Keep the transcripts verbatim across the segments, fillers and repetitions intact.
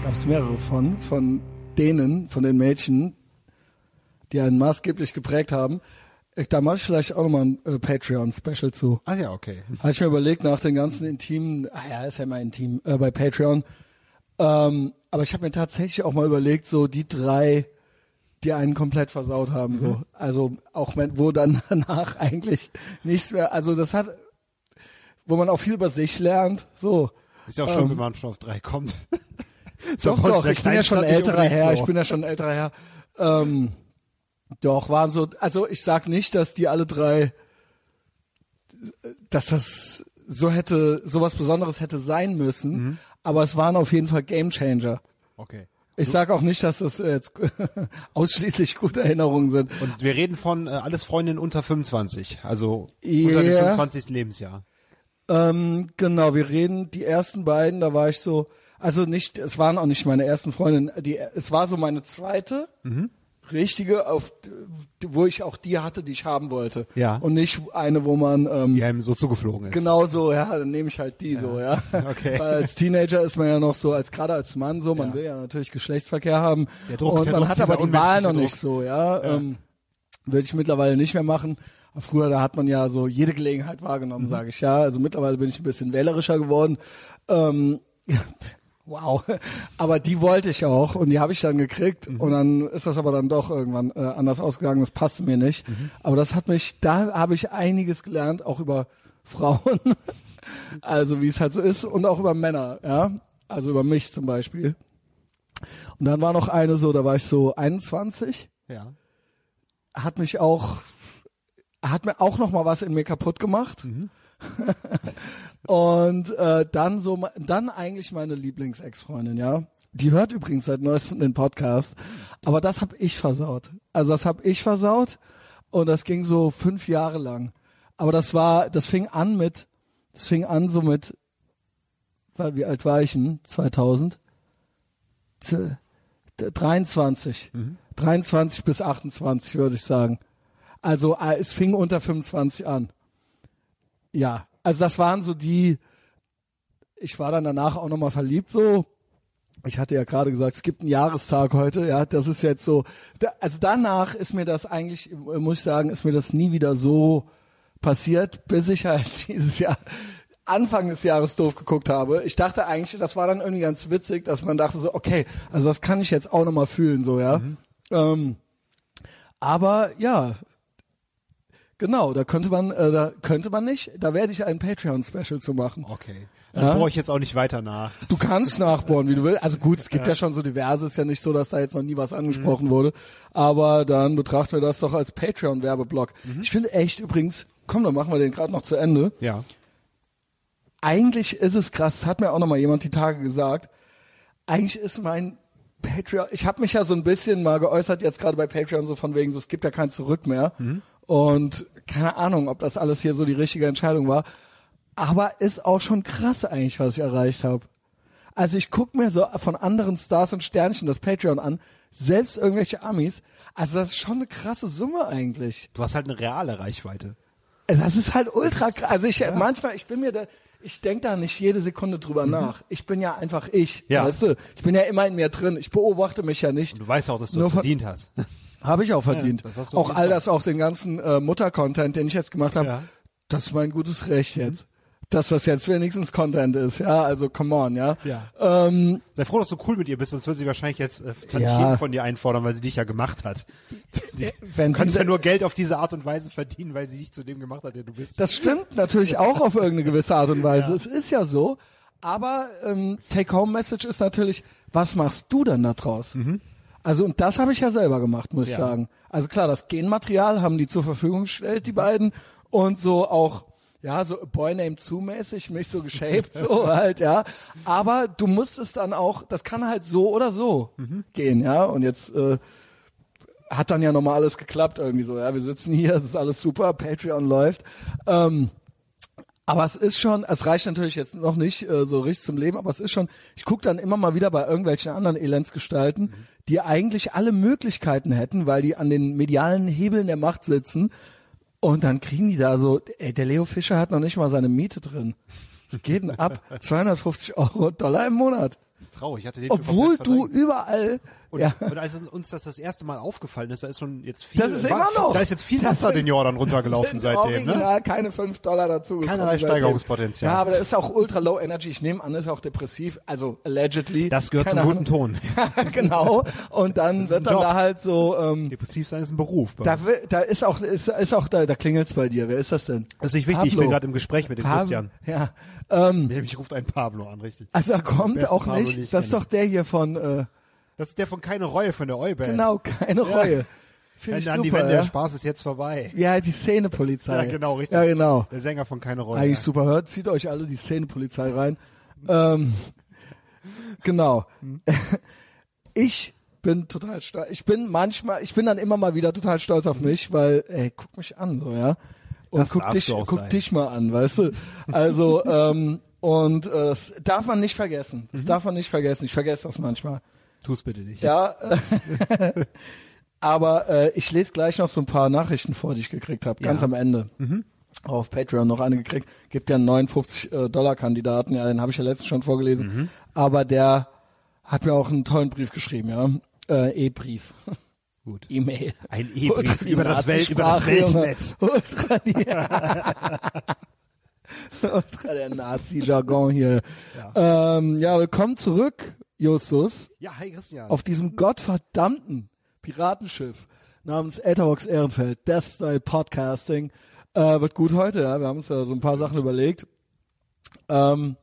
gab es mehrere von, von denen, von den Mädchen, die einen maßgeblich geprägt haben. Ich, da mache ich vielleicht auch nochmal ein äh, Patreon-Special zu. Ah ja, okay. Habe ich mir überlegt, nach den ganzen intimen, ah ja, ist ja immer intim, äh, bei Patreon. Ähm, aber ich habe mir tatsächlich auch mal überlegt, so die drei, die einen komplett versaut haben, mhm. so. Also auch wenn, wo dann danach eigentlich nichts mehr, also das hat, wo man auch viel über sich lernt, so. Ist ja auch ähm, schön, wenn man schon auf drei kommt. Doch, doch, ich bin ja schon ein älterer Herr, so. ich bin ja schon ein älterer Herr. Ähm, doch, waren so, also ich sag nicht, dass die alle drei, dass das so hätte, sowas Besonderes hätte sein müssen, mhm. aber es waren auf jeden Fall Gamechanger. Okay. Ich sag auch nicht, dass das jetzt ausschließlich gute Erinnerungen sind. Und wir reden von äh, alles Freundinnen unter fünfundzwanzig, also yeah. unter dem fünfundzwanzigsten Lebensjahr. Ähm, genau, wir reden, die ersten beiden, da war ich so, also nicht, es waren auch nicht meine ersten Freundinnen, die, es war so meine zweite, mhm. richtige, auf, wo ich auch die hatte, die ich haben wollte. Ja. Und nicht eine, wo man, ähm, die einem so zugeflogen ist. Genau so, ja, dann nehme ich halt die ja. so, ja. Okay. Weil als Teenager ist man ja noch so, als gerade als Mann so, man ja. will ja natürlich Geschlechtsverkehr haben. Der Druck, und der man Druck, hat aber die Wahl noch Druck. nicht so, ja. ja. Ähm, würde ich mittlerweile nicht mehr machen. Früher, da hat man ja so jede Gelegenheit wahrgenommen, mhm. sage ich, ja. Also mittlerweile bin ich ein bisschen wählerischer geworden. Ähm, wow. Aber die wollte ich auch und die habe ich dann gekriegt mhm. und dann ist das aber dann doch irgendwann äh, anders ausgegangen. Das passte mir nicht. Mhm. Aber das hat mich, da habe ich einiges gelernt, auch über Frauen. Also wie es halt so ist und auch über Männer, ja. Also über mich zum Beispiel. Und dann war noch eine so, da war ich so einundzwanzig. Ja. Hat mich auch hat mir auch noch mal was in mir kaputt gemacht. Mhm. Und äh, dann so dann eigentlich meine Lieblings-Ex-Freundin, ja. Die hört übrigens seit neuestem den Podcast, aber das habe ich versaut. Also das habe ich versaut und das ging so fünf Jahre lang. Aber das war, das fing an mit, das fing an so mit, wie alt war ich denn? zweitausend? dreiundzwanzig. Mhm. dreiundzwanzig bis achtundzwanzig würde ich sagen. Also äh, es fing unter fünfundzwanzig an. Ja, also das waren so die, ich war dann danach auch nochmal verliebt so. Ich hatte ja gerade gesagt, es gibt einen Jahrestag heute, ja, das ist jetzt so, da, also danach ist mir das eigentlich, muss ich sagen, ist mir das nie wieder so passiert, bis ich halt dieses Jahr, Anfang des Jahres doof geguckt habe. Ich dachte eigentlich, das war dann irgendwie ganz witzig, dass man dachte so, okay, also das kann ich jetzt auch nochmal fühlen, so, ja. Mhm. Ähm, aber ja, genau, da könnte man, äh, da könnte man nicht, da werde ich ein Patreon-Special zu machen. Okay. Dann ja? bohre ich jetzt auch nicht weiter nach. Du kannst nachbohren, wie du willst. Also gut, es gibt ja. ja schon so diverse, ist ja nicht so, dass da jetzt noch nie was angesprochen mhm. wurde. Aber dann betrachten wir das doch als Patreon-Werbeblock. Mhm. Ich finde echt übrigens, komm, dann machen wir den gerade noch zu Ende. Ja. Eigentlich ist es krass, das hat mir auch noch mal jemand die Tage gesagt, eigentlich ist mein Patreon, ich habe mich ja so ein bisschen mal geäußert, jetzt gerade bei Patreon, so von wegen, so es gibt ja kein Zurück mehr. Mhm. Und keine Ahnung, ob das alles hier so die richtige Entscheidung war. Aber ist auch schon krass eigentlich, was ich erreicht habe. Also ich guck mir so von anderen Stars und Sternchen das Patreon an, selbst irgendwelche Amis. Also das ist schon eine krasse Summe eigentlich. Du hast halt eine reale Reichweite. Das ist halt ultra krass. Also ich ja. manchmal, ich bin mir da, ich denk da nicht jede Sekunde drüber mhm. nach. Ich bin ja einfach ich, ja. weißt du? Ich bin ja immer in mir drin. Ich beobachte mich ja nicht. Und du weißt auch, dass du es verdient hast. Habe ich auch verdient. Ja, auch all das, auch den ganzen äh, Mutter-Content, den ich jetzt gemacht habe, ja. das ist mein gutes Recht jetzt. Mhm. Dass das jetzt wenigstens Content ist, ja, also come on, ja. ja. Ähm, Sei froh, dass du cool mit ihr bist, sonst würde sie wahrscheinlich jetzt äh, Tantiemen ja. von dir einfordern, weil sie dich ja gemacht hat. Die, Wenn du kannst ja nur Geld auf diese Art und Weise verdienen, weil sie dich zu dem gemacht hat, der du bist. Das stimmt natürlich auch auf irgendeine gewisse Art und Weise. Ja. Es ist ja so, aber ähm, Take-Home-Message ist natürlich, was machst du denn da draus? Mhm. Also und das habe ich ja selber gemacht, muss ja. ich sagen. Also klar, das Genmaterial haben die zur Verfügung gestellt, die beiden, und so auch ja, so Boy Named Sue mäßig, mich so geshaped, so halt, ja. Aber du musst es dann auch, das kann halt so oder so mhm. gehen, ja. Und jetzt äh, hat dann ja nochmal alles geklappt irgendwie so, ja. Wir sitzen hier, es ist alles super, Patreon läuft. Ähm, aber es ist schon, es reicht natürlich jetzt noch nicht äh, so richtig zum Leben, aber es ist schon, ich gucke dann immer mal wieder bei irgendwelchen anderen Elendsgestalten, mhm. die eigentlich alle Möglichkeiten hätten, weil die an den medialen Hebeln der Macht sitzen. Und dann kriegen die da so, ey, der Leo Fischer hat noch nicht mal seine Miete drin. Was geht denn ab? zweihundertfünfzig Euro Dollar im Monat. Das ist traurig. Ich hatte den Obwohl du überall... Und, ja. und als uns das das erste Mal aufgefallen ist, da ist schon jetzt viel... Das ist immer noch. Da ist jetzt viel Wasser den Jordan runtergelaufen seitdem, ne? Original keine fünf Dollar dazu. Keinerlei Steigerungspotenzial. Ja, aber das ist auch ultra low energy. Ich nehme an, das ist auch depressiv. Also allegedly. Das gehört Keine zum Ahnung. guten Ton. Genau. Und dann wird dann Job. da halt so... Ähm, Depressiv sein ist ein Beruf. Bei da, uns. wi- da ist auch, ist, ist auch da, da klingelt's bei dir. Wer ist das denn? Das ist nicht wichtig, ich Pablo. bin gerade im Gespräch mit dem Pab- Christian. Ja. Ähm, Mich ruft ein Pablo an, richtig. also er kommt besten auch Pablo, nicht. den ich Das ist kenne. doch der hier von... Äh, Das ist der von Keine Reue von der Euband. genau, keine Reue. Finde ich An die super, Wände, ja. der Spaß ist jetzt vorbei. Ja, die Szenepolizei. Ja, genau, richtig. Ja, genau. Der Sänger von Keine Reue. Eigentlich super. Hört, zieht euch alle die Szenepolizei rein. ähm, genau. Ich bin total stolz. Ich bin manchmal, ich bin dann immer mal wieder total stolz auf mich, weil, ey, guck mich an, so, ja. Und Das guck darfst dich, du auch guck sein. dich mal an, weißt du. Also, ähm, und äh, das darf man nicht vergessen. Das darf man nicht vergessen. Ich vergesse das manchmal. Tu's bitte nicht. Ja. Aber äh, ich lese gleich noch so ein paar Nachrichten vor, die ich gekriegt habe, ganz Ja. am Ende. Auf Patreon noch eine gekriegt. Gibt ja einen neunundfünfzig Dollar Kandidaten, ja, den habe ich ja letztens schon vorgelesen. Mhm. Aber der hat mir auch einen tollen Brief geschrieben, ja. Äh, E-Brief. Gut. E-Mail. Ein E-Brief Ultra die über das Welt, über das Nazi-Sprache, Junge. Weltnetz. Ultra, die, Ultra der Nazi-Jargon hier. Ja. Ähm, ja, willkommen zurück, Justus, Ja, hi Christian. auf diesem gottverdammten Piratenschiff namens Etherbox Ehrenfeld, Death Style Podcasting. Äh, wird gut heute, ja. Wir haben uns da so ein paar Sachen überlegt. Ähm,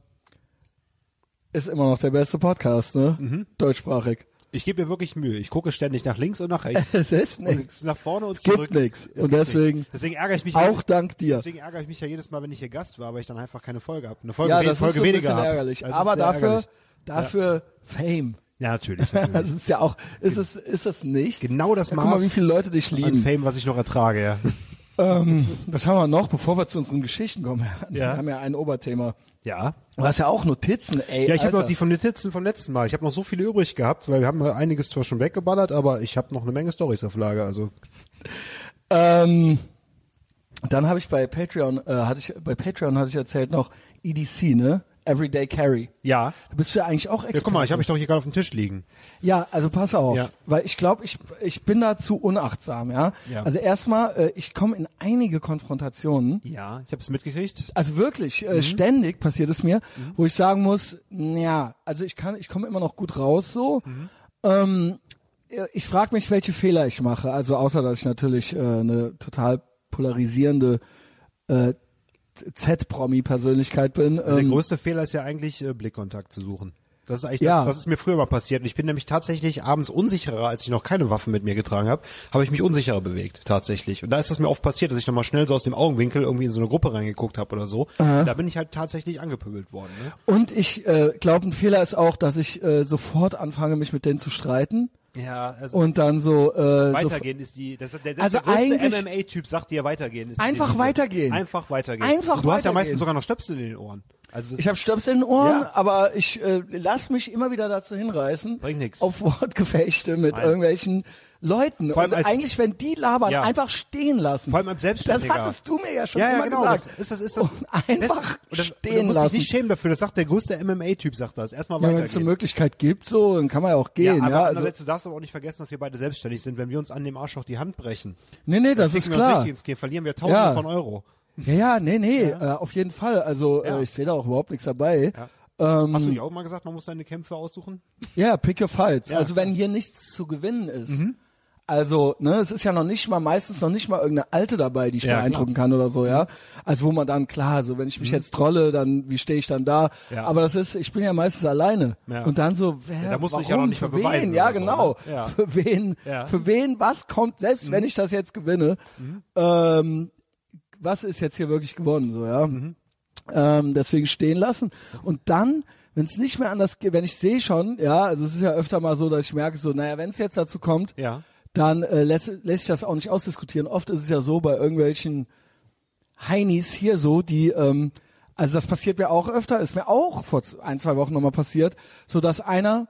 ist immer noch der beste Podcast, ne? Mhm. Deutschsprachig. Ich gebe mir wirklich Mühe. Ich gucke ständig nach links und nach rechts. Es ist und nichts. nach vorne und Es gibt zurück. nichts. Es Und gibt deswegen nichts. Deswegen ärgere ich mich auch dank dir. Deswegen ärgere ich mich ja jedes Mal, wenn ich hier Gast war, weil ich dann einfach keine Folge habe. Eine Folge, Ja, we- das Folge ist so ein weniger bisschen habe. ärgerlich. Das ist Aber sehr dafür, ärgerlich. dafür Fame. Ja, natürlich. Das natürlich. ist ja auch, ist es, ist es nicht? Genau das ja, Maß guck mal, wie viele Leute dich An lieben. Fame, was ich noch ertrage, ja. Ähm, was haben wir noch, bevor wir zu unseren Geschichten kommen? Ja. Wir haben ja ein Oberthema. Ja. Du hast ja auch Notizen, ey. Ja, ich habe Alter. noch die von den Notizen vom letzten Mal. Ich habe noch so viele übrig gehabt, weil wir haben einiges zwar schon weggeballert, aber ich habe noch eine Menge Storys auf Lager. Also Ähm, dann habe ich bei Patreon, äh, hatte ich bei Patreon hatte ich erzählt noch E D C, ne? Everyday Carry. ja. Da bist du ja eigentlich auch Experte. Ja, guck mal, ich habe mich doch hier gerade auf dem Tisch liegen. Ja, also pass auf, Ja. weil ich glaube, ich ich bin da zu unachtsam, ja. Ja. Also erstmal, äh, ich komme in einige Konfrontationen. Ja, ich habe es mitgekriegt. Also wirklich, äh, ständig passiert es mir, wo ich sagen muss, ja, also ich kann, ich komme immer noch gut raus so. Ähm, ich frage mich, welche Fehler ich mache. Also außer, dass ich natürlich äh, eine total polarisierende äh, Z-Promi-Persönlichkeit bin. Also der Ähm, größte Fehler ist ja eigentlich, äh, Blickkontakt zu suchen. Das ist eigentlich Ja. das, was ist mir früher mal passiert. Und ich bin nämlich tatsächlich abends unsicherer, als ich noch keine Waffen mit mir getragen habe, habe ich mich unsicherer bewegt, tatsächlich. Und da ist es mir oft passiert, dass ich nochmal schnell so aus dem Augenwinkel irgendwie in so eine Gruppe reingeguckt habe oder so. Da bin ich halt tatsächlich angepöbelt worden. Ne? und ich äh, glaube, ein Fehler ist auch, dass ich äh, sofort anfange, mich mit denen zu streiten. Ja, also Und dann so, äh, so weitergehen ist die, das, der, Also der größte eigentlich- M M A-Typ sagt dir weitergehen. Ist die Einfach Devise. weitergehen. Einfach weitergehen. Einfach Und du hast ja weitergehen. meistens sogar noch Stöpsel in den Ohren. Also das Ich habe Stöpsel in den Ohren, Ja. aber ich äh, lass mich immer wieder dazu hinreißen, Bringt nix. auf Wortgefechte mit Nein. irgendwelchen Leuten. Vor allem Und als- eigentlich, wenn die labern, Ja. einfach stehen lassen. Vor allem als Das Selbstständiger. hattest du mir ja schon ja, ja, immer genau. gesagt. Das ist das, ist das. Und einfach das, und das, stehen und du musst lassen. dich nicht schämen dafür. Das sagt der größte M M A-Typ, sagt das. Erstmal Ja, wenn es eine weitergehen. Möglichkeit gibt, so, dann kann man ja auch Ja, gehen. aber Ja, also, andererseits, du darfst aber auch nicht vergessen, dass wir beide selbstständig sind. Wenn wir uns an dem Arschloch die Hand brechen, nee, nee, das dann ist kriegen wir uns klar. richtig ins Knie, verlieren wir Tausende Ja. von Euro. Ja, ja, nee, nee, Äh, auf jeden Fall. Also Ja. äh, ich sehe da auch überhaupt nichts dabei. Ja. Ähm, Hast du dir auch mal gesagt, man muss seine Kämpfe aussuchen? Ja, pick your fights. Ja, also wenn hier nichts zu gewinnen ist. Also, ne, es ist ja noch nicht mal, meistens noch nicht mal irgendeine Alte dabei, die ich Ja, beeindrucken kann oder so, ja. Also wo man dann, klar, so wenn ich mich jetzt trolle, dann, wie stehe ich dann da? Ja. Aber das ist, ich bin ja meistens alleine. Ja. Und dann so, wer, Ja, da musst du warum, dich ja noch nicht für mal beweisen wen? Ja, oder so, genau. ne? Ja. Für wen, Ja. für wen, was kommt, selbst wenn ich das jetzt gewinne, ähm, was ist jetzt hier wirklich gewonnen, so, ja. Ähm, deswegen stehen lassen. Und dann, wenn es nicht mehr anders geht, wenn ich sehe schon, ja, also es ist ja öfter mal so, dass ich merke so, naja, wenn es jetzt dazu kommt, Ja. dann äh, lässt, lässt sich das auch nicht ausdiskutieren. Oft ist es ja so bei irgendwelchen Heinis hier so, die, ähm, also das passiert mir auch öfter, ist mir auch vor ein, zwei Wochen nochmal passiert, so dass einer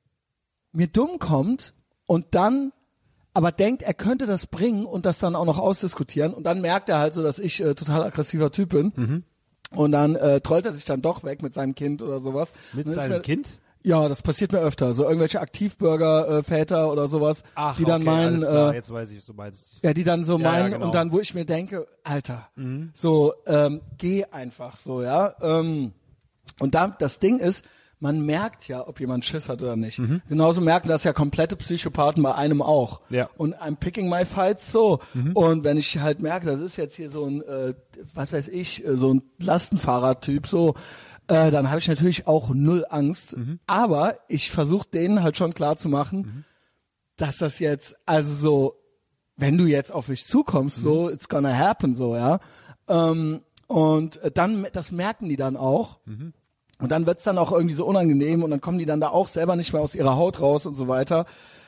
mir dumm kommt und dann aber denkt, er könnte das bringen und das dann auch noch ausdiskutieren und dann merkt er halt so, dass ich äh, total aggressiver Typ bin. Und dann äh, trollt er sich dann doch weg mit seinem Kind oder sowas. Mit Und dann ist seinem mir- Kind? Ja, das passiert mir öfter. So irgendwelche Aktivbürger-Väter oder sowas, Ach, die dann okay, meinen, alles klar, äh, jetzt weiß ich, was du meinst. ja, die dann so Ja, ja, meinen genau. und dann, wo ich mir denke, Alter, so, ähm, geh einfach so, ja. Ähm, und da, das Ding ist, man merkt ja, ob jemand Schiss hat oder nicht. Mhm. Genauso merken das ja komplette Psychopathen bei einem auch. Ja. Und I'm picking my fights so. Mhm. Und wenn ich halt merke, das ist jetzt hier so ein, äh, was weiß ich, äh, so ein Lastenfahrertyp so, äh, dann habe ich natürlich auch null Angst. Mhm. Aber ich versuche denen halt schon klar zu machen, Mhm. dass das jetzt, also so, wenn du jetzt auf mich zukommst, so, it's gonna happen, so, ja. Ähm, und äh, dann, das merken die dann auch. Mhm. Und dann wird's dann auch irgendwie so unangenehm und dann kommen die dann da auch selber nicht mehr aus ihrer Haut raus und so weiter.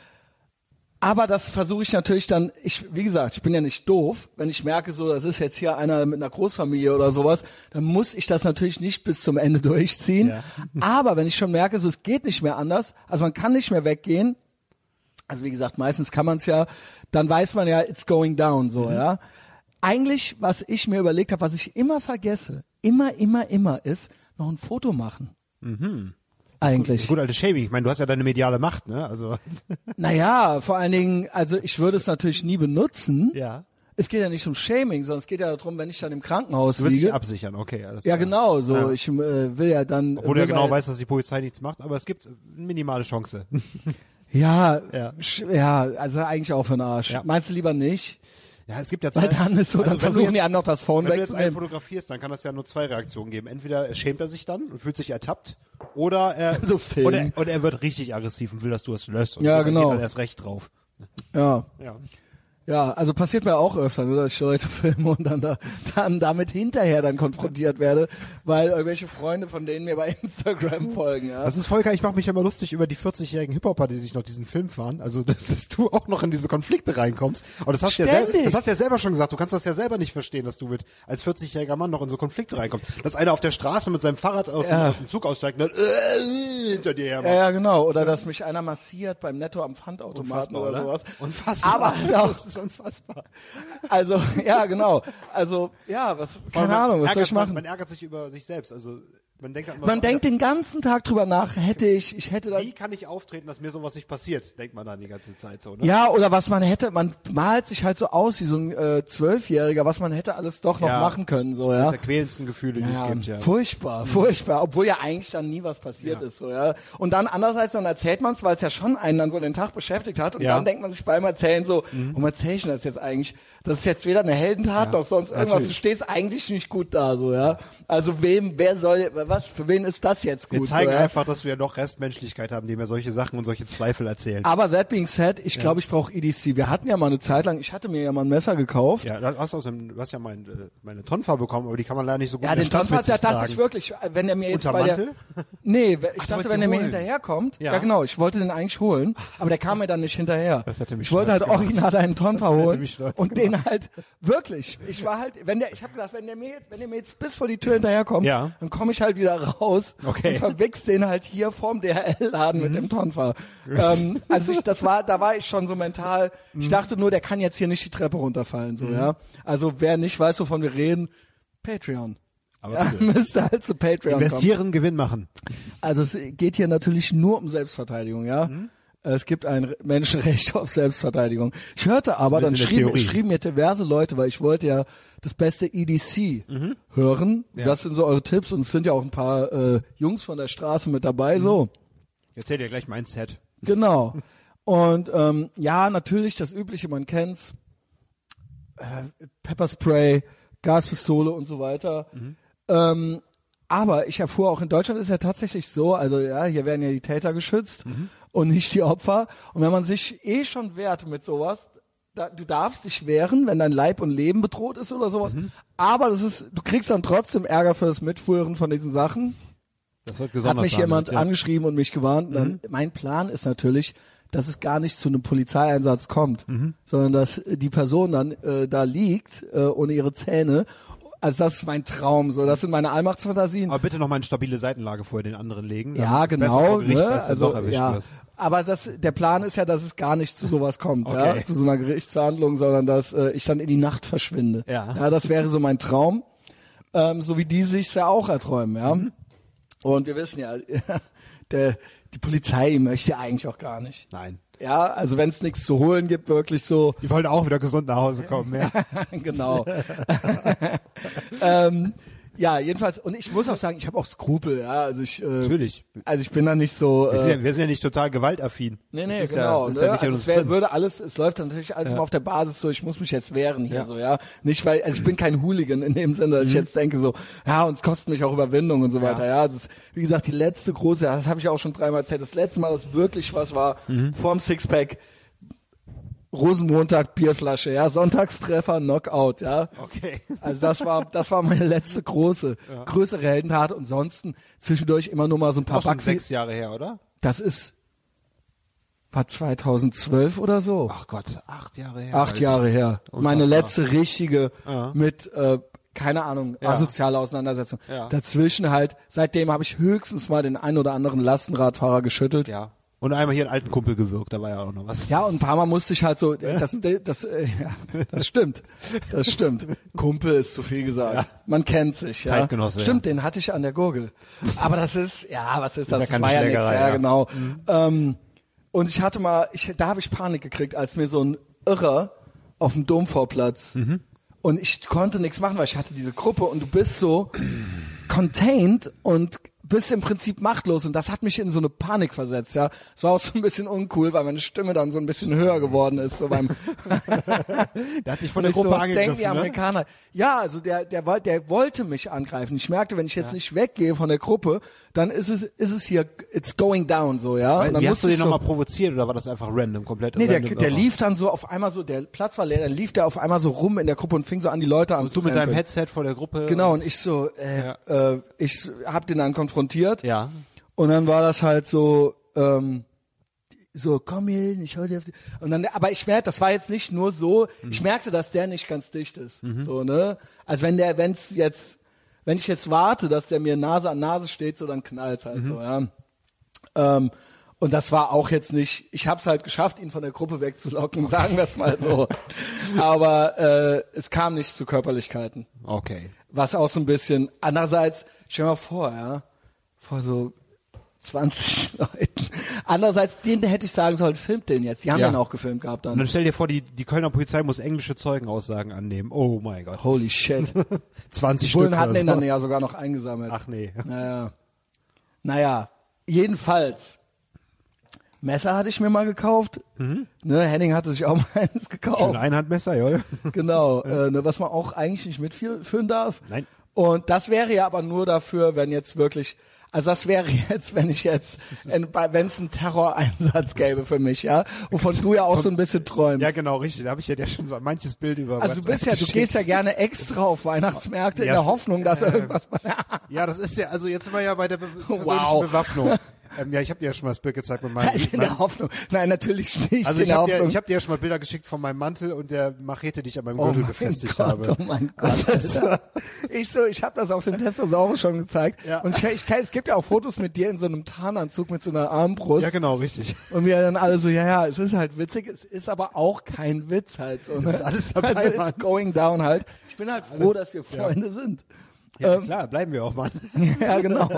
Aber das versuche ich natürlich dann, ich, wie gesagt, ich bin ja nicht doof, wenn ich merke, so, das ist jetzt hier einer mit einer Großfamilie oder sowas, dann muss ich das natürlich nicht bis zum Ende durchziehen. Ja. Aber wenn ich schon merke, so, es geht nicht mehr anders, also man kann nicht mehr weggehen, also wie gesagt, meistens kann man es ja, dann weiß man ja, it's going down, so, Mhm. ja. Eigentlich, was ich mir überlegt habe, was ich immer vergesse, immer, immer, immer ist, noch ein Foto machen. Mhm. Eigentlich. Gut, alte Shaming. Ich meine, du hast ja deine mediale Macht, ne? Also. Naja, vor allen Dingen, also ich würde es natürlich nie benutzen. Ja. Es geht ja nicht um Shaming, sondern es geht ja darum, wenn ich dann im Krankenhaus Du willst liege. dich absichern, okay. Alles Ja, klar. genau, so. Ja. Ich äh, will ja dann. Obwohl du ja will genau halt- weißt, dass die Polizei nichts macht, aber es gibt eine minimale Chance. Ja, Ja. sch- ja, also eigentlich auch für den Arsch. Ja. Meinst du lieber nicht? Ja, es gibt ja Weil zwei. dann ist so, Also dann wenn versuchen du- die anderen noch das Phone Wenn du jetzt einen wegzunehmen. fotografierst, dann kann das ja nur zwei Reaktionen geben. Entweder schämt er sich dann und fühlt sich ertappt, oder er, So Film. oder, oder er wird richtig aggressiv und will, dass du es löst. Und Ja, dann genau. geht dann erst recht drauf. Ja. Ja. Ja, also passiert mir auch öfter, ne, dass ich Leute filme und dann da, dann damit hinterher dann konfrontiert werde, weil irgendwelche Freunde von denen mir bei Instagram folgen, ja. Das ist Volker, ich mache mich ja immer lustig über die vierzigjährigen Hip-Hopper, die sich noch diesen Film fahren. Also, dass, dass du auch noch in diese Konflikte reinkommst. Aber das hast du ja selber, Ständig. das hast du ja selber schon gesagt. Du kannst das ja selber nicht verstehen, dass du mit als vierzigjähriger Mann noch in so Konflikte reinkommst. Dass einer auf der Straße mit seinem Fahrrad aus, Ja. dem, aus dem Zug aussteigt und dann, äh, hinter dir her macht. Ja, ja, genau. Oder dass mich einer massiert beim Netto am Pfandautomaten Unfassbar, oder oder? sowas. Unfassbar. Aber genau. Das ist unfassbar. Also, ja, genau. Also, ja, was, keine man Ahnung, was soll ärgert, ich machen? Man, man ärgert sich über sich selbst. Also man denkt halt immer Man so, denkt den ganzen Tag drüber nach, hätte ich, ich hätte da, wie kann ich auftreten, dass mir sowas nicht passiert? Denkt man dann die ganze Zeit so, ne? ja, oder was man hätte, man malt sich halt so aus wie so ein äh, Zwölfjähriger, was man hätte alles doch noch Ja. machen können, so, Das ja. ist der quälendsten Gefühle, die Ja, es gibt, ja. furchtbar, furchtbar, obwohl ja eigentlich dann nie was passiert Ja. ist, so, ja. Und dann andererseits, dann erzählt man es, weil es ja schon einen dann so den Tag beschäftigt hat und Ja. dann denkt man sich beim Erzählen so, warum erzähle ich denn das jetzt eigentlich? Das ist jetzt weder eine Heldentat Ja, noch sonst irgendwas, natürlich. du stehst eigentlich nicht gut da, so, ja. Also wem, wer soll, was, für wen ist das jetzt gut? Wir zeigen so, ja? einfach, dass wir noch Restmenschlichkeit haben, die mir solche Sachen und solche Zweifel erzählen. Aber that being said, ich glaube, ich brauche E D C. Wir hatten ja mal eine Zeit lang, ich hatte mir ja mal ein Messer gekauft. Ja, du hast, aus dem, du hast ja mein, äh, meine Tonfa bekommen, aber die kann man leider nicht so gut Ja, in der den Stadt Tonfall, mit sich da dachte tragen. ich wirklich, wenn der mir jetzt Unter bei der, Mantel? nee, ich Ach, du dachte, wolltest wenn der ihn mir holen. hinterherkommt, ja. Ja. genau, ich wollte den eigentlich holen, aber der kam mir dann nicht hinterher. Das hätte mich ich wollte halt stolz gemacht. original einen Tonfa Das hätte holen mich stolz und den halt, wirklich, ich war halt, wenn der, ich habe gedacht, wenn der mir jetzt, wenn der mir jetzt bis vor die Tür hinterherkommt, Ja. dann komme ich halt wieder raus Okay. und verwichs den halt hier vorm D H L-Laden mit dem Tonfa. Ähm, also ich, das war, da war ich schon so mental, ich dachte nur, der kann jetzt hier nicht die Treppe runterfallen, so, ja. Also wer nicht weiß, wovon wir reden, Patreon. Aber Ja, bitte. müsste halt zu Patreon kommen. Investieren, Gewinn machen. Also es geht hier natürlich nur um Selbstverteidigung, ja. Mhm. Es gibt ein Re- Menschenrecht auf Selbstverteidigung. Ich hörte aber, dann Bisschen der schrieben, Theorie. schrieben mir diverse Leute, weil ich wollte ja das beste E D C hören. Ja. Das sind so eure Tipps und es sind ja auch ein paar äh, Jungs von der Straße mit dabei, so. Ich erzähl dir gleich mein Set. Genau. Und ähm, ja, natürlich das Übliche, man kennt's. Äh, Pepperspray, Gaspistole und so weiter. Ähm, aber ich erfuhr auch, in Deutschland ist ja tatsächlich so, also ja, hier werden ja die Täter geschützt und nicht die Opfer. Und wenn man sich eh schon wehrt mit sowas, da, du darfst dich wehren, wenn dein Leib und Leben bedroht ist oder sowas. Aber das ist, du kriegst dann trotzdem Ärger fürs Mitführen von diesen Sachen. Das wird Hat gesondert mich jemand behandelt, ja. angeschrieben und mich gewarnt. Dann, mein Plan ist natürlich, dass es gar nicht zu einem Polizeieinsatz kommt, sondern dass die Person dann äh, da liegt, äh, ohne ihre Zähne. Also das ist mein Traum, so. Das sind meine Allmachtsfantasien. Aber bitte nochmal eine stabile Seitenlage vor den anderen legen. dann Ja, ist es besser genau. vor Gericht, Ne? falls du Also, doch erwischt ja. wirst. Aber das, der Plan ist ja, dass es gar nicht zu sowas kommt, Okay. ja, zu so einer Gerichtsverhandlung, sondern dass äh, ich dann in die Nacht verschwinde. Ja. Ja, das wäre so mein Traum, ähm, so wie die sich's ja auch erträumen, ja. Und wir wissen ja, der, die Polizei möchte eigentlich auch gar nicht. Nein. Ja, also wenn es nichts zu holen gibt, wirklich so. Die wollen auch wieder gesund nach Hause kommen, ja. Genau. ähm, ja, jedenfalls, und ich muss auch sagen, ich habe auch Skrupel, ja, also ich, äh, Natürlich. Also ich bin da nicht so. Wir sind, Äh, ja, wir sind ja nicht total gewaltaffin. Nee, nee, das ist genau. Ja, das ist ne? ja nicht in Also uns es wär, drin. würde alles, es läuft dann natürlich alles Ja. immer auf der Basis so, ich muss mich jetzt wehren hier Ja. so, ja. Nicht weil, also ich bin kein Hooligan in dem Sinne, dass Mhm. ich jetzt denke so, ja, und es kostet mich auch Überwindung und so weiter, Ja. ja. Das ist, wie gesagt, die letzte große, das habe ich auch schon dreimal erzählt, das letzte Mal, dass wirklich was war, Mhm. vorm Sixpack, Rosenmontag, Bierflasche, ja, Sonntagstreffer, Knockout, ja. Okay. Also das war, das war meine letzte große, Ja. größere Heldentat und sonst zwischendurch immer nur mal so ein paar Auch schon Backfie- sechs Jahre her, oder? Das ist, war zweitausendzwölf oder so. Ach Gott, acht Jahre her. Acht Jahre her. Unfassbar. Meine letzte richtige Ja. mit, äh, keine Ahnung, Ja. asoziale Auseinandersetzung. Ja. Dazwischen halt, seitdem habe ich höchstens mal den ein oder anderen Lastenradfahrer geschüttelt. Ja. Und einmal hier einen alten Kumpel gewürgt, da war ja auch noch was. Ja, und ein paar Mal musste ich halt so, äh, das, das, das, äh, ja, das stimmt, das stimmt. Kumpel ist zu viel gesagt. Ja. Man kennt sich. Ja. Zeitgenosse, Stimmt, ja. den hatte ich an der Gurgel. Aber das ist, ja, was ist das? ja Das keine war ja nichts, Schlägerei, ja, ja. genau. Ähm, und ich hatte mal, ich, da habe ich Panik gekriegt, als mir so ein Irrer auf dem Domvorplatz Mhm. und ich konnte nichts machen, weil ich hatte diese Gruppe und du bist so contained und bist im Prinzip machtlos und das hat mich in so eine Panik versetzt, ja. Es war auch so ein bisschen uncool, weil meine Stimme dann so ein bisschen höher geworden ist, so beim Der hat dich von und der ich so, Gruppe was denken angegriffen, die ne? Amerikaner? Ja, also der, der, woll- der wollte mich angreifen. Ich merkte, wenn ich jetzt nicht weggehe von der Gruppe, dann ist es, ist es hier, it's going down, so, ja. Weil, Und dann wie hast musste du ich den so, nochmal provoziert oder war das einfach random, komplett nee, der, random? der Irrer? lief dann so auf einmal so, der Platz war leer, dann lief der auf einmal so rum in der Gruppe und fing so an, die Leute an Und du mit deinem Headset vor der Gruppe? Genau, und ich so, äh, äh, ich hab den dann konfrontiert. Ja. Und dann war das halt so, ähm, so, komm hier hin, ich hol dir auf die, und dann, aber ich merkte, das war jetzt nicht nur so, Mhm. ich merkte, dass der nicht ganz dicht ist, so, ne? Also wenn der, wenn's jetzt, wenn ich jetzt warte, dass der mir Nase an Nase steht, so, dann knallt's halt Mhm. so, ja. Ähm, und das war auch jetzt nicht, ich hab's halt geschafft, ihn von der Gruppe wegzulocken, sagen wir es mal so. Aber, äh, es kam nicht zu Körperlichkeiten. Okay. Was auch so ein bisschen, andererseits, stell dir mal vor, ja, vor so zwanzig Leuten. Andererseits, den hätte ich sagen sollen, filmt den jetzt. Die haben Ja. den auch gefilmt gehabt Und dann. dann stell dir vor, die, die Kölner Polizei muss englische Zeugenaussagen annehmen. Oh mein Gott. Holy shit. zwanzig Die Bullen Stück hatten oder den so. dann ja sogar noch eingesammelt. Ach nee. Naja. Naja. Jedenfalls. Messer hatte ich mir mal gekauft. Mhm. Ne, Henning hatte sich auch mal eins Schön gekauft. Einhandmesser, ja. Genau. Äh, ne, was man auch eigentlich nicht mitführen darf. Nein. Und das wäre ja aber nur dafür, wenn jetzt wirklich, also das wäre jetzt, wenn ich jetzt, wenn es einen Terroreinsatz gäbe für mich, ja, wovon du ja auch so ein bisschen träumst. Ja, genau, richtig. Da habe ich ja dir schon so manches Bild über Also du bist ja, du gehst ja gerne extra auf Weihnachtsmärkte in Ja. der Hoffnung, dass Äh, irgendwas. Ja, das ist ja, also jetzt sind wir ja bei der be persönlichen Wow. Bewaffnung. Ähm, ja, ich habe dir ja schon mal das Bild gezeigt mit meinem... in der Hoffnung. Nein, natürlich nicht Also in ich der habe dir, Hoffnung. ich hab dir ja schon mal Bilder geschickt von meinem Mantel und der Machete, die ich an meinem Oh Gürtel mein befestigt Gott, habe. oh mein Gott, Alter. Ich so, ich habe das auf dem Testosaurus schon gezeigt. Ja. Und ich, ich, es gibt ja auch Fotos mit dir in so einem Tarnanzug mit so einer Armbrust. Ja, genau, richtig. Und wir dann alle so, ja, ja, es ist halt witzig, es ist aber auch kein Witz halt. So, ne? ist alles dabei, also it's Mann. going down halt. Ich bin halt froh, dass wir Freunde sind. Ja, Ähm, klar, bleiben wir auch, Mann. Ja, genau.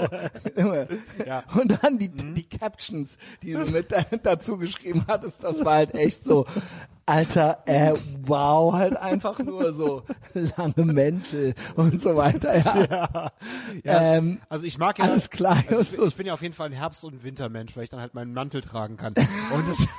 Ja. Und dann die, die Captions, die du mit da- dazu geschrieben hattest, das war halt echt so, Alter, äh, wow, halt einfach nur so lange Mäntel und so weiter. Ja, Ja. Ja, Ähm, also ich mag ja... alles klar, Also ich, bin, Justus. ich bin ja auf jeden Fall ein Herbst- und Wintermensch, weil ich dann halt meinen Mantel tragen kann. Und, das,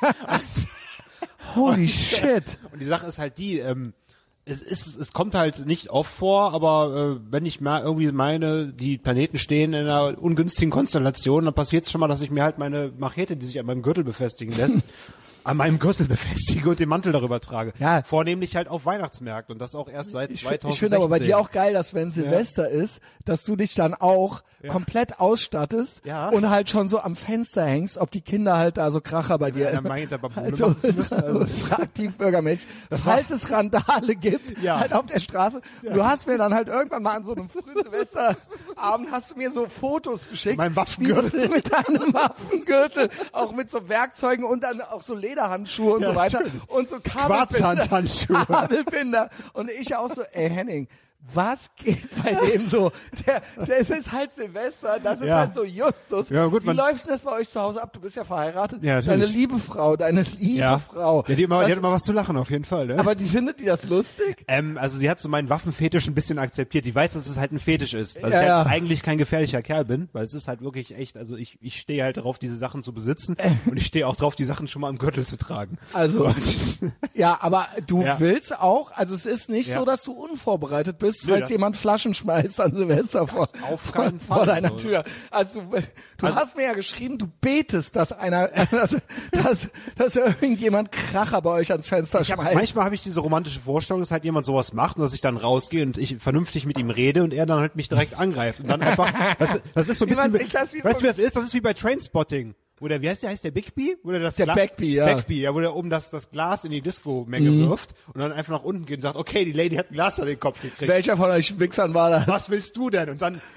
Holy shit. und die Sache ist halt die, ähm, es ist, es kommt halt nicht oft vor, aber äh, wenn ich mal irgendwie meine, die Planeten stehen in einer ungünstigen Konstellation, dann passiert es schon mal, dass ich mir halt meine Machete, die sich an meinem Gürtel befestigen lässt, an meinem Gürtel befestige und den Mantel darüber trage. Ja. Vornehmlich halt auf Weihnachtsmärkten und das auch erst seit Ich, zweitausendsechzehn. ich finde aber bei dir auch geil, dass wenn Silvester ist, dass du dich dann auch komplett ausstattest Ja. und halt schon so am Fenster hängst, ob die Kinder halt da so Kracher bei dir. einer meint, der Babune Also, machen zu müssen, also- so aktiv bürgermäßig. Falls es Randale gibt, Ja. halt auf der Straße. Du hast mir dann halt irgendwann mal an so einem frühen Silvesterabend hast du mir so Fotos geschickt. Mein Waffengürtel. Wie du mit deinem Waffengürtel, auch mit so Werkzeugen und dann auch so Lederhandschuhe und Ja, so weiter. natürlich. Und so Kabelbinder. Quarzhandhandschuhe. Kabelbinder. Und ich auch so, ey Henning, was geht bei dem so? Der, der es ist halt Silvester, das ist Ja. halt so Justus. Ja, gut, Wie man- läuft denn das bei euch zu Hause ab? Du bist ja verheiratet. Ja, natürlich. Deine liebe Frau, deine liebe Ja. Frau. Ja, die, immer, Was- die hat immer was zu lachen, auf jeden Fall. Ne? aber die findet die das lustig? Ähm, also sie hat so meinen Waffenfetisch ein bisschen akzeptiert. Die weiß, dass es halt ein Fetisch ist. Dass Ja, ich halt ja. eigentlich kein gefährlicher Kerl bin, weil es ist halt wirklich echt, also ich, ich stehe halt darauf, diese Sachen zu besitzen und ich stehe auch drauf, die Sachen schon mal am Gürtel zu tragen. Also, Und- ja, aber du Ja. willst auch, also es ist nicht Ja. so, dass du unvorbereitet bist, Nö, falls das- jemand Flaschen schmeißt an Silvester vor, auf keinen vor, Fall vor deiner so. Tür. Also du, du Also- hast mir ja geschrieben, du betest, dass einer, dass, dass, dass irgendjemand Kracher bei euch ans Fenster Ich hab, schmeißt. manchmal habe ich diese romantische Vorstellung, dass halt jemand sowas macht und dass ich dann rausgehe und ich vernünftig mit ihm rede und er dann halt mich direkt angreift und dann einfach, das, das ist so ein Wie man bisschen, sich das wie weißt so- du, wie das ist? Das ist wie bei Trainspotting. Wo der, wie heißt der, heißt der Bigby? Wo der das Der Gla- Bagby, ja. Bagby, ja, wo der oben das, das Glas in die Disco-Menge Mhm. wirft und dann einfach nach unten geht und sagt, okay, die Lady hat ein Glas an den Kopf gekriegt. Welcher von euch Wichsern war das? Was willst du denn? Und dann,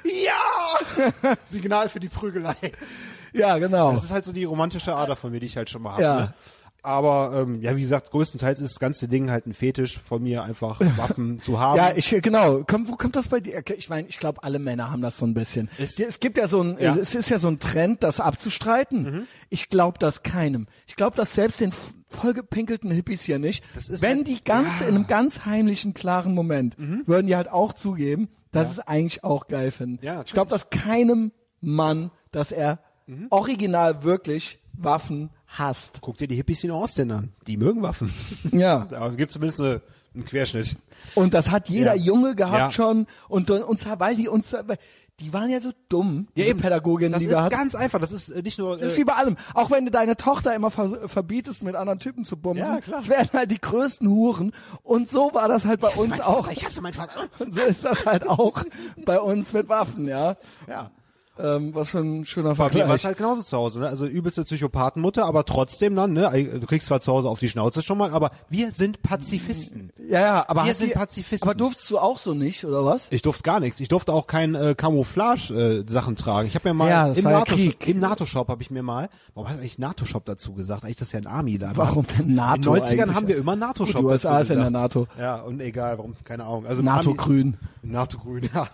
ja! Signal für die Prügelei. Ja, genau. Das ist halt so die romantische Ader von mir, die ich halt schon mal habe. Ja. Ne? Aber ähm, ja, wie gesagt, größtenteils ist das ganze Ding halt ein Fetisch von mir, einfach Waffen zu haben. Ja, ich genau. Komm, wo kommt das bei dir? Ich meine, ich glaube, alle Männer haben das so ein bisschen. Ist- es gibt ja so ein, Ja. es ist ja so ein Trend, das abzustreiten. Mhm. Ich glaube das keinem. Ich glaube das selbst den f- vollgepinkelten Hippies hier nicht. Das ist Wenn halt- die ganz ja. in einem ganz heimlichen, klaren Moment würden die halt auch zugeben, dass es eigentlich auch geil finden. Ja, ich glaube das keinem Mann, dass er original wirklich Waffen hasst. Guck dir die Hippies in Austin an. Die mögen Waffen. Ja. Da gibt zumindest eine, einen Querschnitt. Und das hat jeder Ja. Junge gehabt Ja. schon. Und dann uns, weil die uns, die waren ja so dumm, diese eben. Pädagoginnen, Das die ist wir hatten. ganz einfach. Das ist äh, nicht nur. Das ist äh, wie bei allem. Auch wenn du deine Tochter immer ver verbietest, mit anderen Typen zu bumsen, Ja, klar. es werden halt die größten Huren. Und so war das halt bei uns auch. Ich hasse meinen Vater. Und so ist das halt auch bei uns mit Waffen, ja. Ja. Ähm, was für ein schöner Bei mir war es Vergleich. halt genauso zu Hause, ne? Also übelste Psychopathenmutter, aber trotzdem dann, ne? Du kriegst zwar zu Hause auf die Schnauze schon mal, aber wir sind Pazifisten. Ja, ja, aber Wir hat sind die- Pazifisten. Aber durftest du auch so nicht, oder was? Ich durfte gar nichts. Ich durfte auch kein äh, Camouflage-Sachen tragen. Ich habe mir mal Ja, das im war ja NATO Krieg. im NATO-Shop habe ich mir mal, warum hat eigentlich NATO-Shop dazu gesagt? Eigentlich ist das ja ein Army-Laden. Warum denn NATO In den neunzigern eigentlich? haben wir immer NATO-Shop Gut, die U S dazu A ist in gesagt. der NATO. Ja, und egal, warum, keine Ahnung. Also NATO Ami- grün. NATO-grün, ja.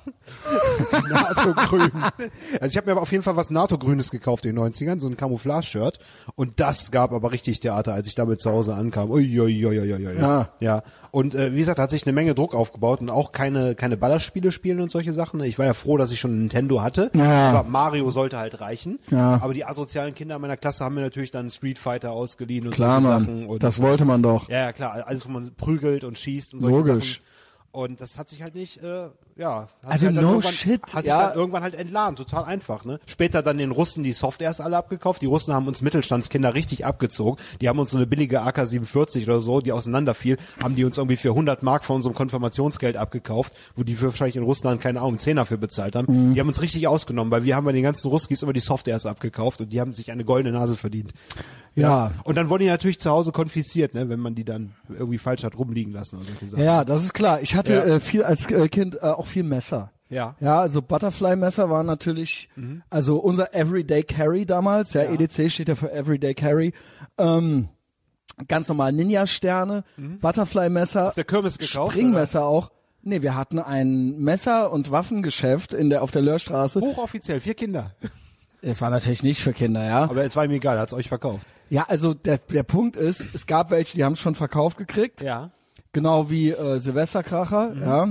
NATO-grün. Also ich habe mir aber auf jeden Fall was NATO-grünes gekauft in den neunzigern, so ein Camouflage-Shirt. Und das gab aber richtig Theater, als ich damit zu Hause ankam. Uiuiuiui. Ja. Ja. Und äh, wie gesagt, da hat sich eine Menge Druck aufgebaut und auch keine keine Ballerspiele spielen und solche Sachen. Ich war ja froh, dass ich schon ein Nintendo hatte. Ja. Aber Mario sollte halt reichen. Ja. Aber die asozialen Kinder meiner Klasse haben mir natürlich dann Street Fighter ausgeliehen und Klar, solche Mann. Sachen. Und Das wollte man doch. ja, ja, klar, alles, wo man prügelt und schießt und solche Logisch. Sachen. Und das hat sich halt nicht, äh, ja, hat Also sich halt dann no irgendwann, shit, hat sich ja. halt irgendwann halt entladen, total einfach, ne? Später dann den Russen die Softwares alle abgekauft. Die Russen haben uns Mittelstandskinder richtig abgezogen. Die haben uns so eine billige A K siebenundvierzig oder so, die auseinanderfiel, haben die uns irgendwie für hundert Mark von unserem Konfirmationsgeld abgekauft, wo die für wahrscheinlich in Russland keine Ahnung, einen Zehner für bezahlt haben. Mhm. Die haben uns richtig ausgenommen, weil wir haben bei den ganzen Ruskis immer die Softwares abgekauft und die haben sich eine goldene Nase verdient. Ja. Und dann wurden die natürlich zu Hause konfisziert, ne, wenn man die dann irgendwie falsch hat rumliegen lassen oder solche Sachen. Ja, das ist klar. Ich hatte Ja. äh, viel als äh, Kind äh, auch viel Messer. Ja. Ja, also Butterfly-Messer waren natürlich, also unser Everyday Carry damals, ja, Ja. E D C steht ja für Everyday Carry, ähm, ganz normal Ninja-Sterne, Butterfly-Messer, Auf der Kirmes gekauft, Springmesser auch. Nee, wir hatten ein Messer- und Waffengeschäft in der, auf der Löhrstraße. Hochoffiziell, vier Kinder. Es war natürlich nicht für Kinder, ja. Aber es war ihm egal, er hat's euch verkauft. Ja, also der, der Punkt ist, es gab welche, die haben es schon verkauft gekriegt. Ja. Genau wie äh, Silvesterkracher, ja.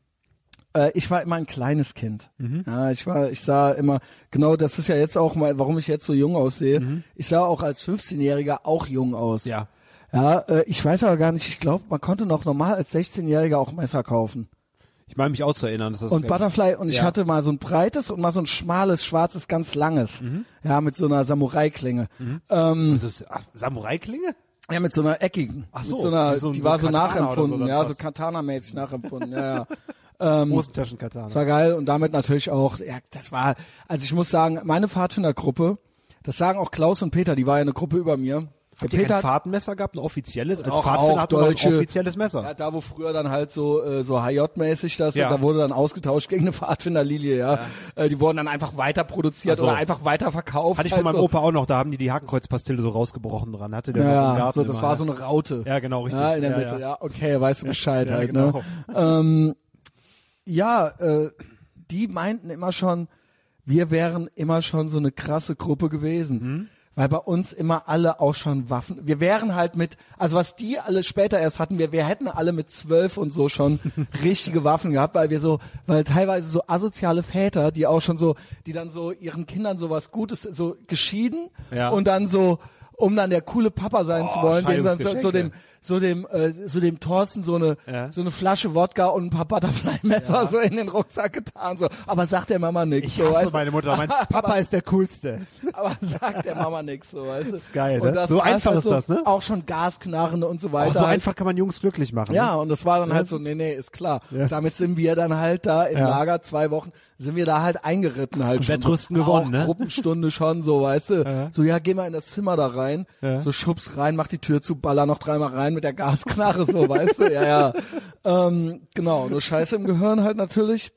Äh, ich war immer ein kleines Kind. Ja, ich war, ich sah immer, genau, das ist ja jetzt auch mal, warum ich jetzt so jung aussehe. Ich sah auch als fünfzehnjähriger auch jung aus. Ja. Ja, äh, ich weiß aber gar nicht, ich glaube, man konnte noch normal als sechzehnjähriger auch Messer kaufen. Ich meine mich auch zu erinnern, dass das Und Butterfly, und ich Ja. hatte mal so ein breites und mal so ein schmales, schwarzes, ganz langes. Ja, mit so einer Samurai-Klinge. Ähm, Also, ach, Samurai-Klinge? Ja, mit so einer eckigen. Ach so, mit so einer, wie so ein- die so war ein so Katana nachempfunden, oder so ja, dann so fast. Katana-mäßig nachempfunden, ja, ja. Ähm, Hosentaschenkatana. das war geil und damit natürlich auch, ja, das war, also ich muss sagen, meine Pfadfindergruppe, das sagen auch Klaus und Peter, die war ja eine Gruppe über mir. Der Habt ihr Peter kein hat Fahrtenmesser gehabt, ein offizielles? Als auch, Pfadfinder auch hat man doch deutsche, ein offizielles Messer. ja, da wo früher dann halt so äh, so H J-mäßig das, Ja. da wurde dann ausgetauscht gegen eine Pfadfinderlilie, ja. Äh, die wurden dann einfach weiter produziert Ach so. oder einfach weiter verkauft. Hatte ich von halt meinem so. Opa auch noch, da haben die die Hakenkreuzpastille so rausgebrochen dran. Hatte der noch im Ja, ja, Garten so, das immer, war ja. so eine Raute. Ja, genau, richtig. Ja, in der Ja, Mitte, ja. ja. Okay, weißt du Bescheid Ja, halt, genau. ne? Ähm, ja, äh, die meinten immer schon, wir wären immer schon so eine krasse Gruppe gewesen. Mhm. Weil bei uns immer alle auch schon Waffen, wir wären halt mit, also was die alle später erst hatten, wir, wir hätten alle mit zwölf und so schon richtige Waffen gehabt, weil wir so, weil teilweise so asoziale Väter, die auch schon so, die dann so ihren Kindern so was Gutes, so geschieden ja. und dann so, um dann der coole Papa sein oh, zu wollen, den dann so, so dem, so dem, äh, so dem Thorsten so eine, ja. so eine Flasche Wodka und ein paar Butterfly-Messer ja. so in den Rucksack getan, so. Aber sagt der Mama nix. Ich so, hasse weißt meine Mutter, mein Papa ist der Coolste. Aber sagt der Mama nix, so, weißt du. Das ist geil, ne? Das so einfach halt ist so, das, ne? Auch schon Gasknarren und so weiter. Auch so einfach kann man Jungs glücklich machen. Ja, ne? und das war dann halt so, nee, nee, ist klar. Ja. Damit sind wir dann halt da im ja. Lager zwei Wochen, sind wir da halt eingeritten halt schon. Wettrüsten so, gewonnen, auch ne? Gruppenstunde schon, so, weißt du. Ja. So, ja, geh mal in das Zimmer da rein, ja. so schubs rein, mach die Tür zu, baller noch dreimal rein mit der Gasknarre, so, weißt du. Ja, ja. Ähm, genau, nur Scheiße im Gehirn halt natürlich.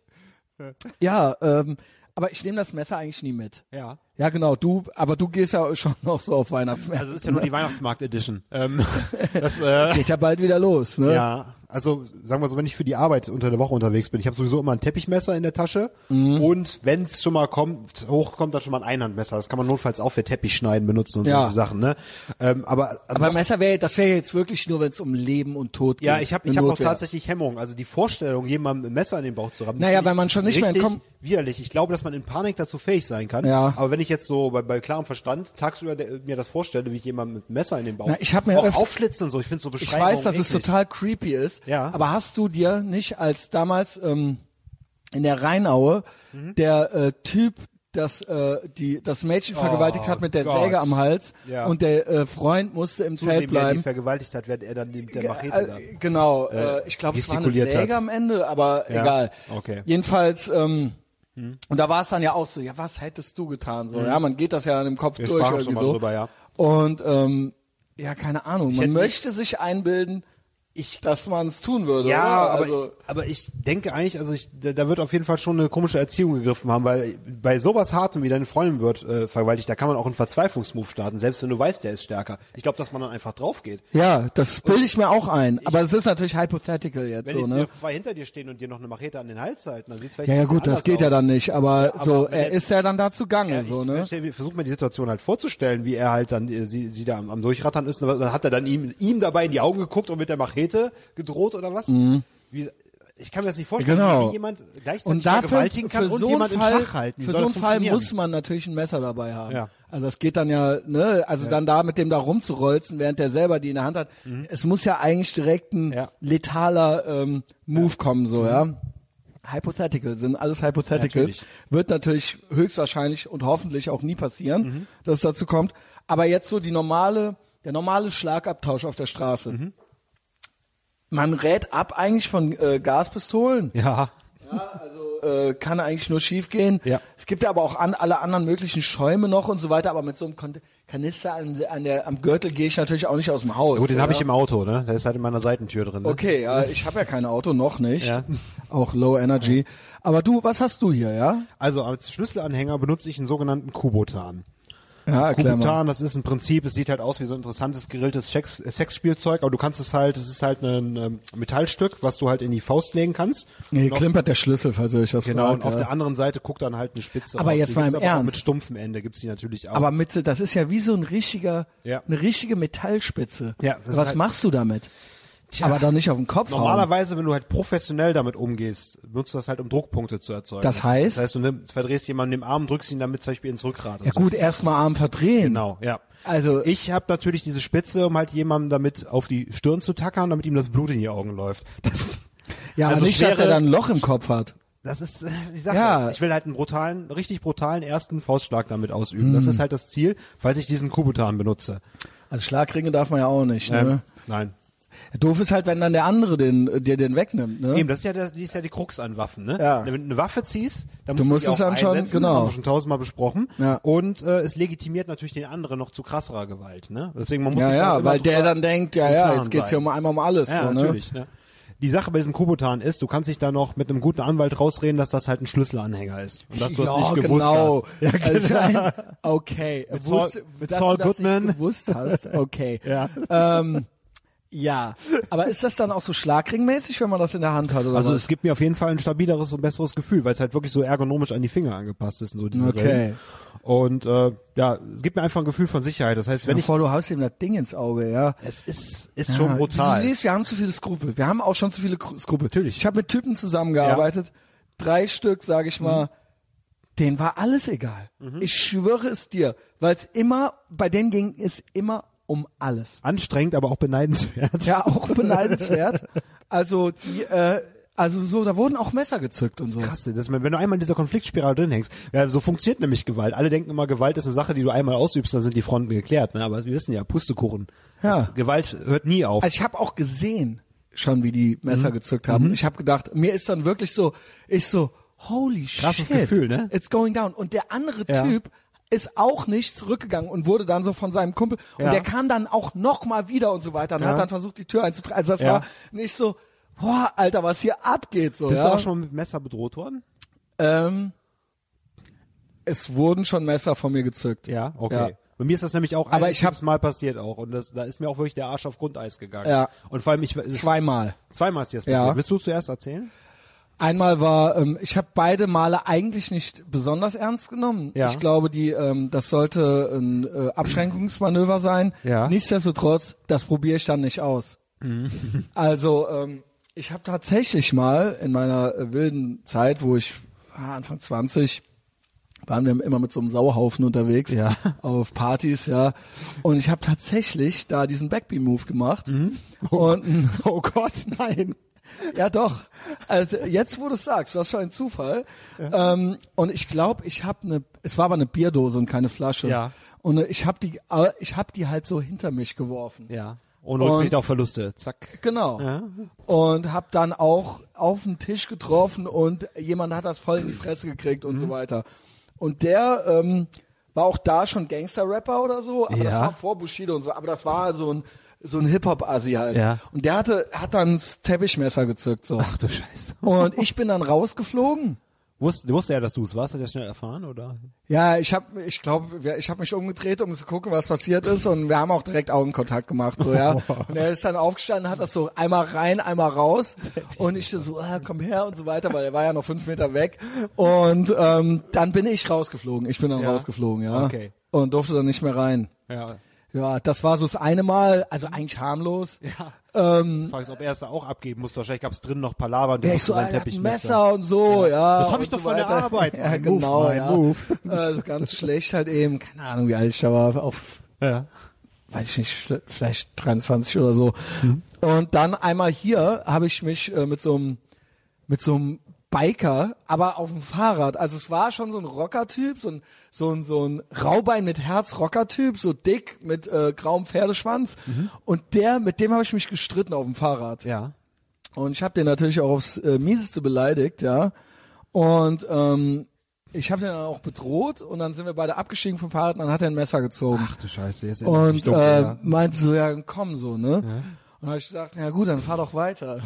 Ja, ähm, aber ich nehme das Messer eigentlich nie mit. Ja. Ja, genau, du, aber du gehst ja schon noch so auf Weihnachtsmärkte. Also es ist ja nur die Weihnachtsmarkt-Edition. ähm, das äh, geht ja bald wieder los, ne? Ja, also sagen wir so, wenn ich für die Arbeit unter der Woche unterwegs bin, ich habe sowieso immer ein Teppichmesser in der Tasche mhm. und wenn es schon mal kommt, hochkommt, dann schon mal ein Einhandmesser. Das kann man notfalls auch für Teppich schneiden benutzen und ja. solche Sachen, ne? Ähm, aber aber noch, Messer wäre, das wäre jetzt wirklich nur, wenn es um Leben und Tod geht. Ja, ich habe ich hab auch tatsächlich Hemmung. Also die Vorstellung, jemandem ein Messer in den Bauch zu rammen. Naja, weil man schon nicht mehr entkommt. Widerlich. Ich glaube, dass man in Panik dazu fähig sein kann. Ja. Aber wenn ich jetzt so bei, bei klarem Verstand tagsüber de, mir das vorstelle, wie ich jemandem mit einem Messer in den Bauch Na, ich hab mir auch öfter, aufschlitzen und so, ich finde so Beschreibungen Ich weiß, dass eklig. es total creepy ist, ja. aber hast du dir nicht als damals ähm, in der Rheinaue mhm. der äh, Typ, das äh, die das Mädchen oh, vergewaltigt hat mit der Gott. Säge am Hals ja. und der äh, Freund musste im Zusehen, Zelt bleiben. Wer die vergewaltigt hat, wird er dann mit der Machete da. Äh, genau, äh, ich glaube, es war eine Säge hat. am Ende, aber ja. egal. Okay. Jedenfalls ähm, hm. und da war es dann ja auch so, ja, was hättest du getan? So, hm. ja, man geht das ja in dem Kopf Wir durch irgendwie schon mal so. Drüber, ja. Und ähm, ja, keine Ahnung, Ich man hätte möchte sich einbilden, ich, dass man es tun würde. Ja, oder? aber, also, aber ich denke eigentlich, also ich, da, da wird auf jeden Fall schon eine komische Erziehung gegriffen haben, weil bei sowas Hartem wie deine Freundin wird äh, vergewaltigt, da kann man auch einen Verzweiflungsmove starten, selbst wenn du weißt, der ist stärker. Ich glaube, dass man dann einfach drauf geht. Ja, das bilde ich mir auch ein. Aber es ist natürlich hypothetical jetzt wenn so, jetzt ne? Wenn zwei hinter dir stehen und dir noch eine Machete an den Hals halten, dann sieht's vielleicht Ja, ja ein bisschen gut, das anders geht aus. ja dann nicht, aber, Ja, aber so, wenn er jetzt- ist ja dann da zugange, Ja, so, ne? Ich versuche mir die Situation halt vorzustellen, wie er halt dann äh, sie, sie da am, am Durchrattern ist. Und dann hat er dann ihm, ihm dabei in die Augen geguckt und mit der Machete gedroht oder was? Mhm. Wie, ich kann mir das nicht vorstellen, Genau. wie jemand gleichzeitig Und dafür, vergewaltigen kann für und so einen jemand Fall, in Schach halten. Wie für soll so das einen Fall funktionieren? muss man natürlich ein Messer dabei haben. Ja. Also das geht dann ja, ne, also Ja. dann da mit dem da rumzurolzen, während der selber die in der Hand hat. Mhm. Es muss ja eigentlich direkt ein Ja. letaler ähm, Move Ja. kommen, so, ja. Hypothetical, sind alles Hypotheticals. Ja, natürlich. Wird natürlich höchstwahrscheinlich und hoffentlich auch nie passieren, Mhm. dass es dazu kommt. Aber jetzt so die normale, der normale Schlagabtausch auf der Straße. Mhm. Man rät ab eigentlich von äh, Gaspistolen. Ja. Ja, also äh, kann eigentlich nur schief gehen. Ja. Es gibt ja aber auch an, alle anderen möglichen Schäume noch und so weiter, aber mit so einem Kon Kanister an, an der, am Gürtel gehe ich natürlich auch nicht aus dem Haus. Ja, gut, den ja. habe ich im Auto, ne? Der ist halt in meiner Seitentür drin. Ne? Okay, ja, ich habe ja kein Auto, noch nicht. Ja. Auch Low Energy. Aber du, was hast du hier, ja? Also als Schlüsselanhänger benutze ich einen sogenannten Kubotan. Ja, erklär mal. Kubotan, das ist ein Prinzip, es sieht halt aus wie so ein interessantes gerilltes Sex, Sexspielzeug, aber du kannst es halt, es ist halt ein ähm, Metallstück, was du halt in die Faust legen kannst. Nee, Und auf- klimpert der Schlüssel, falls ihr euch das Genau, fragt. und auf ja. der anderen Seite guckt dann halt eine Spitze Aber raus. jetzt Die mal gibt's im aber auch Ernst. mit stumpfem Ende gibt's die natürlich auch. Aber mit, das ist ja wie so ein richtiger, Ja. eine richtige Metallspitze. Ja, das ist Was halt- machst du damit? Aber doch nicht auf den Kopf hauen. Normalerweise, wenn du halt professionell damit umgehst, nutzt du das halt, um Druckpunkte zu erzeugen. Das heißt? Das heißt, du nimm, verdrehst jemanden im Arm, drückst ihn damit zum Beispiel ins Rückgrat. Ja und so. gut, erstmal Arm verdrehen. Genau, ja. Also Ich habe natürlich diese Spitze, um halt jemandem damit auf die Stirn zu tackern, damit ihm das Blut in die Augen läuft. Das, ja, aber also nicht, dass schwere- er dann ein Loch im Kopf hat. das ist äh, die Sache. Ja. Ich will halt einen brutalen, richtig brutalen ersten Faustschlag damit ausüben. Das ist halt das Ziel, falls ich diesen Kubotan benutze. Also Schlagringe darf man ja auch nicht, ne? Ähm, nein. Doof ist halt, wenn dann der andere den, dir den wegnimmt, ne? Eben, das ist ja das, die ist ja die Krux an Waffen, ne? Ja. Wenn du eine Waffe ziehst, dann Du musst musst du die es auch dann schon- einsetzen, genau. haben wir schon tausendmal besprochen. Ja. Und äh, es legitimiert natürlich den anderen noch zu krasserer Gewalt, ne? Deswegen man muss Ja, sich da ja, immer weil der drüber dann denkt, ja, im ja, Klaren jetzt geht's sein. hier um einmal um alles, Ja, so, ne? natürlich, ne? Die Sache bei diesem Kubotan ist, du kannst dich da noch mit einem guten Anwalt rausreden, dass das halt ein Schlüsselanhänger ist. Und dass du ja, das nicht gewusst genau. hast. Ja, Also ich genau. mein, okay. Mit Wusst- Saul- mit dass Saul du das Goodman. nicht gewusst hast, okay. Ja. Ähm, Ja, aber ist das dann auch so schlagringmäßig, wenn man das in der Hand hat, oder Also was? es gibt mir auf jeden Fall ein stabileres und besseres Gefühl, weil es halt wirklich so ergonomisch an die Finger angepasst ist und so diese Okay. Rillen. Und äh, ja, es gibt mir einfach ein Gefühl von Sicherheit. Das heißt, wenn ich Bevor du haust ihm das Ding ins Auge, ja. es ist ist schon Ja, brutal. Du siehst, wir haben zu viele Skrupel. Wir haben auch schon zu viele Kru- Skrupel. Natürlich. Ich habe mit Typen zusammengearbeitet, drei Stück, sage ich mal. Mhm. Denen war alles egal. Mhm. Ich schwöre es dir, weil es immer, bei denen ging es immer um alles. Anstrengend, aber auch beneidenswert. Ja, auch beneidenswert. Also die, äh, also so, da wurden auch Messer gezückt und so. Krass, das, wenn du einmal in dieser Konfliktspirale drin hängst, ja, so funktioniert nämlich Gewalt. Alle denken immer, Gewalt ist eine Sache, die du einmal ausübst, dann sind die Fronten geklärt. Ne? Aber wir wissen ja, Pustekuchen. Ja. Das, Gewalt hört nie auf. Also ich habe auch gesehen, schon wie die Messer mhm. gezückt haben. Mhm. Ich habe gedacht, mir ist dann wirklich so, ich so, holy Krasses shit, Gefühl, ne? It's going down. Und der andere Ja. Typ ist auch nicht zurückgegangen und wurde dann so von seinem Kumpel, und Ja. der kam dann auch noch mal wieder und so weiter und Ja. hat dann versucht, die Tür einzutreten. Also das Ja. war nicht so, boah, Alter, was hier abgeht. So, Bist ja? du auch schon mal mit Messer bedroht worden? Ähm, es wurden schon Messer von mir gezückt. Ja, okay. Ja. Bei mir ist das nämlich auch Aber ein ich hab- einziges Mal passiert auch. Und das, da ist mir auch wirklich der Arsch auf Grundeis gegangen. Ja. Und vor allem, ich es- Zweimal. zweimal ist dir das passiert. Ja. Willst du zuerst erzählen? Einmal war, ähm, ich habe beide Male eigentlich nicht besonders ernst genommen. Ja. Ich glaube, die, ähm, das sollte ein äh, Abschränkungsmanöver sein. Ja. Nichtsdestotrotz, das probiere ich dann nicht aus. Also ähm, ich habe tatsächlich mal in meiner äh, wilden Zeit, wo ich ah, Anfang zwanzig, waren wir immer mit so einem Sauhaufen unterwegs Ja. auf Partys, ja. Und ich habe tatsächlich da diesen Backbeam-Move gemacht. Und Oh Gott, nein. ja, doch. Also jetzt, wo du es sagst, was für ein Zufall. Ja. Ähm, und ich glaube, ich habe eine, es war aber eine Bierdose und keine Flasche. Ja. Und äh, ich habe die, äh, ich habe die halt so hinter mich geworfen. Ja. Ohne Rücksicht Und- auf Verluste. Zack. Genau. Ja. Und habe dann auch auf den Tisch getroffen und jemand hat das voll in die Fresse gekriegt und Mhm. so weiter. Und der ähm, war auch da schon Gangster-Rapper oder so, aber das Ja. war vor Bushido und so, aber das war so ein so ein Hip-Hop-Assi halt. Ja. Und der hatte hat dann das Teppichmesser gezückt so. Ach du Scheiße. Und ich bin dann rausgeflogen. Wusste, wusste er, dass du es warst? Hat er das schnell erfahren, oder? Ja, ich habe, ich glaube, ich habe mich umgedreht, um zu gucken, was passiert ist, und wir haben auch direkt Augenkontakt gemacht, so ja. Und er ist dann aufgestanden, hat das so einmal rein, einmal raus, und ich so, ah, komm her und so weiter, weil er war ja noch fünf Meter weg. Und ähm, dann bin ich rausgeflogen. Ich bin dann Ja. rausgeflogen, ja. Okay. Und durfte dann nicht mehr rein. Ja. Ja, das war so das eine Mal, also eigentlich harmlos. Ja. Ähm, Fragst, ob er es da auch abgeben musste. Wahrscheinlich gab es drin noch Palaver und der ja, ich musste so, sein er hat ein Teppichmesser. Messer und so, ja. Das hab ich und doch so von der weiter. Arbeit. Ja, Mein Move, genau, mein ja. Move. Also ganz schlecht halt eben. Keine Ahnung, wie alt ich da war. Auf, Ja. weiß ich nicht, vielleicht dreiundzwanzig oder so. Mhm. Und dann einmal hier habe ich mich äh, mit so einem, mit so einem Biker, aber auf dem Fahrrad. Also es war schon so ein Rocker-Typ, so ein, so ein, so ein Raubein mit Herz-Rocker-Typ, so dick mit äh, grauem Pferdeschwanz. Mhm. Und der, mit dem habe ich mich gestritten auf dem Fahrrad. Ja. Und ich habe den natürlich auch aufs äh, Mieseste beleidigt, ja. Und ähm, ich habe den dann auch bedroht, und dann sind wir beide abgestiegen vom Fahrrad, und dann hat er ein Messer gezogen. Ach du Scheiße, jetzt erinnere ich mich Und dunkel, äh, ja. meinte so, ja, komm so, ne? Ja. Und dann habe ich gesagt, na gut, dann fahr doch weiter.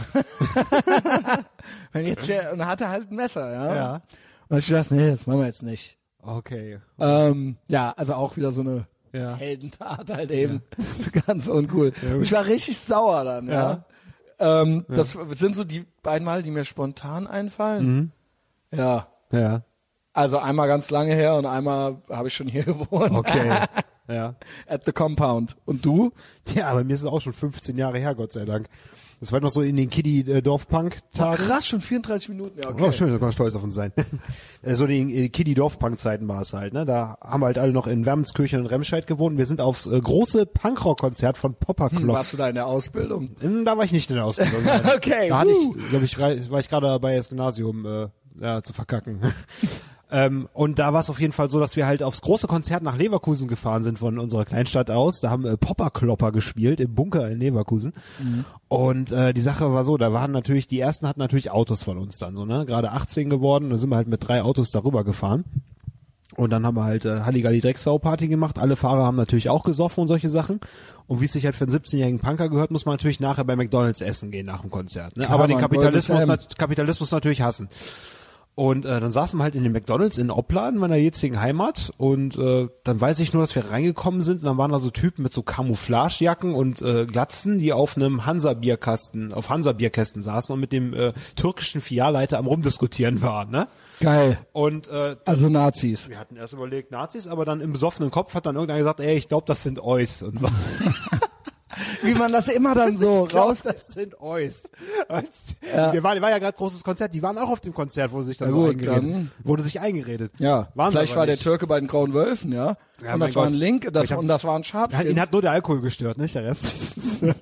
Wenn jetzt der, und dann hat er halt ein Messer, ja. Ja. Und dann habe ich gedacht, nee, das machen wir jetzt nicht. Okay. Ähm, ja, also auch wieder so eine Ja. Heldentat halt eben. Das ist ganz uncool. Und ich war richtig sauer dann, ja. Ja. Ähm, das sind so die beiden Mal, die mir spontan einfallen. Mhm. Ja. Ja. Also einmal ganz lange her und einmal habe ich schon hier gewohnt. Okay. Ja. At the Compound. Und du? Ja, bei mir ist es auch schon fünfzehn Jahre her, Gott sei Dank. Das war noch so in den Oh, Kiddie-Dorf-Punk-Tagen. krass, schon vierunddreißig Minuten. Ja, okay. Oh, schön, da kann man stolz auf uns sein. Äh, so die äh, Kiddie-Dorf-Punk-Zeiten war es halt, ne? Da haben wir halt alle noch in Wermelskirchen und Remscheid gewohnt. Wir sind aufs äh, große Punkrock-Konzert von Popper Hm, Clock. warst du da in der Ausbildung? Hm, Da war ich nicht in der Ausbildung. Okay, Da hatte wuh. ich, glaube ich, rei- war ich gerade dabei, das Gymnasium äh, ja, zu verkacken. ähm, und da war es auf jeden Fall so, dass wir halt aufs große Konzert nach Leverkusen gefahren sind von unserer Kleinstadt aus. Da haben äh, Popper Klopper gespielt im Bunker in Leverkusen. Mhm. Und äh, die Sache war so, da waren natürlich, die ersten hatten natürlich Autos von uns dann so, ne? Gerade achtzehn geworden, da sind wir halt mit drei Autos darüber gefahren. Und dann haben wir halt äh, Halligalli Drecksau-Party gemacht. Alle Fahrer haben natürlich auch gesoffen und solche Sachen. Und wie es sich halt für einen siebzehnjährigen Punker gehört, muss man natürlich nachher bei McDonald's essen gehen nach dem Konzert. Ne? Klar, Aber den Mann, Kapitalismus, Goldes nat- Kapitalismus natürlich hassen. Und äh, dann saßen wir halt in dem McDonald's in Opladen, meiner jetzigen Heimat. Und äh, dann weiß ich nur, dass wir reingekommen sind. Und dann waren da so Typen mit so Camouflagejacken und äh, Glatzen, die auf einem Hansa-Bierkasten, auf Hansa-Bierkästen saßen und mit dem äh, türkischen Filialleiter am Rumdiskutieren waren, ne? Geil. Und äh, also Nazis. Wir hatten erst überlegt Nazis, aber dann im besoffenen Kopf hat dann irgendeiner gesagt, ey, ich glaube, das sind Eus und so. Wie man das immer dann so ich glaub, raus... das sind Eus. Ja. Wir waren, war ja gerade großes Konzert, die waren auch auf dem Konzert, wurde sich dann Ja, so gut, eingeredet. dann- Wurde sich eingeredet. Ja, Waren sie vielleicht aber war der nicht. Türke bei den Grauen Wölfen, ja. Ja, und mein das war ein Gott. Link, das, Ich hab's- und das war ein Ja, Sharpskin. ihn hat nur der Alkohol gestört, nicht der Rest.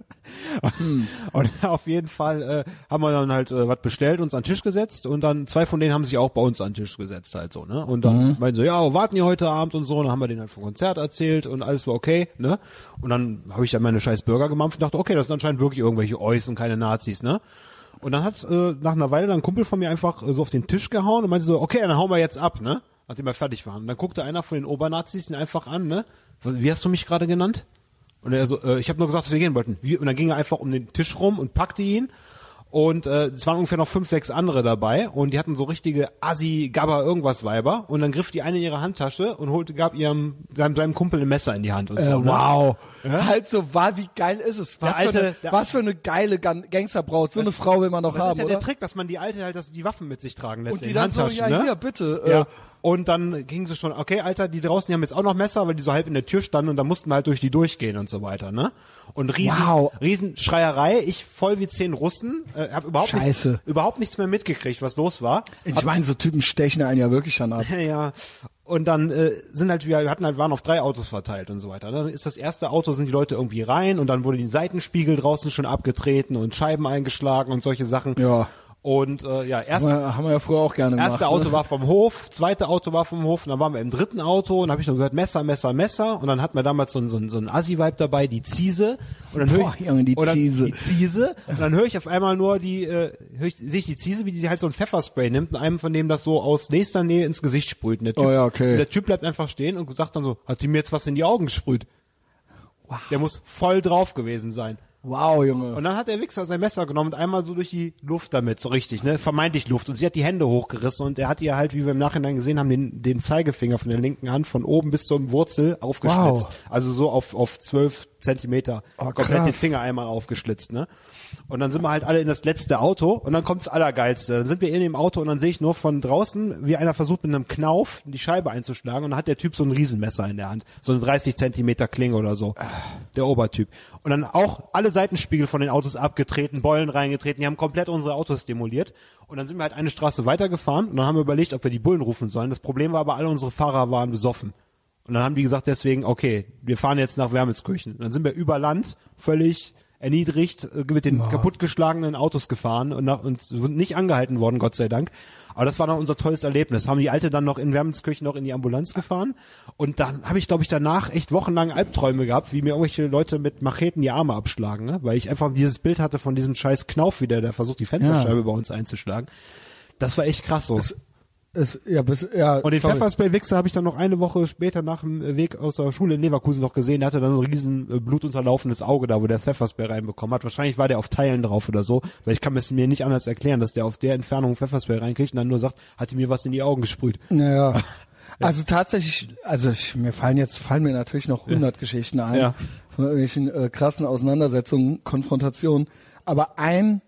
hm. Und auf jeden Fall äh, haben wir dann halt äh, was bestellt, uns an den Tisch gesetzt und dann zwei von denen haben sich auch bei uns an den Tisch gesetzt halt so, ne? Und dann mhm. meinten so, ja, wo warten die heute Abend und so, und dann haben wir denen halt vom Konzert erzählt und alles war okay, ne? Und dann habe ich dann meine scheiß Burger gemampft und dachte, okay, das sind anscheinend wirklich irgendwelche Eus und keine Nazis, ne? Und dann hat äh, nach einer Weile dann ein Kumpel von mir einfach äh, so auf den Tisch gehauen und meinte so, okay, dann hauen wir jetzt ab, ne? Nachdem wir fertig waren. Und dann guckte einer von den Obernazis ihn einfach an, ne? Wie hast du mich gerade genannt? Und er so, äh, ich habe nur gesagt, dass wir gehen wollten. Wie? Und dann ging er einfach um den Tisch rum und packte ihn. Und äh, es waren ungefähr noch fünf, sechs andere dabei. Und die hatten so richtige Assi, Gabba, irgendwas Weiber. Und dann griff die eine in ihre Handtasche und holte, gab ihrem seinem, seinem Kumpel ein Messer in die Hand. Und äh, so, ne? Wow. Ja? Halt so, war, wie geil ist es? Was, Der alte- für, eine, der- was für eine geile Gan- Gangsterbraut. So eine Frau will man doch Das haben, ist ja oder? der Trick, dass man die Alte halt das, die Waffen mit sich tragen lässt Und in die den dann so, Handtaschen, ja, ne? hier, bitte. Ja. Äh, Und dann ging sie schon, okay, Alter, die draußen, die haben jetzt auch noch Messer, weil die so halb in der Tür standen und dann mussten wir halt durch die durchgehen und so weiter, ne? Und riesen, Wow. riesen Schreierei, ich voll wie zehn Russen, äh, hab überhaupt nichts, Scheiße. überhaupt nichts mehr mitgekriegt, was los war. ich meine, so Typen stechen einen ja wirklich schon ab. Ja, und dann äh, sind halt, wir hatten halt, waren auf drei Autos verteilt und so weiter. Dann ist das erste Auto, sind die Leute irgendwie rein und dann wurde die Seitenspiegel draußen schon abgetreten und Scheiben eingeschlagen und solche Sachen. Ja. Und äh, ja, erst Haben wir, haben wir ja früher auch gerne gemacht. erste Auto ne? war vom Hof, zweite Auto war vom Hof und dann waren wir im dritten Auto und habe ich noch gehört Messer, Messer, Messer und dann hatten wir damals so ein so ein, so ein Assi-Vibe dabei, die Ziese und dann höre Boah, ich Junge, die und dann, Ziese. die Ziese und dann höre ich auf einmal nur die äh, höre ich sehe ich die Ziese, wie die halt so ein Pfefferspray nimmt und einem von dem das so aus nächster Nähe ins Gesicht sprüht. Und der Typ, Oh ja, okay. und der Typ bleibt einfach stehen und sagt dann so, hat die mir jetzt was in die Augen gesprüht? Wow. Der muss voll drauf gewesen sein. Wow, Junge. Und dann hat der Wichser sein Messer genommen und einmal so durch die Luft damit, so richtig, ne, vermeintlich Luft. Und sie hat die Hände hochgerissen und er hat ihr halt, wie wir im Nachhinein gesehen haben, den, den Zeigefinger von der linken Hand von oben bis zur Wurzel aufgeschlitzt. Wow. Also so auf, auf zwölf Zentimeter. Oh, komplett krass. den Finger einmal aufgeschlitzt, ne. Und dann sind wir halt alle in das letzte Auto und dann kommt's Allergeilste. Dann sind wir in dem Auto und dann sehe ich nur von draußen, wie einer versucht mit einem Knauf die Scheibe einzuschlagen und dann hat der Typ so ein Riesenmesser in der Hand. So eine dreißig Zentimeter Klinge oder so. Der Obertyp. Und dann auch alle Seitenspiegel von den Autos abgetreten, Beulen reingetreten, die haben komplett unsere Autos demoliert. Und dann sind wir halt eine Straße weitergefahren und dann haben wir überlegt, ob wir die Bullen rufen sollen. Das Problem war aber, alle unsere Fahrer waren besoffen. Und dann haben die gesagt deswegen, okay, wir fahren jetzt nach Wermelskirchen. Und dann sind wir über Land völlig erniedrigt äh, mit den Wow. kaputtgeschlagenen Autos gefahren und, nach, und sind nicht angehalten worden, Gott sei Dank. Aber das war dann unser tolles Erlebnis. Haben die Alte dann noch in Wermelskirchen noch in die Ambulanz gefahren und dann habe ich, glaube ich, danach echt wochenlang Albträume gehabt, wie mir irgendwelche Leute mit Macheten die Arme abschlagen, ne? Weil ich einfach dieses Bild hatte von diesem scheiß Knauf wieder, der versucht, die Fensterscheibe Ja. bei uns einzuschlagen. Das war echt krass so. Es, es, ja, bis, ja, Und den sorry. Pfefferspray-Wichser habe ich dann noch eine Woche später nach dem Weg aus der Schule in Leverkusen noch gesehen. Der hatte dann so ein riesen äh, blutunterlaufenes Auge da, wo der das Pfefferspray reinbekommen hat. Wahrscheinlich war der auf Teilen drauf oder so, weil ich kann es mir nicht anders erklären, dass der auf der Entfernung Pfefferspray reinkriegt und dann nur sagt, hat die mir was in die Augen gesprüht. Naja. Also tatsächlich, also ich, mir fallen jetzt, fallen mir natürlich noch hundert Geschichten ein. Ja. Von irgendwelchen äh, krassen Auseinandersetzungen, Konfrontationen. Aber ein,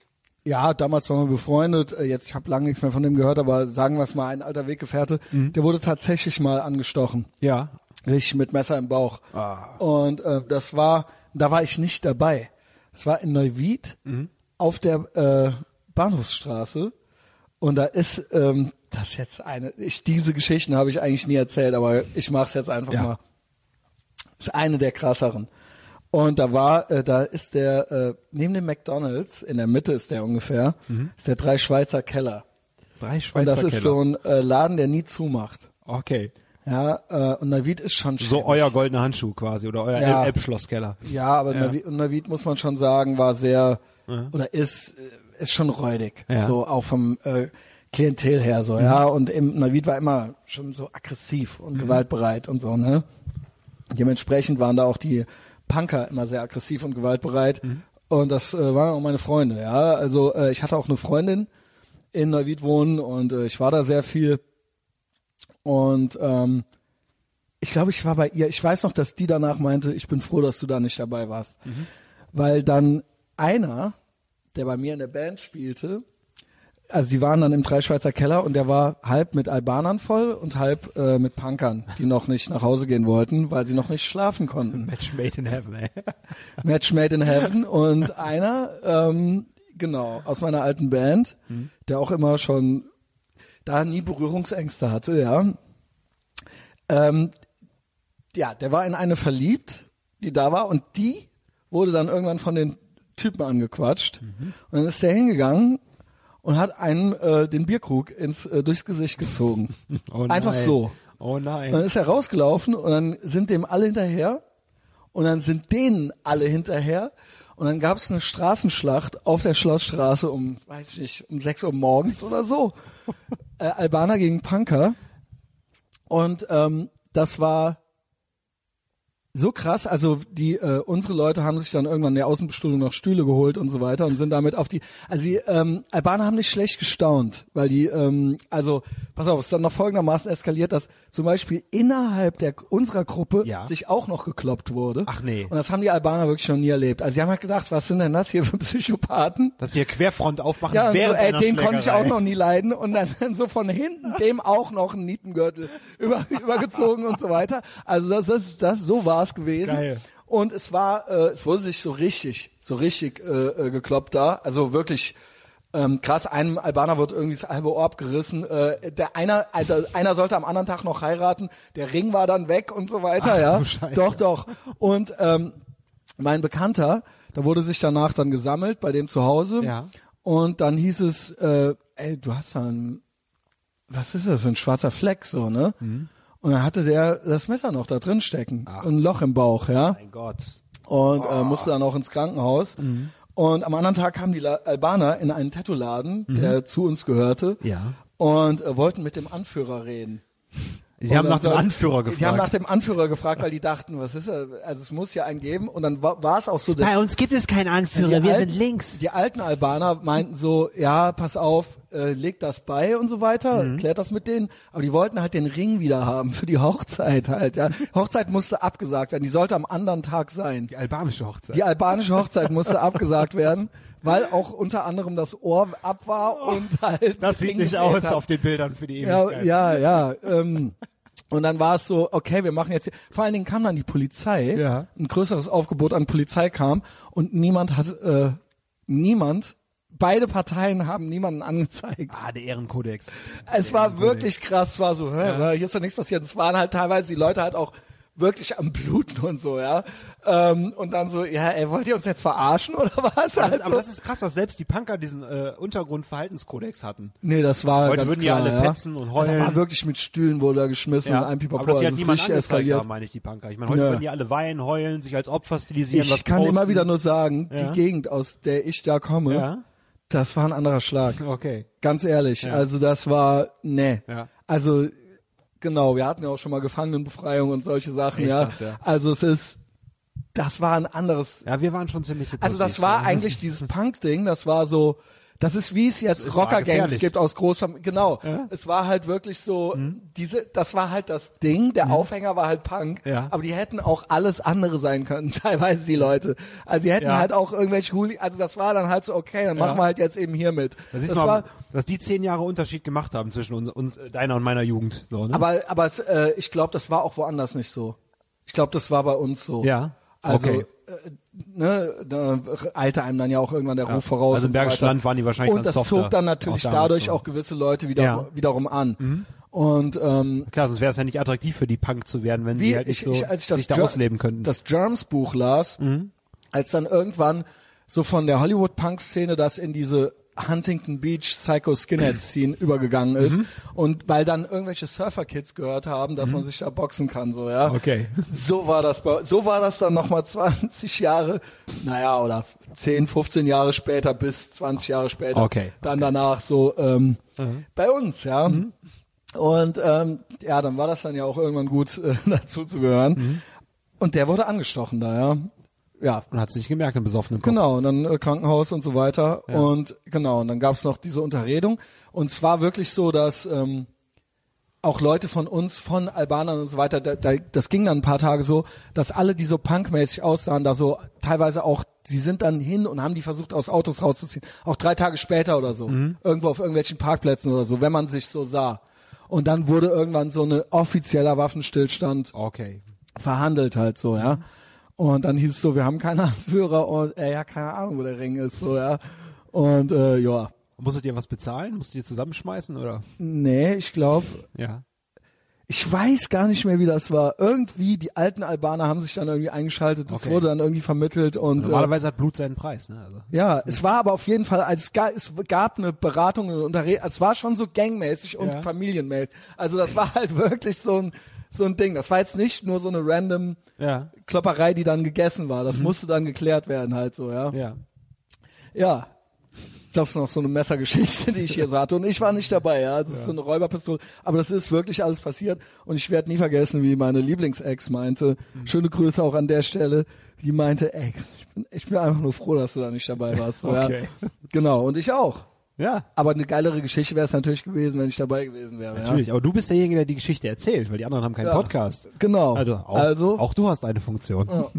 ja, damals waren wir befreundet, äh, jetzt, ich habe lange nichts mehr von dem gehört, aber sagen wir es mal, ein alter Weggefährte, Mhm. der wurde tatsächlich mal angestochen. Ja. Richtig mit Messer im Bauch. Ah. Und äh, das war, da war ich nicht dabei. Das war in Neuwied Mhm. auf der äh, Bahnhofsstraße. Und da ist ähm, das jetzt eine, ich diese Geschichten habe ich eigentlich nie erzählt, aber ich mache es jetzt einfach Ja. mal. Das ist eine der krasseren. Und da war, äh, da ist der, äh, neben dem McDonald's, in der Mitte ist der ungefähr, ist der Drei Schweizer Keller. Drei Schweizer Und das ist Keller. so ein äh, Laden, der nie zumacht. Okay. Ja, äh, und Neuwied ist schon So schäbig. euer goldener Handschuh quasi oder euer Ja. Elbschlosskeller. Ja, aber Ja. Neuwied, Neuwied muss man schon sagen, war sehr, oder ist, äh, ist schon räudig. Ja. So auch vom äh, Klientel her so, ja. Und im Neuwied war immer schon so aggressiv und gewaltbereit und so, ne? Dementsprechend waren da auch die Punker immer sehr aggressiv und gewaltbereit. Und das äh, waren auch meine Freunde, ja. Also äh, ich hatte auch eine Freundin, in Neuwied wohnen und äh, ich war da sehr viel. Und ähm, ich glaube, ich war bei ihr. Ich weiß noch, dass die danach meinte, ich bin froh, dass du da nicht dabei warst. Mhm. Weil dann einer, der bei mir in der Band spielte, also die waren dann im Dreischweizer Keller und der war halb mit Albanern voll und halb äh, mit Punkern, die noch nicht nach Hause gehen wollten, weil sie noch nicht schlafen konnten. Match made in heaven, ey. Match made in heaven. Und einer, ähm, genau, aus meiner alten Band, mhm. der auch immer schon da nie Berührungsängste hatte, ja. Ähm, ja, der war in eine verliebt, die da war und die wurde dann irgendwann von den Typen angequatscht. Mhm. Und dann ist der hingegangen und hat einen äh, den Bierkrug ins äh, durchs Gesicht gezogen. Oh nein. Einfach so. Oh nein. Und dann ist er rausgelaufen und dann sind dem alle hinterher und dann sind denen alle hinterher und dann gab es eine Straßenschlacht auf der Schlossstraße um, weiß ich nicht, um sechs Uhr morgens oder so. äh, Albaner gegen Punker. Und ähm, das war so krass, also die äh, unsere Leute haben sich dann irgendwann in der Außenbestuhlung noch Stühle geholt und so weiter und sind damit auf die, also die ähm, Albaner haben nicht schlecht gestaunt, weil die, ähm, also pass auf, es ist dann noch folgendermaßen eskaliert, dass zum Beispiel innerhalb der unserer Gruppe ja. sich auch noch gekloppt wurde. Ach nee. Und das haben die Albaner wirklich noch nie erlebt. Also sie haben halt gedacht, was sind denn das hier für Psychopathen? Dass die hier Querfront aufmachen ja, während so, ey, einer den konnte ich auch Schlägerei. noch nie leiden und dann, dann so von hinten dem auch noch einen Nietengürtel über, übergezogen und so weiter. Also das ist das, so war es gewesen. Geil. Und es war, äh, es wurde sich so richtig, so richtig äh, äh, gekloppt da. Also wirklich ähm, krass. Einem Albaner wird irgendwie das halbe Ohr abgerissen. Äh, der einer, also einer sollte am anderen Tag noch heiraten. Der Ring war dann weg und so weiter. Ach, ja, du Scheiße. doch, doch. Und ähm, mein Bekannter, da wurde sich danach dann gesammelt bei dem zu Hause. Ja. Und dann hieß es, äh, ey, du hast da ein, was ist das für ein schwarzer Fleck so, ne? Mhm. Und dann hatte der das Messer noch da drin stecken. Ach. Und ein Loch im Bauch, ja. Mein Gott. Und oh. äh, musste dann auch ins Krankenhaus. Mhm. Und am anderen Tag kamen die La- Albaner in einen Tattoo-Laden, mhm. der zu uns gehörte. Ja. Und äh, wollten mit dem Anführer reden. Sie haben nach dem so, Anführer gefragt. Die haben nach dem Anführer gefragt, weil die dachten, was ist er? Also es muss ja einen geben. Und dann war, war es auch so, dass Bei uns gibt es keinen Anführer, wir alten, sind links. Die alten Albaner meinten so, ja, pass auf, äh, legt das bei und so weiter, mhm. klärt das mit denen. Aber die wollten halt den Ring wieder haben für die Hochzeit halt. Ja, Hochzeit musste abgesagt werden. Die sollte am anderen Tag sein. Die albanische Hochzeit. Die albanische Hochzeit musste abgesagt werden, weil auch unter anderem das Ohr ab war und halt. Das sieht nicht aus hat. Auf den Bildern für die Ewigkeit. Ja, ja, ja. Ähm, Und dann war es so, okay, wir machen jetzt hier. Vor allen Dingen kam dann die Polizei, ja. ein größeres Aufgebot an Polizei kam und niemand hat, äh, niemand, beide Parteien haben niemanden angezeigt. Ah, der Ehrenkodex. Es der war Ehrenkodex. wirklich krass, es war so, hä, ja. hier ist doch nichts passiert. Es waren halt teilweise die Leute halt auch wirklich am Bluten und so, ja. Ähm, und dann so, ja, ey, wollt ihr uns jetzt verarschen oder was? Aber, also, das, aber das ist krass, dass selbst die Punker diesen äh, Untergrundverhaltenskodex hatten. Nee, das war Heute ganz würden klar, ja alle ja. petzen und heulen. Das war wirklich mit Stühlen wurde da geschmissen ja. und ein Pipapo. Aber das Also hat das ist niemand richtig angezeigt, eskaliert. haben, meine ich, die Punker. Ich meine, heute Nö. würden die alle weinen, heulen, sich als Opfer stilisieren. Ich was kann posten. immer wieder nur sagen, Ja. die Gegend, aus der ich da komme, Ja. das war ein anderer Schlag. Okay. Ganz ehrlich. Ja. Also das war, ne. Ja. Also, genau, wir hatten ja auch schon mal Gefangenenbefreiung und solche Sachen, Echt ja. krass, ja. Also es ist, das war ein anderes, Ja, wir waren schon ziemlich also das war eigentlich dieses Punk-Ding, das war so, das ist wie es jetzt Es war Rocker-Gangs gefährlich. gibt aus Großfamilien, genau. Ja. Es war halt wirklich so, Mhm. diese, das war halt das Ding, der Aufhänger war halt Punk, Ja. aber die hätten auch alles andere sein können, teilweise die Leute. Also die hätten Ja. halt auch irgendwelche Hooligans, also das war dann halt so, okay, dann Ja. machen wir halt jetzt eben hier mit. Das ist das mal, war, dass die zehn Jahre Unterschied gemacht haben zwischen uns, uns äh, deiner und meiner Jugend. So, ne? aber, aber es, äh, ich glaube, das war auch woanders nicht so. Ich glaube, das war bei uns so. ja. Also, okay. äh, ne, da eilte einem dann ja auch irgendwann der Ja. Ruf voraus. Also im und so Bergischen weiter. Land waren die wahrscheinlich Und dann das softer. zog dann natürlich Auch damals dadurch schon. auch gewisse Leute wieder, Ja. wiederum an. Mhm. Und ähm, Klar, sonst wäre es ja nicht attraktiv für die Punk zu werden, wenn wie die halt nicht ich, so ich, als ich das sich da Ger- ausleben könnten. das Germs-Buch las, Mhm. als dann irgendwann so von der Hollywood-Punk-Szene das in diese Huntington Beach Psycho Skinhead Scene übergegangen ist Mhm. und weil dann irgendwelche Surfer-Kids gehört haben, dass man sich da boxen kann, so, ja. Okay. So war das, bei- so war das dann nochmal zwanzig Jahre, naja, oder zehn, fünfzehn Jahre später bis zwanzig Jahre später. Okay. Dann danach so, ähm, Mhm. bei uns, ja. Und, ähm, ja, dann war das dann ja auch irgendwann gut, äh, dazu zu gehören. Mhm. Und der wurde angestochen da, ja. ja. Und hat sich nicht gemerkt im besoffenen Kopf. Genau, und dann äh, Krankenhaus und so weiter. Ja. Und genau, und dann gab's noch diese Unterredung. Und zwar wirklich so, dass ähm, auch Leute von uns, von Albanern und so weiter, da, da, das ging dann ein paar Tage so, dass alle, die so punkmäßig aussahen, da so teilweise auch, sie sind dann hin und haben die versucht, aus Autos rauszuziehen. Auch drei Tage später oder so. Mhm. Irgendwo auf irgendwelchen Parkplätzen oder so, wenn man sich so sah. Und dann wurde irgendwann so eine offizieller Waffenstillstand Okay. verhandelt halt so, ja. Und dann hieß es so, wir haben keine Anführer und äh, ja, keine Ahnung, wo der Ring ist, so, ja. Und äh, ja. Musstet ihr was bezahlen? Musstet ihr zusammenschmeißen oder? Nee, ich glaube, Ja. ich weiß gar nicht mehr, wie das war. Irgendwie, die alten Albaner haben sich dann irgendwie eingeschaltet, das Okay. wurde dann irgendwie vermittelt und Normalerweise hat Blut seinen Preis, ne? Also. äh, ja, es war aber auf jeden Fall, also es, gab, es gab eine Beratung und Unterre- es war schon so gangmäßig und Ja. familienmäßig. Also das war halt wirklich so ein so ein Ding. Das war jetzt nicht nur so eine random Ja. Klopperei, die dann gegessen war. Das musste dann geklärt werden halt so, ja. Ja. Ja. Das ist noch so eine Messergeschichte, die ich hier so hatte. Und ich war nicht dabei, ja. Das ist so eine Räuberpistole. Aber das ist wirklich alles passiert. Und ich werde nie vergessen, wie meine Lieblingsex meinte. Schöne Grüße auch an der Stelle. Die meinte, ey, ich bin, ich bin einfach nur froh, dass du da nicht dabei warst. So, Okay. Ja. Genau. Und ich auch. Ja. Aber eine geilere Geschichte wäre es natürlich gewesen, wenn ich dabei gewesen wäre. Natürlich, aber du bist derjenige, der die Geschichte erzählt, weil die anderen haben keinen Ja. Podcast. Ja. Genau. Also auch, also auch du hast eine Funktion. Ja.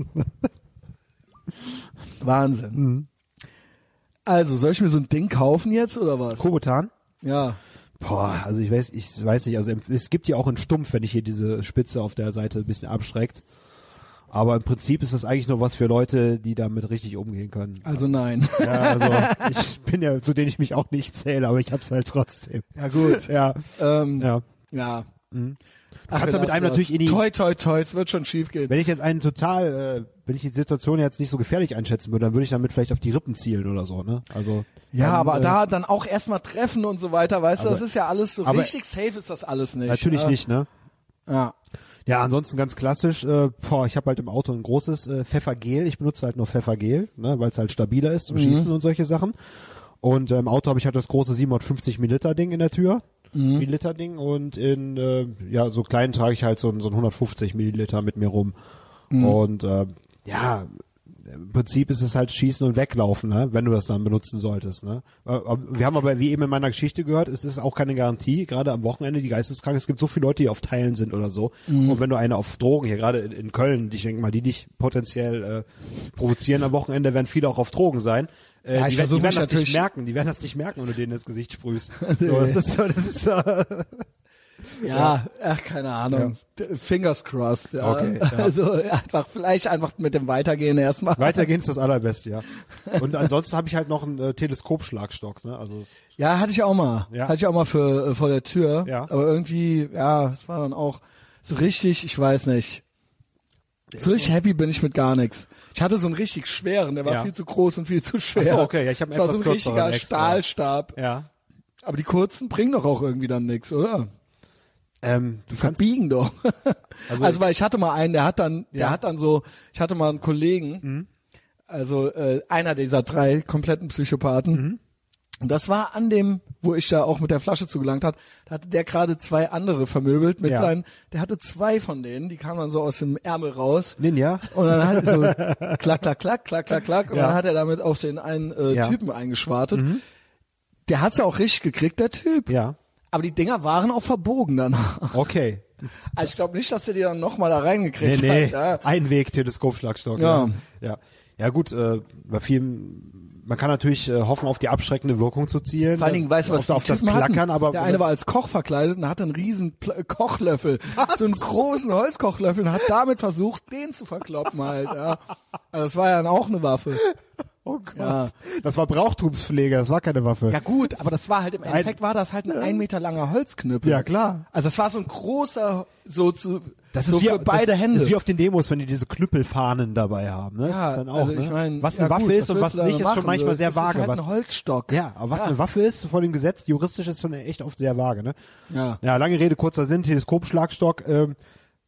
Wahnsinn. Mhm. Also, soll ich mir so ein Ding kaufen jetzt oder was? Kobotan? Ja. Boah, also ich weiß, ich weiß nicht, also es gibt ja auch einen Stumpf, wenn ich hier diese Spitze auf der Seite ein bisschen abschreckt. Aber im Prinzip ist das eigentlich nur was für Leute, die damit richtig umgehen können. Also nein. Ja, also ich bin ja, zu denen ich mich auch nicht zähle, aber ich hab's halt trotzdem. Ja gut. Ja, Ähm, ja. ja. Mhm. Ach, kannst wir ja mit lassen einem das. natürlich in die- Toi, toi, toi, es wird schon schief gehen. Wenn ich jetzt einen total, äh, wenn ich die Situation jetzt nicht so gefährlich einschätzen würde, dann würde ich damit vielleicht auf die Rippen zielen oder so, ne? Also Ja, dann, aber äh, da dann auch erstmal treffen und so weiter, weißt du, Aber- das ist ja alles so aber- richtig safe ist das alles nicht. natürlich ja. nicht, ne? Ja. Ja, ansonsten ganz klassisch, äh, boah, ich habe halt im Auto ein großes äh, Pfeffergel, ich benutze halt nur Pfeffergel, ne, weil es halt stabiler ist zum Mhm. Schießen und solche Sachen. Und äh, im Auto habe ich halt das große siebenhundertfünfzig Milliliter Ding in der Tür, Mhm. Milliliter Ding, und in äh, ja so kleinen trage ich halt so, ein- so ein hundertfünfzig Milliliter mit mir rum. Mhm. Und äh, ja, im Prinzip ist es halt Schießen und Weglaufen, ne, wenn du das dann benutzen solltest. Ne. Äh, Wir haben aber, wie eben in meiner Geschichte gehört, es ist auch keine Garantie, gerade am Wochenende, die Geisteskranken, es gibt so viele Leute, die auf Teilen sind oder so. Mhm. Und wenn du eine auf Drogen, hier gerade in, in Köln, ich denke mal, die dich potenziell äh, provozieren am Wochenende, werden viele auch auf Drogen sein. Äh, Ja, ich die, werden- versuch die werden mich das natürlich- nicht merken, die werden das nicht merken, wenn du denen ins Gesicht sprühst. So, das ist so, das ist so. Ja, ach, keine Ahnung. D- Fingers crossed, ja. Okay, ja. Also einfach, vielleicht einfach mit dem Weitergehen erstmal. Weitergehen ist das Allerbeste, ja. Und ansonsten habe ich halt noch einen äh, Teleskopschlagstock, ne? Also Ja, hatte ich auch mal. Ja. Hatte ich auch mal für äh, vor der Tür. Ja. Aber irgendwie, ja, es war dann auch so richtig, ich weiß nicht. So richtig happy bin ich mit gar nichts. Ich hatte so einen richtig schweren, der war Ja. viel zu groß und viel zu schwer. Ach so, okay, ja, ich hab einen Das war so etwas ein kürzeren richtiger extra. Stahlstab. ja. Aber die kurzen bringen doch auch irgendwie dann nichts, oder? Ähm, du kannst Verbiegen doch. Also Also, ich- weil ich hatte mal einen, der hat dann, der Ja. hat dann so, ich hatte mal einen Kollegen, Mhm. also äh, einer dieser drei kompletten Psychopathen. Mhm. Und das war an dem, wo ich da auch mit der Flasche zugelangt hat, da hatte der gerade zwei andere vermöbelt mit Ja. seinen, der hatte zwei von denen, die kamen dann so aus dem Ärmel raus. Ninja. Und dann hat er so klack, klack, klack, klack, klack, klack. Und Ja. dann hat er damit auf den einen äh, Ja. Typen eingeschwartet. Der hat's ja auch richtig gekriegt, der Typ. Ja. Aber die Dinger waren auch verbogen danach. Okay. Also ich glaube nicht, dass der die dann nochmal da reingekriegt Nee, nee. hat. Ja. Einweg-Teleskopschlagstock. Ja. Ja. Ja gut, äh, bei vielen, man kann natürlich äh, hoffen, auf die abschreckende Wirkung zu zielen. Vor allen Dingen, weißt du, was auf, die auf das Typen hatten? Klackern, aber der eine war als Koch verkleidet und hatte einen riesen Pl Kochlöffel. Was? So einen großen Holzkochlöffel und hat damit versucht, den zu verkloppen halt. Ja. Also das war ja dann auch eine Waffe. oh Gott, Ja. das war Brauchtumspflege, das war keine Waffe. Ja gut, aber das war halt im Endeffekt war das halt ein ein Meter langer Holzknüppel. Ja, klar. Also das war so ein großer, so zu, Das so ist wie, für beide das Hände. ist wie auf den Demos, wenn die diese Knüppelfahnen dabei haben. Ne? Das ja, ist dann auch, also ne? ich mein, was ja eine Waffe gut, ist und willst was du da nicht, ist machen? schon manchmal Das sehr ist vage. halt was, ein Holzstock. ja, aber was Ja. eine Waffe ist vor dem Gesetz, juristisch ist schon echt oft sehr vage. Ne? Ja. Ja, lange Rede, kurzer Sinn, Teleskopschlagstock. Ähm,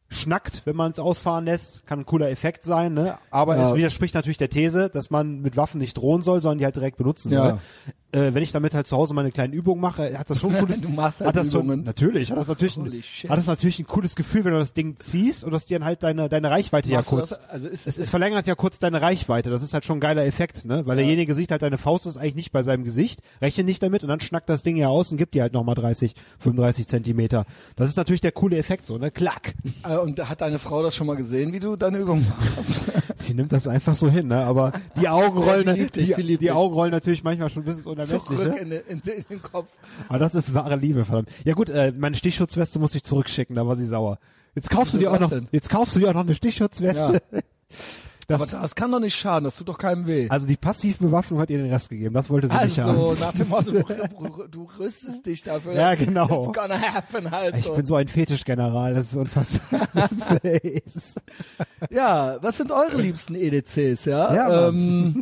schnackt, wenn man es ausfahren lässt, kann ein cooler Effekt sein, ne? Aber Ja. es widerspricht natürlich der These, dass man mit Waffen nicht drohen soll, sondern die halt direkt benutzen Ja. soll. Äh, wenn ich damit halt zu Hause meine kleinen Übungen mache, hat das schon ein cooles, Du machst halt hat das so, Übungen. natürlich, hat das natürlich, ein, Holy shit. hat das natürlich ein cooles Gefühl, wenn du das Ding ziehst und das dir dann halt deine, deine Reichweite Machst du ja kurz, das? Also ist es, es verlängert ja kurz deine Reichweite, das ist halt schon ein geiler Effekt, ne? Weil Ja. derjenige sieht halt, deine Faust ist eigentlich nicht bei seinem Gesicht, rechnet nicht damit und dann schnackt das Ding ja aus und gibt dir halt nochmal dreißig, fünfunddreißig Zentimeter. Das ist natürlich der coole Effekt, so, ne? Klack! Äh, Und hat deine Frau das schon mal gesehen, wie du deine Übung machst? Sie nimmt das einfach so hin, ne? Aber die Augen rollen, Ja, sie liebt dich, die, sie liebt die dich. Augen rollen natürlich manchmal schon ein bisschen unermesslich, Zurück ne? in, den- in, den- in den Kopf. Aber das ist wahre Liebe, verdammt. Ja gut, äh, meine Stichschutzweste muss ich zurückschicken, da war sie sauer. Jetzt kaufst du Wieso dir auch das noch, denn? jetzt kaufst du dir auch noch eine Stichschutzweste. Aber Das, das kann doch nicht schaden, das tut doch keinem weh. also die Passivbewaffnung hat ihr den Rest gegeben, das wollte sie nicht Also, haben. nach dem Motto, du, du rüstest dich dafür. Ja, genau. It's gonna happen halt Ich so. bin so ein Fetischgeneral, das ist unfassbar. Das ist, ey, es ist, Ja, was sind eure liebsten E D Cs, ja? Ja, ähm,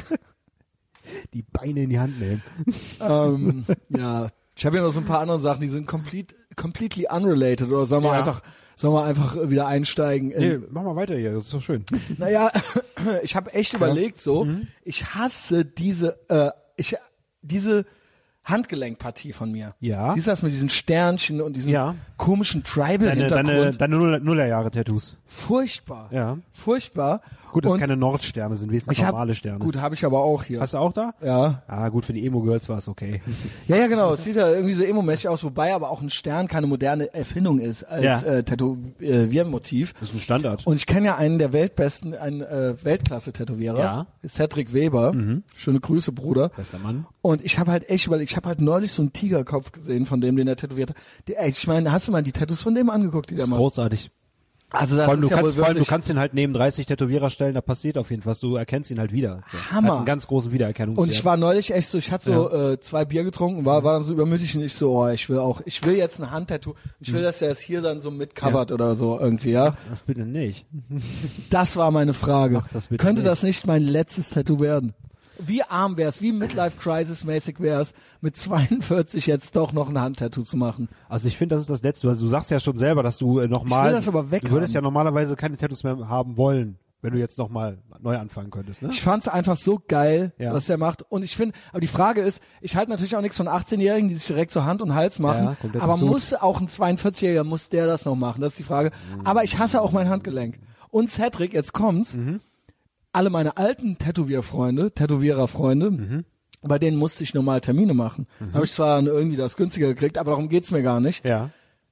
die Beine in die Hand nehmen. ähm, ja. Ich habe ja noch so ein paar andere Sachen, die sind complete, completely unrelated, oder sollen wir Ja. einfach, sollen wir einfach wieder einsteigen in, Nee, mach mal weiter hier, das ist doch schön. Naja, ich habe echt überlegt so, ich hasse diese, äh, ich, diese Handgelenkpartie von mir. Ja. Siehst du das mit diesen Sternchen und diesen Ja. komischen Deine, Tribal-Hintergrund? deine, deine Nuller- Nullerjahre-Tattoos. Furchtbar. Ja. Furchtbar. Gut, dass Und keine Nordsterne sind, wenigstens ich hab, normale Sterne. Gut, habe ich aber auch hier. Hast du auch da? Ja. Ah, gut, für die Emo-Girls war es okay. Ja, ja, genau. Es sieht ja irgendwie so emo-mäßig aus, wobei aber auch ein Stern keine moderne Erfindung ist als Ja. äh, Tätowiermotiv. Das ist ein Standard. Und ich kenne ja einen der weltbesten, einen äh, Weltklasse-Tätowierer, Ja. Cedric Weber. Schöne Grüße, Bruder. Bester Mann. Und ich habe halt echt überlegt, ich habe halt neulich so einen Tigerkopf gesehen, von dem, den er tätowiert hat. Die, ey, ich meine, hast du mal die Tattoos von dem angeguckt, die Das der ist macht? großartig. Also das Vor allem, ist du ja kannst, wohl vor allem, du wirklich kannst ihn halt neben dreißig Tätowierer stellen, da passiert auf jeden Fall was. Du erkennst ihn halt wieder. So. Hammer. Hat einen ganz großen Wiedererkennungswert. Und ich war neulich echt so, ich hatte so äh, zwei Bier getrunken, war, war dann so übermütig und ich so, oh, ich will auch, ich will jetzt ein Handtattoo. Ich will, dass der es hier dann so mitcovert oder so irgendwie, ja. Ach, bitte nicht. Das war meine Frage. Mach das bitte Könnte nicht. das nicht mein letztes Tattoo werden? Wie arm wär's, wie Midlife-Crisis-mäßig wär's, mit zweiundvierzig jetzt doch noch ein Handtattoo zu machen? Also ich finde, das ist das Letzte. Also du sagst ja schon selber, dass du äh, nochmal... Ich will das aber weg Du würdest haben. ja normalerweise keine Tattoos mehr haben wollen, wenn du jetzt nochmal neu anfangen könntest, ne? Ich fand's einfach so geil, Ja. was der macht. Und ich finde, aber die Frage ist, ich halte natürlich auch nichts von achtzehnjährigen, die sich direkt so Hand und Hals machen. Ja, komplettes aber Sud. muss auch ein zweiundvierzigjähriger, muss der das noch machen? Das ist die Frage. Aber ich hasse auch mein Handgelenk. Und Cedric, jetzt kommt's. Mhm. Alle meine alten Tätowierfreunde, Tätowiererfreunde, Mhm. bei denen musste ich normal Termine machen. Da habe ich zwar irgendwie das günstiger gekriegt, aber darum geht's mir gar nicht. Ja.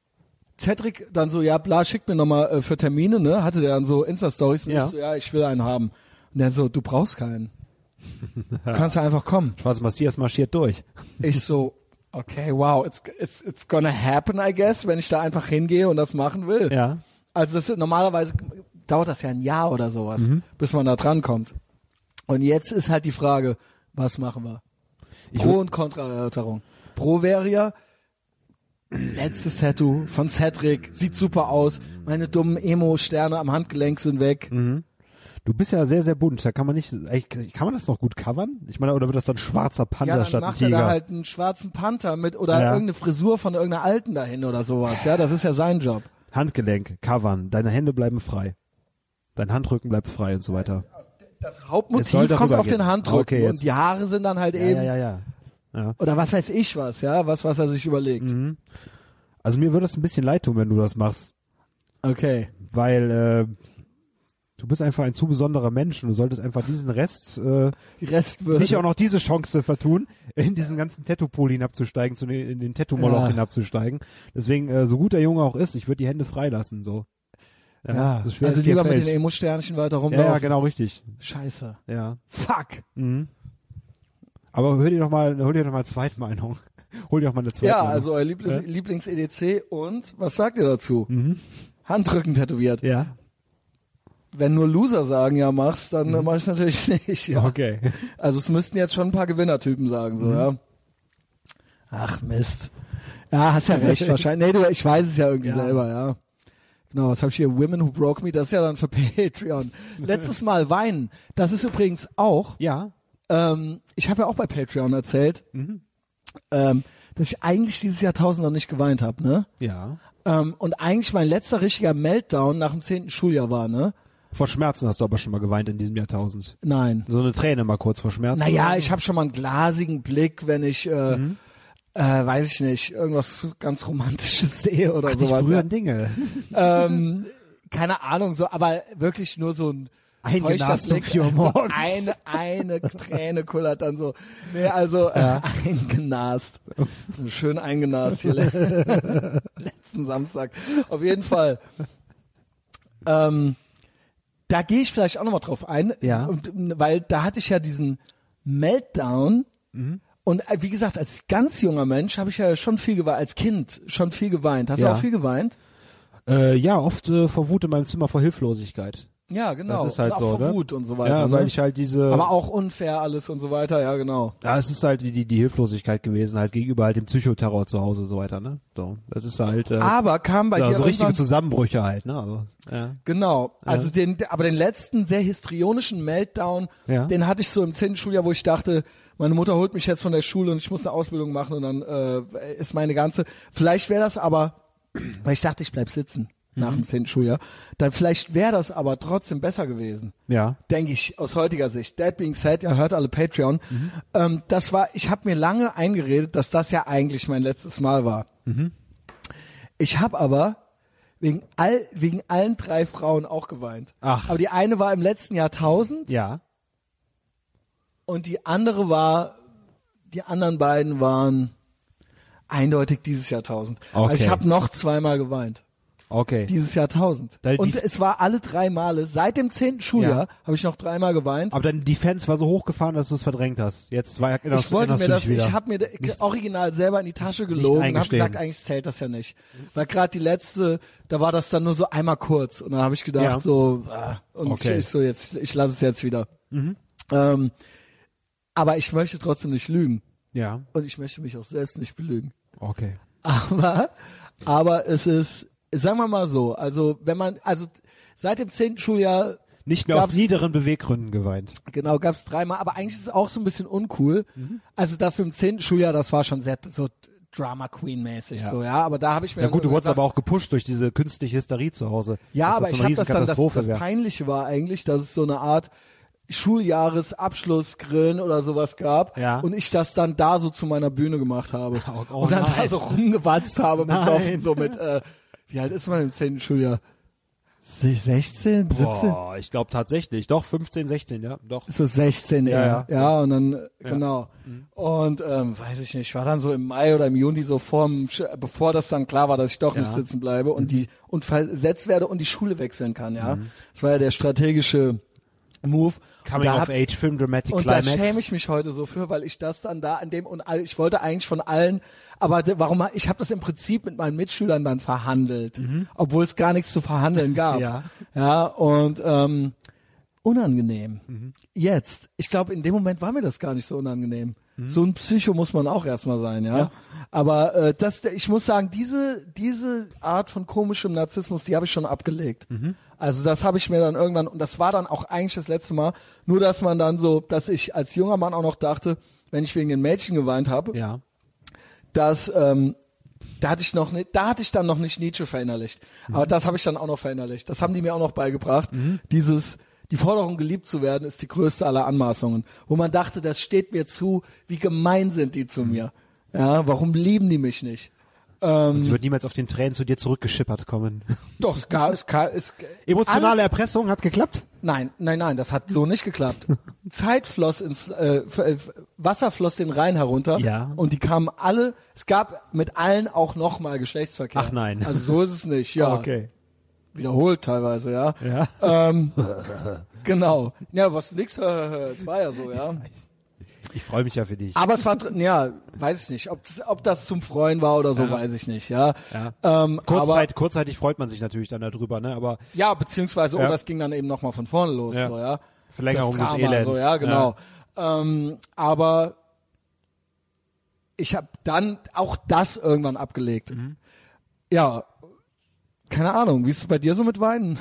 Cedric dann so, ja, bla, schickt mir nochmal äh, für Termine, ne? Hatte der dann so Insta-Stories und Ja. ich so, ja, ich will einen haben. Und der so, du brauchst keinen. Du kannst ja einfach kommen. Schwarz Matthias marschiert durch. Ich so, okay, wow, it's, it's, it's gonna happen, I guess, wenn ich da einfach hingehe und das machen will. Ja. Also das ist, normalerweise dauert das ja ein Jahr oder sowas, Mhm. bis man da dran kommt. Und jetzt ist halt die Frage, was machen wir? Pro- und Kontraerörterung. Pro wäre ja, letztes Tattoo von Cedric, sieht super aus, meine dummen Emo-Sterne am Handgelenk sind weg. Du bist ja sehr, sehr bunt. Da kann man nicht, eigentlich, kann man das noch gut covern? Ich meine, oder wird das dann schwarzer Panda Ja, dann statt ein macht er Tiger? da halt einen schwarzen Panther mit oder Ja. irgendeine Frisur von irgendeiner Alten dahin oder sowas. Ja, das ist ja sein Job. Handgelenk, covern, deine Hände bleiben frei. Dein Handrücken bleibt frei und so weiter. Das Es soll Hauptmotiv darüber kommt auf gehen. den Handrücken Okay, und jetzt. die Haare sind dann halt Ja, eben, ja, ja, ja. ja. oder was weiß ich was, ja, was, was er sich überlegt. Mhm. Also mir würde es ein bisschen leid tun, wenn du das machst. Okay. Weil äh, du bist einfach ein zu besonderer Mensch und du solltest einfach diesen Rest, äh, Die Restwürde. nicht auch noch diese Chance vertun, in diesen ganzen Tattoo-Pool hinabzusteigen, zu den, in den Tattoo-Moloch Ja. hinabzusteigen. Deswegen, äh, so gut der Junge auch ist, ich würde die Hände freilassen, so. Ja, so schwer also es dir lieber mit fällt. den Emo-Sternchen weiter Ja, rumlaufen. ja, genau, richtig. Scheiße. Ja. Fuck. Mhm. Aber hör dir doch mal, hol dir doch mal Zweitmeinung. Hol dir doch mal eine Ja, Zweitmeinung. also euer Lieblings- Ja. Lieblings-E D C und was sagt ihr dazu? Mhm. Handrücken tätowiert. Ja. Wenn nur Loser sagen, ja, mach's, dann mhm. mach ich's natürlich nicht, ja. Okay. Also es müssten jetzt schon ein paar Gewinnertypen sagen, so, Mhm. ja. Ach, Mist. Ja, hast ja recht, wahrscheinlich. Nee, du, ich weiß es ja irgendwie Ja. selber, ja. Genau, was habe ich hier? Women Who Broke Me, das ist ja dann für Patreon. Letztes Mal weinen. Das ist übrigens auch, Ja. ähm, ich habe ja auch bei Patreon erzählt, Mhm. ähm, dass ich eigentlich dieses Jahrtausend noch nicht geweint habe, ne? Ja. Ähm, und eigentlich mein letzter richtiger Meltdown nach dem zehnten Schuljahr war, ne? Vor Schmerzen hast du aber schon mal geweint in diesem Jahrtausend. Nein. So eine Träne mal kurz vor Schmerzen. Naja, ich habe schon mal einen glasigen Blick, wenn ich, äh, mhm. äh, weiß ich nicht, irgendwas ganz Romantisches sehe oder Ach, sowas. Dich berühren Dinge. ähm, keine Ahnung, so, aber wirklich nur so ein eingenast um vier Uhr morgens. Eine, eine Träne kullert dann so. Nee, also ja. äh, eingenast. Schön eingenast hier letzten Samstag. Auf jeden Fall. Ähm, da gehe ich vielleicht auch nochmal drauf ein. Ja. Und, weil da hatte ich ja diesen Meltdown. Mhm. Und äh, wie gesagt, als ganz junger Mensch habe ich ja schon viel geweint, als Kind schon viel geweint. Hast ja. du auch viel geweint? Äh, ja, oft äh, vor Wut in meinem Zimmer, vor Hilflosigkeit. Ja, genau. Das ist halt und auch so, vor oder? Wut und so weiter. Ja, ne? weil ich halt diese... Aber auch unfair alles und so weiter, ja, genau. Ja, es ist halt die, die Hilflosigkeit gewesen, halt gegenüber halt dem Psychoterror zu Hause und so weiter, ne? So, das ist halt... Äh, aber kam bei ja, dir so richtige irgendwann- Zusammenbrüche halt, ne? Also, ja. Genau, also Ja. den, aber den letzten sehr histrionischen Meltdown, Ja. den hatte ich so im zehnten Schuljahr, wo ich dachte, meine Mutter holt mich jetzt von der Schule und ich muss eine Ausbildung machen und dann äh, ist meine ganze, vielleicht wäre das aber, weil ich dachte, ich bleib sitzen nach dem zehnten Schuljahr, dann vielleicht wäre das aber trotzdem besser gewesen. Ja. Denke ich, aus heutiger Sicht. That being said, ihr hört alle Patreon. Mhm. Ähm, das war, ich habe mir lange eingeredet, dass das ja eigentlich mein letztes Mal war. Mhm. Ich habe aber wegen all, wegen allen drei Frauen auch geweint. Ach. Aber die eine war im letzten Jahrtausend Ja. und die andere war, die anderen beiden waren eindeutig dieses Jahrtausend. Okay. Also ich habe noch zweimal geweint. Okay. Dieses Jahrtausend. Da die- Und es war alle drei Male, seit dem zehnten Schuljahr Ja. habe ich noch dreimal geweint. Aber dann die Fans war so hochgefahren, dass du es verdrängt hast. Jetzt war erinnerst, Ich wollte erinnerst mir du das, dich wieder. ich habe mir da- Nichts- original selber in die Tasche nicht gelogen und habe eingestehen. gesagt, eigentlich zählt das ja nicht. Weil gerade die letzte, da war das dann nur so einmal kurz und dann habe ich gedacht Ja. so, ah, und Okay. ich, ich so jetzt, ich lasse es jetzt wieder. Ähm, aber ich möchte trotzdem nicht lügen Ja. und ich möchte mich auch selbst nicht belügen. Okay. Aber, aber es ist, sagen wir mal so, also wenn man, also seit dem zehnten Schuljahr Nicht mehr aus gab's- niederen Beweggründen geweint. Genau, gab's dreimal, aber eigentlich ist es auch so ein bisschen uncool. Also das mit dem zehnten Schuljahr, das war schon sehr so Drama Queen mäßig Ja. so, ja, aber da habe ich mir Ja gut, du wurdest gesagt, aber auch gepusht durch diese künstliche Hysterie zu Hause. ja, dass aber das ich so eine habe das dann, das, Riesenkatastrophe das wäre. Peinliche war eigentlich, dass es so eine Art Schuljahresabschlussgrillen oder sowas gab Ja. und ich das dann da so zu meiner Bühne gemacht habe Oh, oh und dann nein. da so rumgewatzt habe, Nein. besoffen, so mit, äh, wie alt ist man im zehnten Schuljahr? sechzehn, siebzehn? Boah, ich glaube tatsächlich. Doch, fünfzehn, sechzehn, ja, doch. So sechzehn, ja, ja. Ja, Ja, und dann, äh, genau. Und, ähm, weiß ich nicht, war dann so im Mai oder im Juni so vorm, Sch- bevor das dann klar war, dass ich doch nicht Ja. sitzen bleibe und die, und versetzt werde und die Schule wechseln kann, ja. Das war ja der strategische Move. Coming Und da of hab- Age Film Dramatic Und da Climax. schäme ich mich heute so für, weil ich das dann da an dem und all, ich wollte eigentlich von allen, aber de, warum ich habe das im Prinzip mit meinen Mitschülern dann verhandelt, obwohl es gar nichts zu verhandeln gab. Ja. Ja, und ähm, unangenehm. Mhm. Jetzt, ich glaube, in dem Moment war mir das gar nicht so unangenehm. So ein Psycho muss man auch erstmal sein, ja. Mhm. Ja. Aber äh, das, ich muss sagen, diese diese Art von komischem Narzissmus, die habe ich schon abgelegt. Mhm. Also das habe ich mir dann irgendwann, und das war dann auch eigentlich das letzte Mal, nur dass man dann so, dass ich als junger Mann auch noch dachte, wenn ich wegen den Mädchen geweint habe, Ja. dass ähm, da hatte ich noch nicht, da hatte ich dann noch nicht Nietzsche verinnerlicht. Aber das habe ich dann auch noch verinnerlicht. Das haben die mir auch noch beigebracht. Dieses, die Forderung, geliebt zu werden, ist die größte aller Anmaßungen. Wo man dachte, das steht mir zu, wie gemein sind die zu mir. Ja, warum lieben die mich nicht? Und sie wird niemals auf den Tränen zu dir zurückgeschippert kommen. Doch, es gab, es gab, es, Emotionale alle- Erpressung hat geklappt? Nein, nein, nein, das hat so nicht geklappt. Zeit floss ins, äh, f- äh, Wasser floss den Rhein herunter. Ja. Und die kamen alle, es gab mit allen auch nochmal Geschlechtsverkehr. Ach nein. Also so ist es nicht, ja. Okay. Wiederholt teilweise, ja. Ja. Ähm, genau. Ja, was nix, es war ja so, ja. Ich freue mich ja für dich. Aber es war, dr- ja, weiß ich nicht, ob das, ob das zum Freuen war oder so, Ja. weiß ich nicht, ja. Ja. Ähm, Kurzzeit, aber, kurzzeitig freut man sich natürlich dann darüber, ne? Aber ja, beziehungsweise, Ja. oh, das ging dann eben nochmal von vorne los, Ja. so, ja. Verlängerung das des Drama, Elends. So, ja, genau. Ähm, aber ich habe dann auch das irgendwann abgelegt. Mhm. Ja, keine Ahnung, wie ist es bei dir so mit Weinen?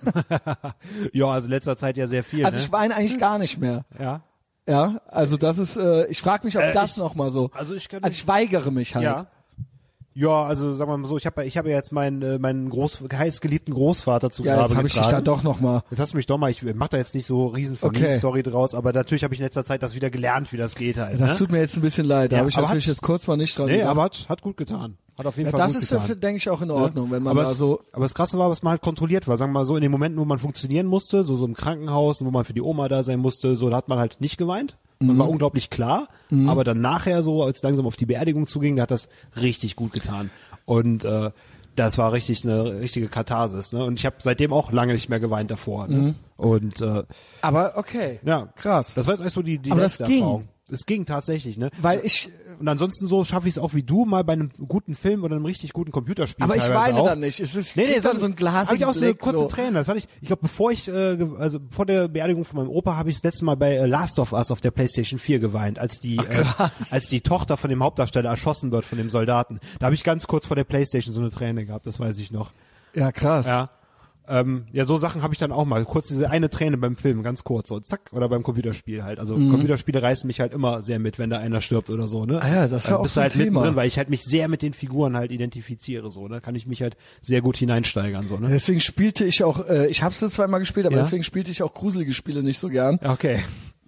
ja, also letzter Zeit ja sehr viel. Also ne? ich weine eigentlich gar nicht mehr. ja. Ja, also das ist, äh, ich frage mich, ob Äh, das ich- noch mal so. Also ich kann Also ich weigere mich halt. ja. Ja, also sagen wir mal so, ich habe ich habe ja jetzt meinen äh, meinen groß heißgeliebten Großvater zu Ja, Grabe jetzt habe ich dich da doch noch mal. Jetzt hast du mich doch mal, ich mach da jetzt nicht so riesen Familienstory okay. draus, aber natürlich habe ich in letzter Zeit das wieder gelernt, wie das geht halt. Das ne? tut mir jetzt ein bisschen leid, da ja, habe ich natürlich hat, jetzt kurz mal nicht dran nee, gedacht. aber hat, hat gut getan. Hat auf jeden ja, Fall das gut ist, getan. denke ich, auch in Ordnung, ja. wenn man aber da es, so... Aber das Krasse war, was man halt kontrolliert war. Sagen wir mal so, in den Momenten, wo man funktionieren musste, so so im Krankenhaus, wo man für die Oma da sein musste, so da hat man halt nicht geweint. Man mhm. war unglaublich klar, mhm. aber dann nachher so, als langsam auf die Beerdigung zuging, da hat das richtig gut getan. Und äh, das war richtig eine richtige Katharsis, ne? Und ich habe seitdem auch lange nicht mehr geweint davor. Ne? Mhm. Und äh, aber okay, ja, krass. Das war jetzt eigentlich so die die aber letzte das ging. Erfahrung. Es ging tatsächlich, ne? Weil ich und ansonsten so schaffe ich es auch wie du mal bei einem guten Film oder einem richtig guten Computerspiel. Aber ich weine auch. dann nicht. Es ist nee, nee, dann so ein Glas. Habe ich auch so eine Blick, kurze so. Träne. Das hatte ich. Ich glaube, bevor ich äh, also vor der Beerdigung von meinem Opa habe ich das letzte Mal bei äh, Last of Us auf der PlayStation vier geweint, als die Ach, äh, als die Tochter von dem Hauptdarsteller erschossen wird von dem Soldaten. Da habe ich ganz kurz vor der PlayStation so eine Träne gehabt. Das weiß ich noch. Ja, krass. Ja. Ähm, ja, so Sachen habe ich dann auch mal. Kurz diese eine Träne beim Film, ganz kurz, so zack, oder beim Computerspiel halt. Also mhm. Computerspiele reißen mich halt immer sehr mit, wenn da einer stirbt oder so, ne? Ah ja, das ist ja auch bist so ein halt Thema. mittendrin, weil ich halt mich sehr mit den Figuren halt identifiziere, so, ne? Kann ich mich halt sehr gut hineinsteigern, so, ne? Deswegen spielte ich auch, äh, ich habe es jetzt zweimal gespielt, aber ja? deswegen spielte ich auch gruselige Spiele nicht so gern. Okay.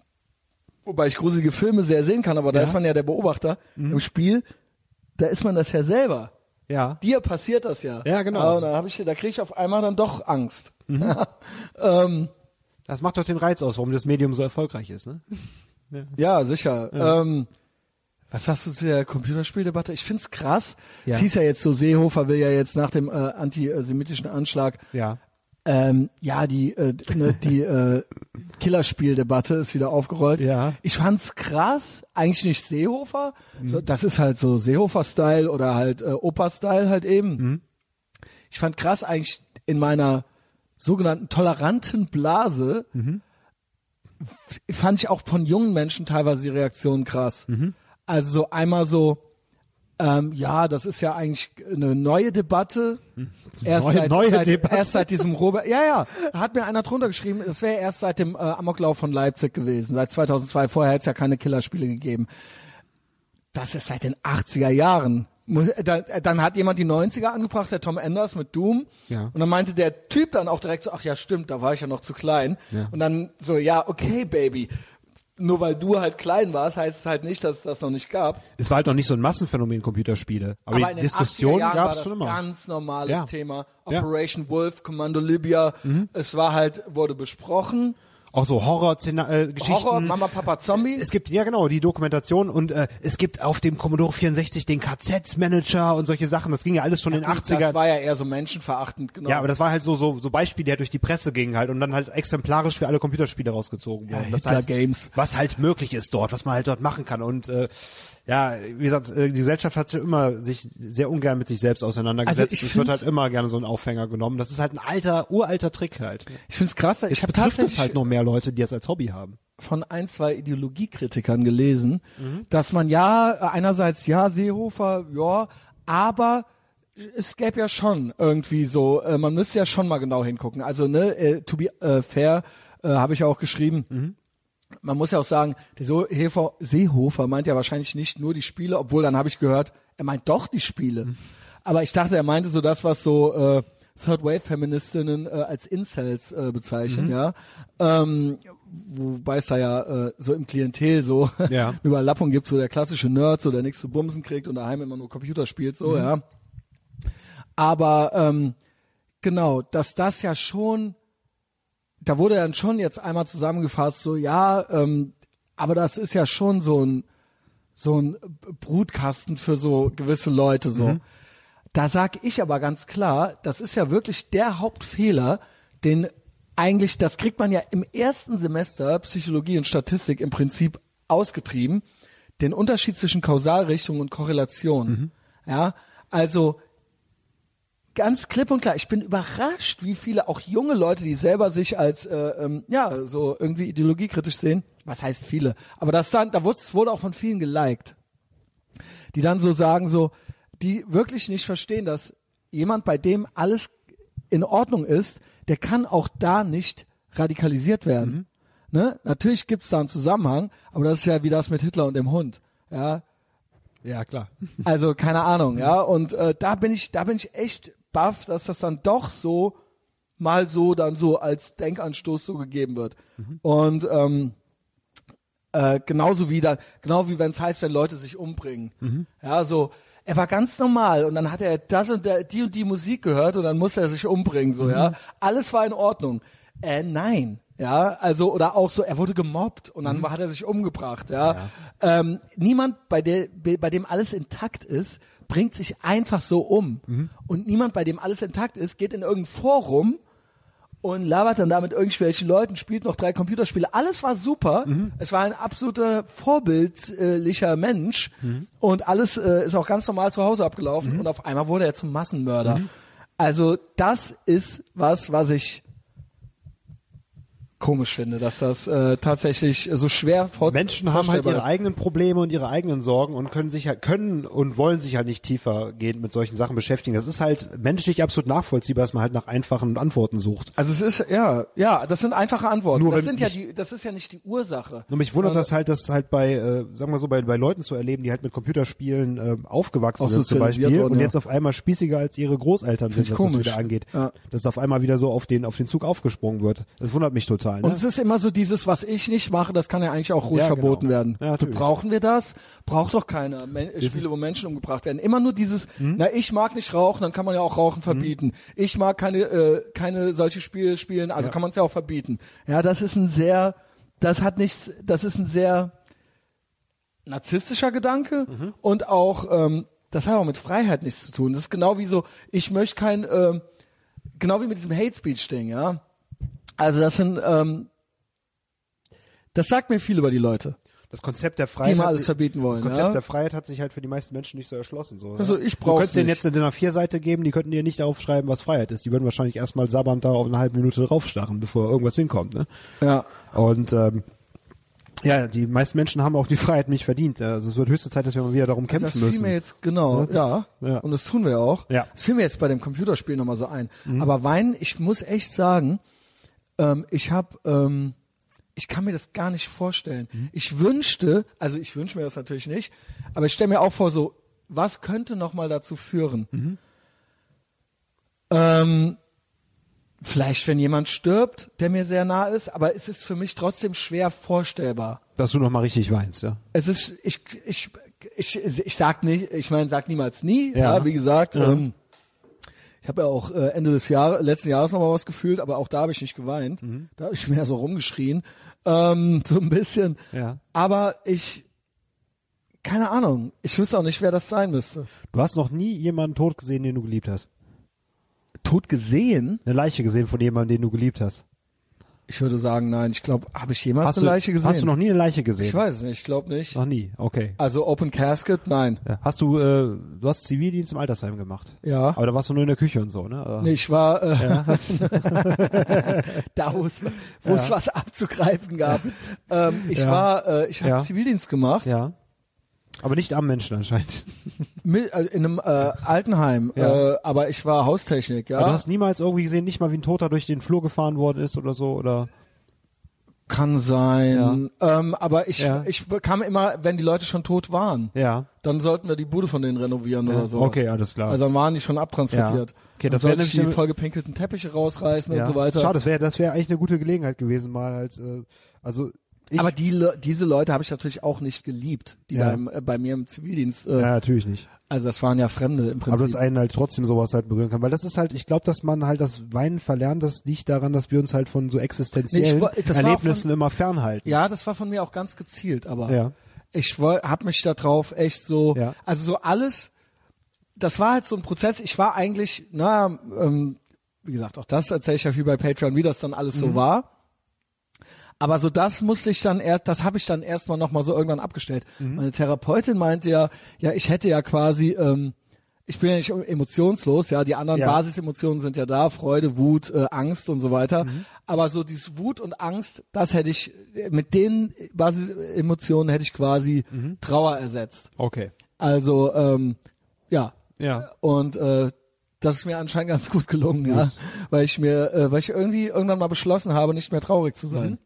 Wobei ich gruselige Filme sehr sehen kann, aber da ja? ist man ja der Beobachter. Mhm. Im Spiel, da ist man das ja selber. Ja. Dir passiert das ja. Ja, genau. Aber da habe ich, da kriege ich auf einmal dann doch Angst. Mhm. ähm, das macht doch den Reiz aus, warum das Medium so erfolgreich ist, ne? ja. ja, sicher. Ja. Ähm, was sagst du zu der Computerspieldebatte? Ich find's krass. Ja. Es hieß ja jetzt so, Seehofer will ja jetzt nach dem äh, antisemitischen Anschlag ja. Ähm, ja, die äh, ne, die äh, Killerspieldebatte ist wieder aufgerollt. Ja. Ich fand's krass, eigentlich nicht Seehofer, mhm. so, das ist halt so Seehofer-Style oder halt äh, Opa-Style halt eben. Mhm. Ich fand krass eigentlich in meiner sogenannten toleranten Blase, mhm. f- fand ich auch von jungen Menschen teilweise die Reaktionen krass. Mhm. Also so einmal so, Ähm, ja, das ist ja eigentlich eine neue Debatte. Erst, neue, seit, neue seit, Debatte. erst seit diesem Robert, ja, ja, da hat mir einer drunter geschrieben, es wäre erst seit dem äh, Amoklauf von Leipzig gewesen, seit zweitausendzwei. Vorher hätte es ja keine Killerspiele gegeben. Das ist seit den achtziger Jahren. Da, dann hat jemand die neunziger angebracht, der Tom Enders mit Doom. Ja. Und dann meinte der Typ dann auch direkt so, ach ja, stimmt, da war ich ja noch zu klein. Ja. Und dann so, ja, okay, Baby. Nur weil du halt klein warst, heißt es halt nicht, dass es das noch nicht gab. Es war halt noch nicht so ein Massenphänomen, Computerspiele. Aber, Aber die in den Diskussion achtziger Jahren gab war es das schon immer. Ganz normales Ja. Thema. Ja. Operation Wolf, Kommando Libya. Mhm. Es war halt, wurde besprochen. Auch so Horror-Geschichten. Horror, Mama, Papa, Zombie. Es gibt, ja genau, die Dokumentation und äh, es gibt auf dem Commodore vierundsechzig den K Z-Manager und solche Sachen. Das ging ja alles schon ja, in den gut, achtziger. Das war ja eher so menschenverachtend, genau. Ja, aber das war halt so so so Beispiele, die halt durch die Presse gingen halt und dann halt exemplarisch für alle Computerspiele rausgezogen wurden. Ja, das Hitler heißt, Games. was halt möglich ist dort, was man halt dort machen kann und äh, ja, wie gesagt, die Gesellschaft hat sich immer sich sehr ungern mit sich selbst auseinandergesetzt. Also ich es wird halt immer gerne so ein Aufhänger genommen. Das ist halt ein alter, uralter Trick halt. Ich find's krass. Ich habe betrifft tatsächlich es halt noch mehr Leute, die das als Hobby haben. Von ein, zwei Ideologiekritikern gelesen, mhm. dass man ja, einerseits ja, Seehofer, ja, aber es gäbe ja schon irgendwie so, äh, man müsste ja schon mal genau hingucken. Also, ne, äh, to be äh, fair, äh, habe ich auch geschrieben. Mhm. Man muss ja auch sagen, der Seehofer, Seehofer meint ja wahrscheinlich nicht nur die Spiele, obwohl dann habe ich gehört, er meint doch die Spiele. Mhm. Aber ich dachte, er meinte so das, was so äh, Third-Wave-Feministinnen äh, als Incels äh, bezeichnen, mhm. ja. Ähm, wobei es da ja äh, so im Klientel so ja. eine Überlappung gibt, so der klassische Nerd, so der nichts zu bumsen kriegt und daheim immer nur Computer spielt, so, mhm. ja. Aber ähm, genau, dass das ja schon, da wurde dann schon jetzt einmal zusammengefasst, so ja, ähm, aber das ist ja schon so ein so ein Brutkasten für so gewisse Leute, so. Mhm. Da sag ich aber ganz klar, das ist ja wirklich der Hauptfehler, den eigentlich, das kriegt man ja im ersten Semester Psychologie und Statistik im Prinzip ausgetrieben, den Unterschied zwischen Kausalrichtung und Korrelation. Mhm. Ja, also ganz klipp und klar, ich bin überrascht, wie viele auch junge Leute, die selber sich als äh, ähm, ja so irgendwie ideologiekritisch sehen, was heißt viele, aber das dann, da wurde, es wurde auch von vielen geliked, die dann so sagen so, die wirklich nicht verstehen, dass jemand, bei dem alles in Ordnung ist, der kann auch da nicht radikalisiert werden. Mhm. Ne? Natürlich gibt's da einen Zusammenhang, aber das ist ja wie das mit Hitler und dem Hund. Ja, Ja, klar. Also keine Ahnung, ja. Und äh, da bin ich, da bin ich echt baff, dass das dann doch so mal so dann so als Denkanstoß so gegeben wird. Mhm. Und ähm, äh, genauso wie da, genau wie wenn es heißt, wenn Leute sich umbringen. Mhm. Ja, so. Er war ganz normal und dann hat er das und der, die und die Musik gehört und dann musste er sich umbringen, so, mhm. ja. Alles war in Ordnung. Äh, nein. Ja, also, oder auch so, er wurde gemobbt und dann mhm. hat er sich umgebracht, ja. ja. Ähm, niemand, bei der, bei dem alles intakt ist, bringt sich einfach so um. Mhm. Und niemand, bei dem alles intakt ist, geht in irgendein Forum und labert dann da mit irgendwelchen Leuten, spielt noch drei Computerspiele. Alles war super. Mhm. Es war ein absoluter vorbildlicher Mensch. Mhm. Und alles äh, ist auch ganz normal zu Hause abgelaufen. Mhm. Und auf einmal wurde er zum Massenmörder. Mhm. Also das ist was, was ich komisch finde, dass das äh, tatsächlich so schwer vor Menschen haben halt ihre ist. eigenen Probleme und ihre eigenen Sorgen und können sich halt können und wollen sich halt nicht tiefergehend mit solchen Sachen beschäftigen. Das ist halt menschlich absolut nachvollziehbar, dass man halt nach einfachen Antworten sucht. Also es ist ja ja, das sind einfache Antworten. Nur das sind ja die, das ist ja nicht die Ursache. Nur mich wundert das halt, dass halt bei, äh, sagen wir so, bei bei Leuten zu erleben, die halt mit Computerspielen äh, aufgewachsen sind zum Beispiel worden, und ja. jetzt auf einmal spießiger als ihre Großeltern sind, was komisch. das wieder angeht. Ja. Dass auf einmal wieder so auf den auf den Zug aufgesprungen wird. Das wundert mich total. Und es ist immer so dieses, was ich nicht mache, das kann ja eigentlich auch ruhig ja, verboten genau. werden. Ja, brauchen wir das? Braucht doch keiner Men- Spiele, wo Menschen umgebracht werden. Immer nur dieses, hm? na, ich mag nicht rauchen, dann kann man ja auch Rauchen verbieten. Hm? Ich mag keine äh, keine solche Spiele spielen, also ja. kann man es ja auch verbieten. Ja, das ist ein sehr, das hat nichts, das ist ein sehr narzisstischer Gedanke mhm. und auch, ähm, das hat auch mit Freiheit nichts zu tun. Das ist genau wie so, ich möchte kein, äh, genau wie mit diesem Hate Speech Ding, ja. Also das sind, ähm, das sagt mir viel über die Leute. Das Konzept der Freiheit, die mal alles sich, verbieten wollen. Das Konzept ja? der Freiheit hat sich halt für die meisten Menschen nicht so erschlossen. So, also ja? ich brauche. Du könntest denen jetzt eine D I N A vier Seite geben, die könnten dir nicht aufschreiben, was Freiheit ist. Die würden wahrscheinlich erstmal sabbernd da auf eine halbe Minute draufstarren, bevor irgendwas hinkommt. Ne? Ja. Und ähm, ja, die meisten Menschen haben auch die Freiheit nicht verdient. Also es wird höchste Zeit, dass wir mal wieder darum kämpfen also müssen. Das fiel mir jetzt, genau, ja. ja. ja. Und das tun wir auch. Ja. Das fiel mir jetzt bei dem Computerspiel nochmal so ein. Mhm. Aber Wein, ich muss echt sagen, ähm, ich habe, ähm, ich kann mir das gar nicht vorstellen. Mhm. Ich wünschte, also ich wünsche mir das natürlich nicht, aber ich stelle mir auch vor, so, was könnte nochmal dazu führen? Mhm. Ähm, Vielleicht, wenn jemand stirbt, der mir sehr nah ist, aber es ist für mich trotzdem schwer vorstellbar. Dass du noch mal richtig weinst, ja? Es ist, ich, ich, ich, ich sag nicht, ich meine, sag niemals nie, ja, ja wie gesagt. Ja. Ähm, ich habe ja auch äh, Ende des Jahres, letzten Jahres noch mal was gefühlt, aber auch da habe ich nicht geweint. Mhm. Da habe ich mehr so rumgeschrien, ähm, so ein bisschen. Ja. Aber ich, keine Ahnung, ich wüsste auch nicht, wer das sein müsste. Du hast noch nie jemanden tot gesehen, den du geliebt hast? Tot gesehen? Eine Leiche gesehen von jemandem, den du geliebt hast? Ich würde sagen, nein. Ich glaube, habe ich jemals hast eine du, Leiche gesehen? Hast du noch nie eine Leiche gesehen? Ich weiß es nicht, ich glaube nicht. Noch nie, okay. Also Open Casket, nein. Ja. Hast du, äh, du hast Zivildienst im Altersheim gemacht? Ja. Aber da warst du nur in der Küche und so, ne? Also, nee, ich war äh, ja. da, wo es wo es ja. was abzugreifen gab. ähm, ich ja. war, äh, ich habe ja. Zivildienst gemacht. Ja. Aber nicht am Menschen anscheinend. Mit, äh, in einem äh, Altenheim, ja. äh, aber ich war Haustechnik, ja. Aber du hast niemals irgendwie gesehen, nicht mal wie ein Toter durch den Flur gefahren worden ist oder so, oder? Kann sein. Ja. Ähm, aber ich, ja. ich kam immer, wenn die Leute schon tot waren. Ja. Dann sollten wir die Bude von denen renovieren ja. oder so. Okay, alles klar. Also dann waren die schon abtransportiert. Ja. Okay, das wäre die vollgepinkelten Teppiche rausreißen ja. und so weiter. Schade, das wäre das wäre eigentlich eine gute Gelegenheit gewesen, mal als äh, also Ich, aber die, diese Leute habe ich natürlich auch nicht geliebt, die ja. da im, äh, bei mir im Zivildienst. Äh, ja, natürlich nicht. Also das waren ja Fremde im Prinzip. Aber dass einen halt trotzdem sowas halt berühren kann, weil das ist halt, ich glaube, dass man halt das Weinen verlernt, das liegt daran, dass wir uns halt von so existenziellen nee, ich, Erlebnissen von, immer fernhalten. Ja, das war von mir auch ganz gezielt, aber ja. ich habe mich da drauf echt so, ja. also so alles, das war halt so ein Prozess. Ich war eigentlich, na, ähm, wie gesagt, auch das erzähle ich ja viel bei Patreon, wie das dann alles mhm. so war. Aber so das musste ich dann erst, das habe ich dann erstmal nochmal so irgendwann abgestellt. Mhm. Meine Therapeutin meinte ja, ja, ich hätte ja quasi, ähm, ich bin ja nicht emotionslos, ja, die anderen ja. Basisemotionen sind ja da, Freude, Wut, äh, Angst und so weiter. Mhm. Aber so dieses Wut und Angst, das hätte ich, mit den Basisemotionen hätte ich quasi mhm. Trauer ersetzt. Okay. Also, ähm, ja. Ja. Und äh, das ist mir anscheinend ganz gut gelungen, ja, weil ich mir, äh, weil ich irgendwie irgendwann mal beschlossen habe, nicht mehr traurig zu sein. Mhm.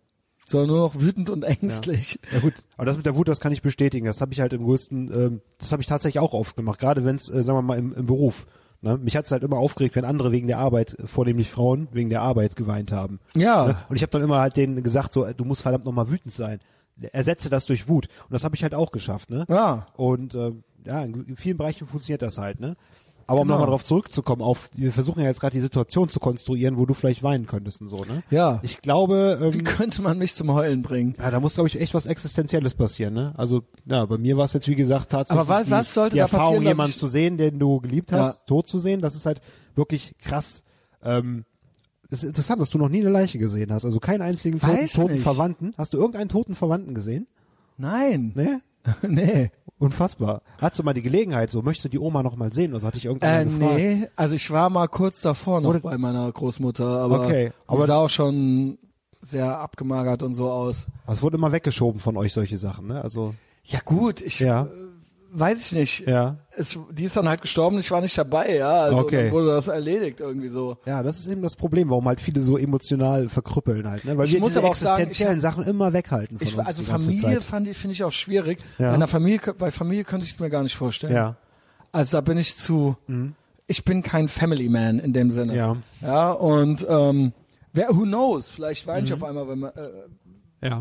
sondern nur noch wütend und ängstlich. Ja gut, aber das mit der Wut, das kann ich bestätigen. Das habe ich halt im größten, ähm, das habe ich tatsächlich auch oft gemacht, gerade wenn es, äh, sagen wir mal, im, im Beruf. Ne? Mich hat's halt immer aufgeregt, wenn andere wegen der Arbeit, vornehmlich Frauen, wegen der Arbeit geweint haben. Ja. Ne? Und ich habe dann immer halt denen gesagt, so, du musst verdammt nochmal wütend sein. Ersetze das durch Wut. Und das habe ich halt auch geschafft. Ne? Ja. Und äh, ja, in vielen Bereichen funktioniert das halt. Ne? Aber um Genau. nochmal darauf zurückzukommen, auf, wir versuchen ja jetzt gerade die Situation zu konstruieren, wo du vielleicht weinen könntest und so, ne? Ja. Ich glaube, ähm, Wie könnte man mich zum Heulen bringen? ja, da muss, glaube ich, echt was Existenzielles passieren, ne? Also, ja, bei mir war es jetzt, wie gesagt, tatsächlich Aber was- die, was sollte die da Erfahrung, passieren, dass jemanden ich- zu sehen, den du geliebt hast, Ja. tot zu sehen, das ist halt wirklich krass. Ähm, es ist interessant, dass du noch nie eine Leiche gesehen hast. Also keinen einzigen toten, Weiß toten nicht. Verwandten. Hast du irgendeinen toten Verwandten gesehen? Nein. Ne? nee. Unfassbar. Hattest du mal die Gelegenheit, so, möchtest du die Oma noch mal sehen? Oder so hatte ich irgendwann Äh, gefragt. nee, also ich war mal kurz davor noch Oder- bei meiner Großmutter, aber Okay, aber aber- sah auch schon sehr abgemagert und so aus. Aber es wurde immer weggeschoben von euch, solche Sachen, ne? Also, Ja gut, ich Ja. äh, weiß ich nicht. ja. Es, die ist dann halt gestorben, ich war nicht dabei, ja. Also Okay. dann wurde das erledigt irgendwie so. Ja, das ist eben das Problem, warum halt viele so emotional verkrüppeln halt, ne? Weil Ich wir muss diese aber auch sagen, existenziellen ich- Sachen immer weghalten von Ich, uns also die ganze Familie Zeit. fand ich, finde ich auch schwierig. Ja. Bei einer Familie, bei Familie könnte ich es mir gar nicht vorstellen. Ja. Also da bin ich zu, ich bin kein Family Man in dem Sinne. Ja. Ja, und ähm, wer, who knows, vielleicht weine ich auf einmal, wenn man, äh, Ja.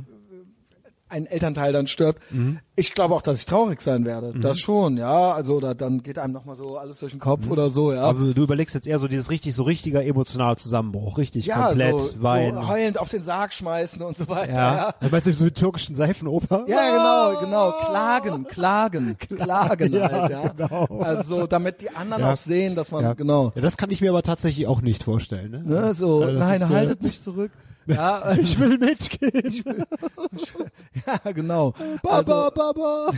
ein Elternteil dann stirbt. Mhm. Ich glaube auch, dass ich traurig sein werde. Das schon, ja. Also oder dann geht einem nochmal so alles durch den Kopf Mhm. oder so, ja. Aber du überlegst jetzt eher so dieses richtig, so richtiger emotionaler Zusammenbruch, richtig ja, komplett so, weinen. so heulend auf den Sarg schmeißen und so weiter. ja. Ja, ja. Weißt du, so mit türkischen Seifenoper? ja genau, genau. Klagen, klagen, klagen Ja, halt, ja. genau. Also damit die anderen Ja. auch sehen, dass man, Ja. genau. Ja, das kann ich mir aber tatsächlich auch nicht vorstellen, ne? Ne, so, Also das nein, ist, äh, haltet mich zurück. Ja, also, Ich will mitgehen. ja, genau. Baba, Also, Baba.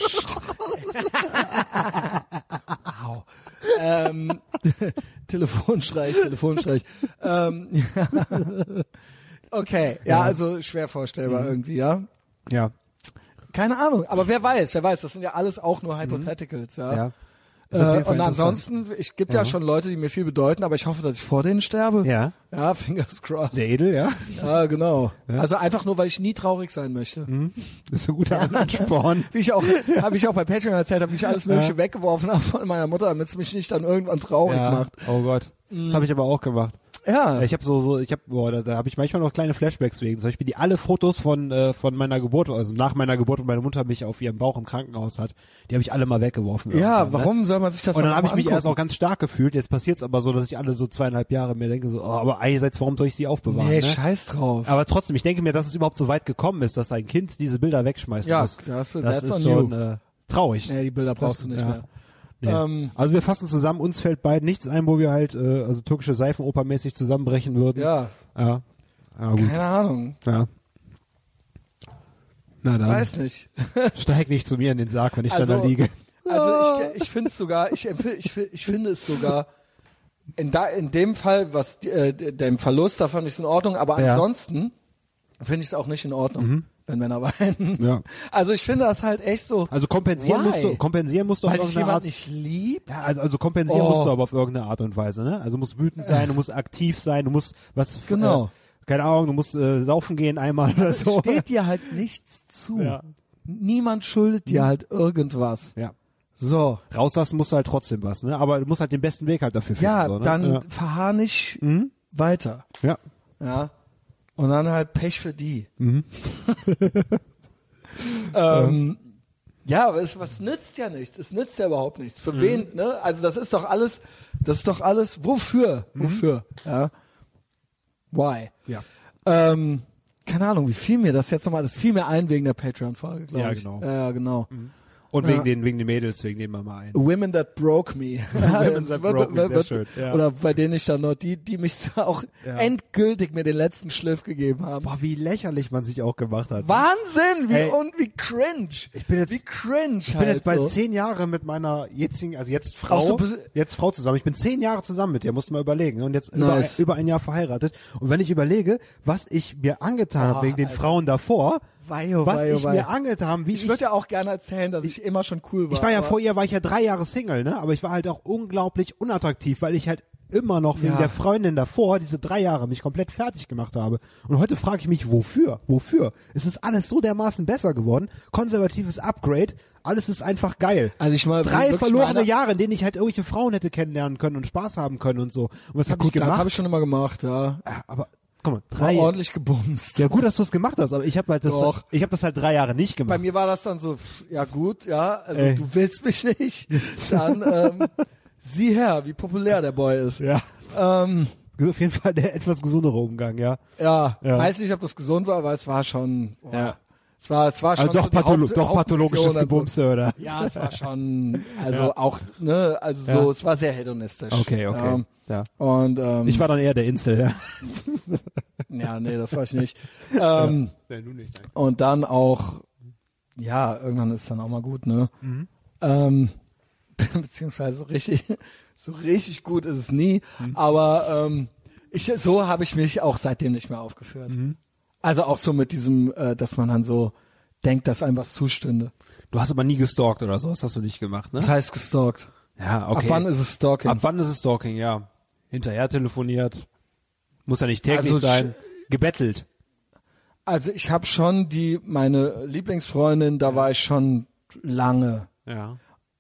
Au. Ähm, Telefonstreich, Telefonstreich. ähm, ja. Okay, ja, also schwer vorstellbar irgendwie, ja. Ja. Keine Ahnung, aber wer weiß, wer weiß, das sind ja alles auch nur Hypotheticals, ja. Ja. Ist auf Äh, jeden Fall und interessant. ansonsten, ich gibt ja. schon Leute, die mir viel bedeuten, aber ich hoffe, dass ich vor denen sterbe. Ja. Ja, fingers crossed. Sehr edel, ja. Ja, genau. Also einfach nur, weil ich nie traurig sein möchte. Das ist ein guter Ansporn. Wie ich auch, habe ich auch bei Patreon erzählt, habe ich alles Mögliche weggeworfen habe von meiner Mutter, damit es mich nicht dann irgendwann traurig Ja. macht. Oh Gott. Das habe ich aber auch gemacht. Ja. Ich habe so so ich habe boah, da, da habe ich manchmal noch kleine Flashbacks wegen. Zum Beispiel die alle Fotos von äh, von meiner Geburt, also nach meiner Geburt, wo meine Mutter mich auf ihrem Bauch im Krankenhaus hat, die habe ich alle mal weggeworfen. Ja, irgendwann, ne? warum soll man sich das Und dann noch habe mal ich mich angucken? erst auch ganz stark gefühlt. Jetzt passiert's aber so, dass ich alle so zweieinhalb Jahre mir denke so, oh, aber einerseits, warum soll ich sie aufbewahren? Nee, ne? scheiß drauf. Aber trotzdem, ich denke mir, dass es überhaupt so weit gekommen ist, dass ein Kind diese Bilder wegschmeißen Ja, muss. das- das that's ist on schon you. äh, traurig. Nee, die Bilder brauchst Das- du nicht ja. mehr. Nee. Ähm, Also wir fassen zusammen, uns fällt beiden nichts ein, wo wir halt äh, also türkische Seifenoper-mäßig zusammenbrechen würden. Ja, Ja. Ja, gut. keine Ahnung. Ja. Na dann, Weiß nicht. steig nicht zu mir in den Sarg, wenn ich Also- dann da liege. Also ich, ich finde es sogar, ich, empfehle- ich, fi- ich finde es sogar in, da, in dem Fall, was die- äh, dem Verlust, da fand ich es in Ordnung, aber Ja. ansonsten finde ich es auch nicht in Ordnung, wenn Männer weinen. Ja. Also ich finde das halt echt so, Also kompensieren Why? musst du, kompensieren musst du weil auf dich irgendeine jemand Art. nicht liebt. Ja, also, also kompensieren Oh. musst du aber auf irgendeine Art und Weise, ne? Also du musst wütend sein, du musst aktiv sein, du musst was, Genau. äh, keine Ahnung, du musst äh, saufen gehen einmal oder Es so. steht dir halt nichts zu. Ja. Niemand schuldet dir halt irgendwas. Ja. So. Rauslassen musst du halt trotzdem was, ne? Aber du musst halt den besten Weg halt dafür finden. Ja, so, ne? dann ja. verharr nicht Mhm. weiter. Ja. Ja. Und dann halt Pech für die. Mhm. ähm, ja, aber es was nützt ja nichts. Es nützt ja überhaupt nichts. Mhm. Für wen, ne? Also das ist doch alles, das ist doch alles, wofür? Mhm. Wofür? Ja. Why? Ja. Ähm, keine Ahnung, wie fiel mir das jetzt nochmal? Das fiel mir ein wegen der Patreon-Frage, glaube Ja, ich. genau. Ja, ja, genau. Und Ja. wegen den, wegen den Mädels, wegen denen wir mal ein. Women that broke me. Women Das that wird- broke me, wird- sehr wird- schön, ja. Oder bei denen ich dann noch, die, die mich auch Ja. endgültig mir den letzten Schliff gegeben haben. Boah, wie lächerlich man sich auch gemacht hat. Wahnsinn, wie Ey. und wie cringe. Ich bin jetzt- wie cringe. Ich bin halt jetzt bald so. zehn Jahre mit meiner jetzigen, also jetzt Frau, Auch so bes- jetzt Frau zusammen. Ich bin zehn Jahre zusammen mit dir, musst du mal überlegen. Und jetzt Nice. über, über ein Jahr verheiratet. Und wenn ich überlege, was ich mir angetan Oh, habe wegen den Alter. Frauen davor, Wei, oh, was wei, oh, ich wei. mir angetan habe, wie ich, Ich würde ja auch gerne erzählen, dass ich, immer schon cool war. ich war ja aber- vor ihr, war ich ja drei Jahre Single, ne? Aber ich war halt auch unglaublich unattraktiv, weil ich halt immer noch wegen Ja. der Freundin davor, diese drei Jahre mich komplett fertig gemacht habe. Und heute frage ich mich, wofür? Wofür? Es ist alles so dermaßen besser geworden. Konservatives Upgrade. Alles ist einfach geil. Also ich mal Drei wirklich verlorene meine- Jahre, in denen ich halt irgendwelche Frauen hätte kennenlernen können und Spaß haben können und so. Und was habe ich Gut, das gemacht? habe ich schon immer gemacht, ja. Ja, aber guck mal, War drei. ordentlich gebumst. Ja, gut, dass du es gemacht hast, aber ich habe halt das, Doch. ich habe das halt drei Jahre nicht Bei gemacht. mir war das dann so, pff, ja gut, ja, also Ey. du willst mich nicht, dann ähm, sieh her, wie populär der Boy ist. Ja, Ähm, auf jeden Fall der etwas gesundere Umgang, ja. ja, Ja. weiß nicht, ob das gesund war, aber es war schon, oh, Ja. es war, es war schon Also doch, so die patholo Haupt- doch pathologisches Hauptmission, Gebumse, oder? Also, ja, es war schon, also Ja. auch, ne, also so, Ja. es war sehr hedonistisch. Okay, okay. Ja. Ja. Und ähm, Ich war dann eher der Insel, ja. ja, nee, das war ich nicht. ähm, Nee, du nicht, nein. Und dann auch, ja, irgendwann ist dann auch mal gut, ne? Mhm. Ähm, beziehungsweise so richtig, so richtig gut ist es nie. Mhm. Aber ähm, ich, so habe ich mich auch seitdem nicht mehr aufgeführt. Mhm. Also auch so mit diesem, äh, dass man dann so denkt, dass einem was zustünde. Du hast aber nie gestalkt oder so, das hast du nicht gemacht, ne? Das heißt gestalkt. Ja, okay. Ab wann ist es Stalking? Ab wann ist es Stalking, ja. Hinterher telefoniert. Muss ja nicht täglich Also, sein. Gebettelt. Also ich habe schon die, meine Lieblingsfreundin, da war ich schon lange, Ja.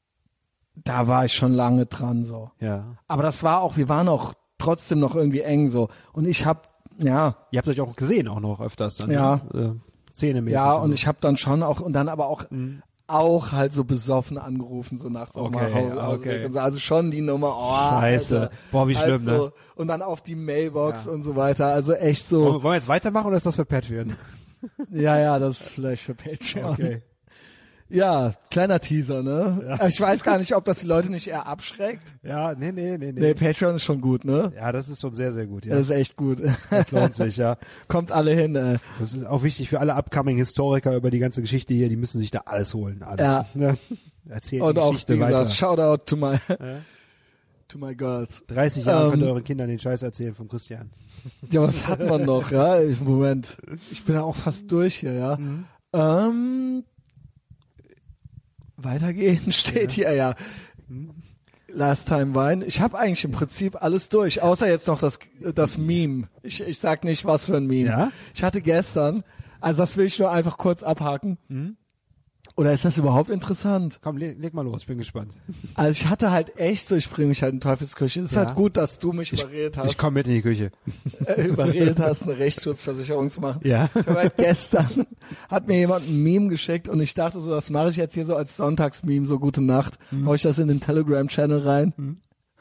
da war ich schon lange dran so. Ja. Aber das war auch, wir waren auch trotzdem noch irgendwie eng so. Und ich hab, ja, Ihr habt euch auch gesehen, auch noch öfters dann. Ja. Ne? Äh, Zähnemäßig. ja, und so. ich hab dann schon auch, und dann aber auch, Mhm. auch halt so besoffen angerufen, so nachts auch mal Okay, Hause, ja, Hause okay. weg und so. Also schon die Nummer, oh, Scheiße. Alter. Boah, wie schlimm, also, ne? Und dann auf die Mailbox Ja. und so weiter. Also echt Wollen, so, wollen wir jetzt weitermachen oder ist das für Patreon? ja, ja, das ist vielleicht für Patreon. Okay. Ja, kleiner Teaser, ne? Ja. Ich weiß gar nicht, ob das die Leute nicht eher abschreckt. Ja, nee, nee, nee, nee. Nee, Patreon ist schon gut, ne? Ja, das ist schon sehr, sehr gut, ja. Das ist echt gut. Das lohnt sich, ja. Kommt alle hin, ey. Das ist auch wichtig für alle upcoming Historiker über die ganze Geschichte hier, die müssen sich da alles holen. Alles. Ja. Ne? Erzählt Und die auch, Geschichte wie gesagt, weiter. Shoutout to my, to my girls. dreißig Jahre Ähm, könnt ihr euren Kindern den Scheiß erzählen vom Christian. Ja, was hat man noch, ja? Ich, Moment. Ich bin ja auch fast durch hier, ja. Mhm. Ähm, weitergehen steht hier, ja. Last Time Wine. Ich habe eigentlich im Prinzip alles durch, außer jetzt noch das, das Meme. Ich, ich sag nicht, was für ein Meme. Ja? Ich hatte gestern, also das will ich nur einfach kurz abhaken. Mhm. Oder ist das überhaupt interessant? Komm, leg, leg mal los, ich bin gespannt. Also ich hatte halt echt so, ich bringe mich halt in Teufelsküche. Es ist Ja. halt gut, dass du mich überredet hast. Ich komme mit in die Küche. äh, überredet hast, eine Rechtsschutzversicherung zu machen. Ja. Ich habe halt gestern, hat mir jemand ein Meme geschickt und ich dachte so, das mache ich jetzt hier so als Sonntagsmeme, so gute Nacht. Mhm. Hau ich das in den Telegram-Channel rein. Mhm.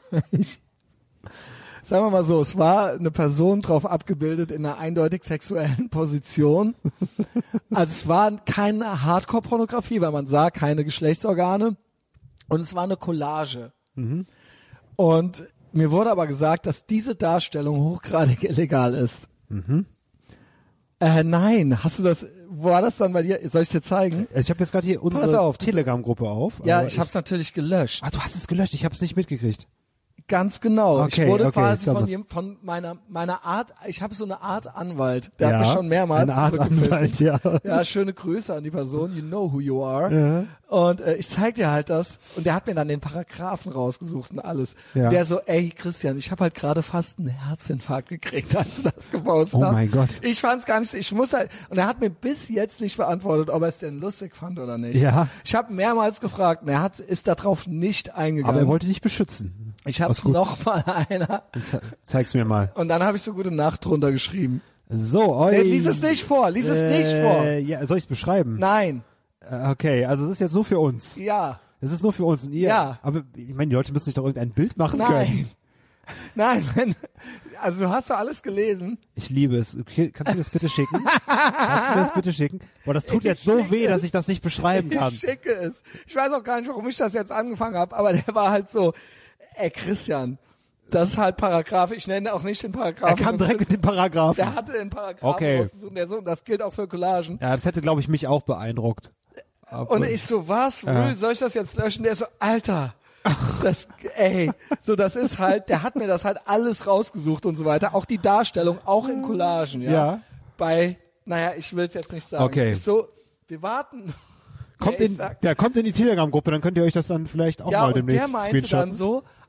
Sagen wir mal so, es war eine Person drauf abgebildet in einer eindeutig sexuellen Position. Also es war keine Hardcore-Pornografie, weil man sah keine Geschlechtsorgane. Und es war eine Collage. Mhm. Und mir wurde aber gesagt, dass diese Darstellung hochgradig illegal ist. Mhm. Äh, nein, hast du das, wo war das dann bei dir? Soll ich dir zeigen? Also ich habe jetzt gerade hier Pass unsere auf. Telegram-Gruppe auf. Ja, aber ich hab's natürlich gelöscht. Ah, du hast es gelöscht, ich habe es nicht mitgekriegt. Ganz genau. Okay, ich wurde okay, quasi sag von, was. jem- von meiner meiner Art, ich habe so eine Art Anwalt, der Ja, hat mich schon mehrmals eine Art zurückgepfiffen. Anwalt, ja. Ja, schöne Grüße an die Person, you know who you are. Ja. Und äh, ich zeig dir halt das und der hat mir dann den Paragraphen rausgesucht und alles. Ja. Und der so, ey Christian, ich habe halt gerade fast einen Herzinfarkt gekriegt, als du das gepostet Oh hast. mein Gott. Ich fand's gar nicht, ich muss halt, und er hat mir bis jetzt nicht beantwortet, ob er es denn lustig fand oder nicht. Ja. Ich habe mehrmals gefragt und er hat, ist darauf nicht eingegangen. Aber er wollte dich beschützen. ich hab's Was gut. noch mal einer Ze zeig's mir mal. und dann habe ich so gute Nacht drunter geschrieben. So, oi. Nee, lies es nicht vor, lies es nicht vor. Äh, ja, soll ich es beschreiben? Nein, Äh, Okay, also es ist jetzt nur für uns. ja, Es ist nur für uns und ihr. Ja. Aber ich meine, die Leute müssen sich doch irgendein Bild machen können. nein. Nein, wenn, also du hast doch alles gelesen. Ich liebe es. Okay, kannst du mir das bitte schicken? Kannst du mir das bitte schicken? Boah, das tut Ich jetzt so schicke weh, es. dass ich das nicht beschreiben kann. Ich schicke es. Ich weiß auch gar nicht, warum ich das jetzt angefangen habe, aber der war halt so, ey Christian, das ist halt Paragraph, ich nenne auch nicht den Er Paragraphen. kam direkt mit dem Paragraphen. Der hatte den Paragraphen Okay. rausgesucht, der so, das gilt auch für Collagen. Ja, das hätte, glaube ich, mich auch beeindruckt. Aber- Und ich so, was, Ja. Will, soll ich das jetzt löschen? Der so, Alter, das, ey, so das ist halt, der hat mir das halt alles rausgesucht und so weiter, auch die Darstellung, auch in Collagen, ja. Ja. Bei, naja, ich will es jetzt nicht sagen. Okay. Ich so, wir warten. kommt Ja, ich in, sag- ja, kommt in die Telegram-Gruppe, dann könnt ihr euch das dann vielleicht auch Ja, mal und demnächst der meinte screenshotten. dann so,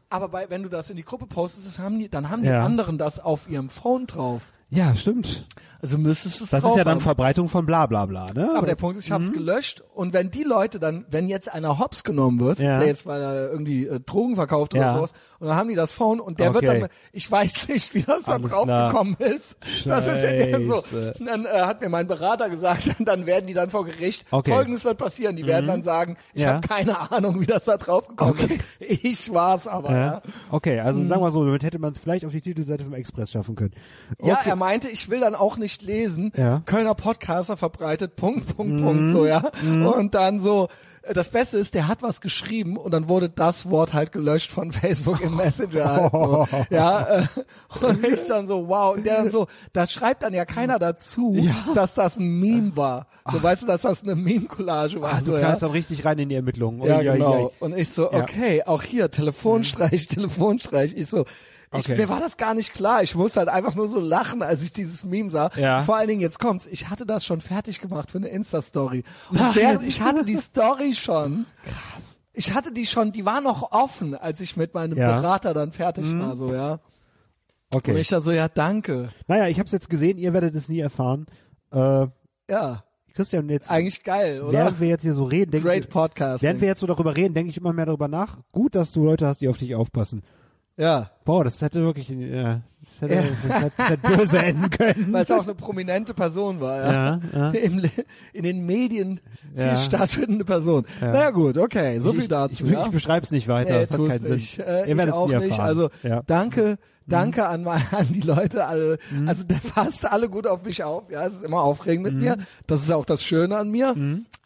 Aber bei, wenn du das in die Gruppe postest, haben die, dann haben die Ja. anderen das auf ihrem Phone drauf. Ja, stimmt. Also müsstest du es Das drauf ist ja dann haben. Verbreitung von bla bla bla, ne? Aber der Punkt ist, ich habe es gelöscht und wenn die Leute dann, wenn jetzt einer hops genommen wird, Ja. der jetzt weil er irgendwie äh, Drogen verkauft oder Ja. sowas, und dann haben die das Phone und der Okay. wird dann, ich weiß nicht, wie das da Alles drauf klar. gekommen ist. Das ist ja dann so. Scheiße. Dann äh, hat mir mein Berater gesagt, dann werden die dann vor Gericht, Okay. Folgendes wird passieren, die werden dann sagen, ich Ja. habe keine Ahnung, wie das da drauf gekommen Okay. ist. Ich war's aber, ja. Ja. Okay, also sagen wir so, damit hätte man es vielleicht auf die Titelseite vom Express schaffen können. Okay. Ja, er meinte, ich will dann auch nicht lesen. Ja. Kölner Podcaster verbreitet, Punkt, Punkt, Punkt, so, ja. Und dann so, äh, das Beste ist, der hat was geschrieben und dann wurde das Wort halt gelöscht von Facebook im Messenger. Halt so. Ja, äh, und ich dann so, wow. Und der dann so, da schreibt dann ja keiner dazu, dass das ein Meme war. So, weißt du, dass das eine Meme-Collage war. Ach, du so, kannst ja. auch richtig rein in die Ermittlungen. Ja, Ui, ui, genau. ui. Und ich so, Ja. okay, auch hier, Telefonstreich, Telefonstreich. Ich so, ich, Okay. mir war das gar nicht klar. Ich musste halt einfach nur so lachen, als ich dieses Meme sah. Ja. Vor allen Dingen, jetzt kommt's, ich hatte das schon fertig gemacht für eine Insta-Story. Und während, ich hatte die Story schon. Krass. Ich hatte die schon, die war noch offen, als ich mit meinem Ja. Berater dann fertig war, so, ja. Und Okay. ich dann so, ja, danke. Naja, ich habe es jetzt gesehen, ihr werdet es nie erfahren. Äh, Ja, Christian, jetzt eigentlich geil, oder? während wir jetzt hier so reden, denke Great ich, Podcast. während wir jetzt so darüber reden, denke ich immer mehr darüber nach. Gut, dass du Leute hast, die auf dich aufpassen. Ja. Boah, das hätte wirklich, ja, das hätte, Ja. das hätte, das hätte böse enden können. Weil es auch eine prominente Person war, ja. Ja, ja. Im, Le- in den Medien viel Ja. stattfindende Person. Ja. Naja gut, okay, so viel ich, dazu. Ich, ja? ich beschreib's nicht weiter, Nee, das hat tu's keinen nicht. Sinn. Äh, Ihr ich werdet's auch nie nicht. erfahren. Also ja. danke, danke an, mal, an die Leute alle. Also der passt alle gut auf mich auf. Ja, es ist immer aufregend mit mir. Das ist auch das Schöne an mir.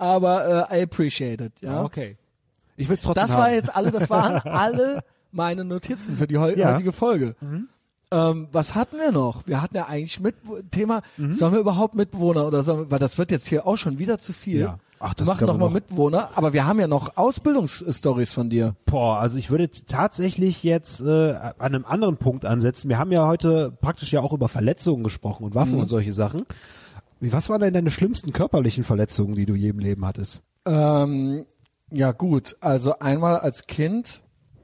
Aber äh, I appreciate it. Ja. Ah, okay. Ich will's trotzdem Das haben. war jetzt alle, das waren alle meine Notizen für die heu Ja. heutige Folge. Ähm, was hatten wir noch? Wir hatten ja eigentlich mit Thema, Mhm. sollen wir überhaupt Mitbewohner oder sollen wir, weil das wird jetzt hier auch schon wieder zu viel. Ja. Ach, das wir machen können noch wir mal noch. Mitbewohner, aber wir haben ja noch Ausbildungsstories von dir. Boah, also ich würde t- tatsächlich jetzt äh, an einem anderen Punkt ansetzen. Wir haben ja heute praktisch ja auch über Verletzungen gesprochen und Waffen Mhm. und solche Sachen. Wie, was waren denn deine schlimmsten körperlichen Verletzungen, die du je im Leben hattest? Ähm, ja gut, also einmal als Kind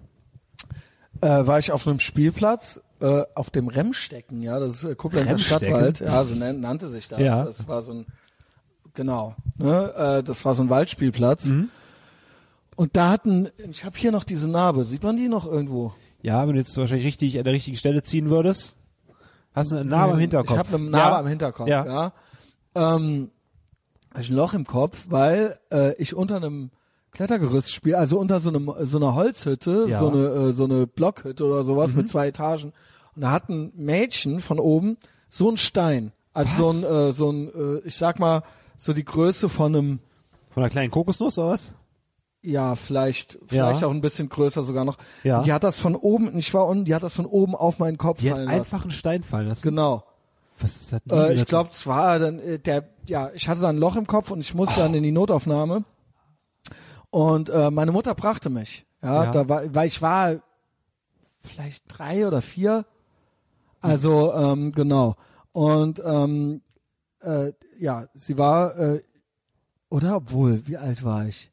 äh, war ich auf einem Spielplatz äh, auf dem Remmstecken, ja, das ist äh, Koblenzer Remmstecken? Stadtwald, ja, so nan nannte sich das. Ja. Das war so ein, genau, ne, äh, das war so ein Waldspielplatz. Mhm. Und da hatten, ich habe hier noch diese Narbe, sieht man die noch irgendwo? Ja, wenn du jetzt wahrscheinlich richtig an der richtigen Stelle ziehen würdest. Hast du eine Narbe am Hinterkopf? Ich habe eine Narbe ja? am Hinterkopf, Ja. ja. Ähm, hab ich ein Loch im Kopf, weil äh, ich unter einem Klettergerüst spiele, also unter so einem so einer Holzhütte, Ja. so eine äh, so eine Blockhütte oder sowas Mhm. mit zwei Etagen. Und da hat ein Mädchen von oben so einen Stein, also Was? so ein äh, so ein äh, ich sag mal so die Größe von einem, Von einer kleinen Kokosnuss oder was? ja, vielleicht, vielleicht Ja. auch ein bisschen größer sogar noch. Ja. Und die hat das von oben, ich war unten, die hat das von oben auf meinen Kopf Die hat fallen lassen. einfach einen Stein fallen lassen. Genau. Was ist das? Äh, ich glaube, es war dann äh, der, ja, ich hatte dann ein Loch im Kopf und ich musste dann in die Notaufnahme. Und äh, meine Mutter brachte mich. Ja, Ja. da war, weil ich war vielleicht drei oder vier. Also ähm, genau. Und ähm, äh, ja, sie war äh, oder obwohl, wie alt war ich?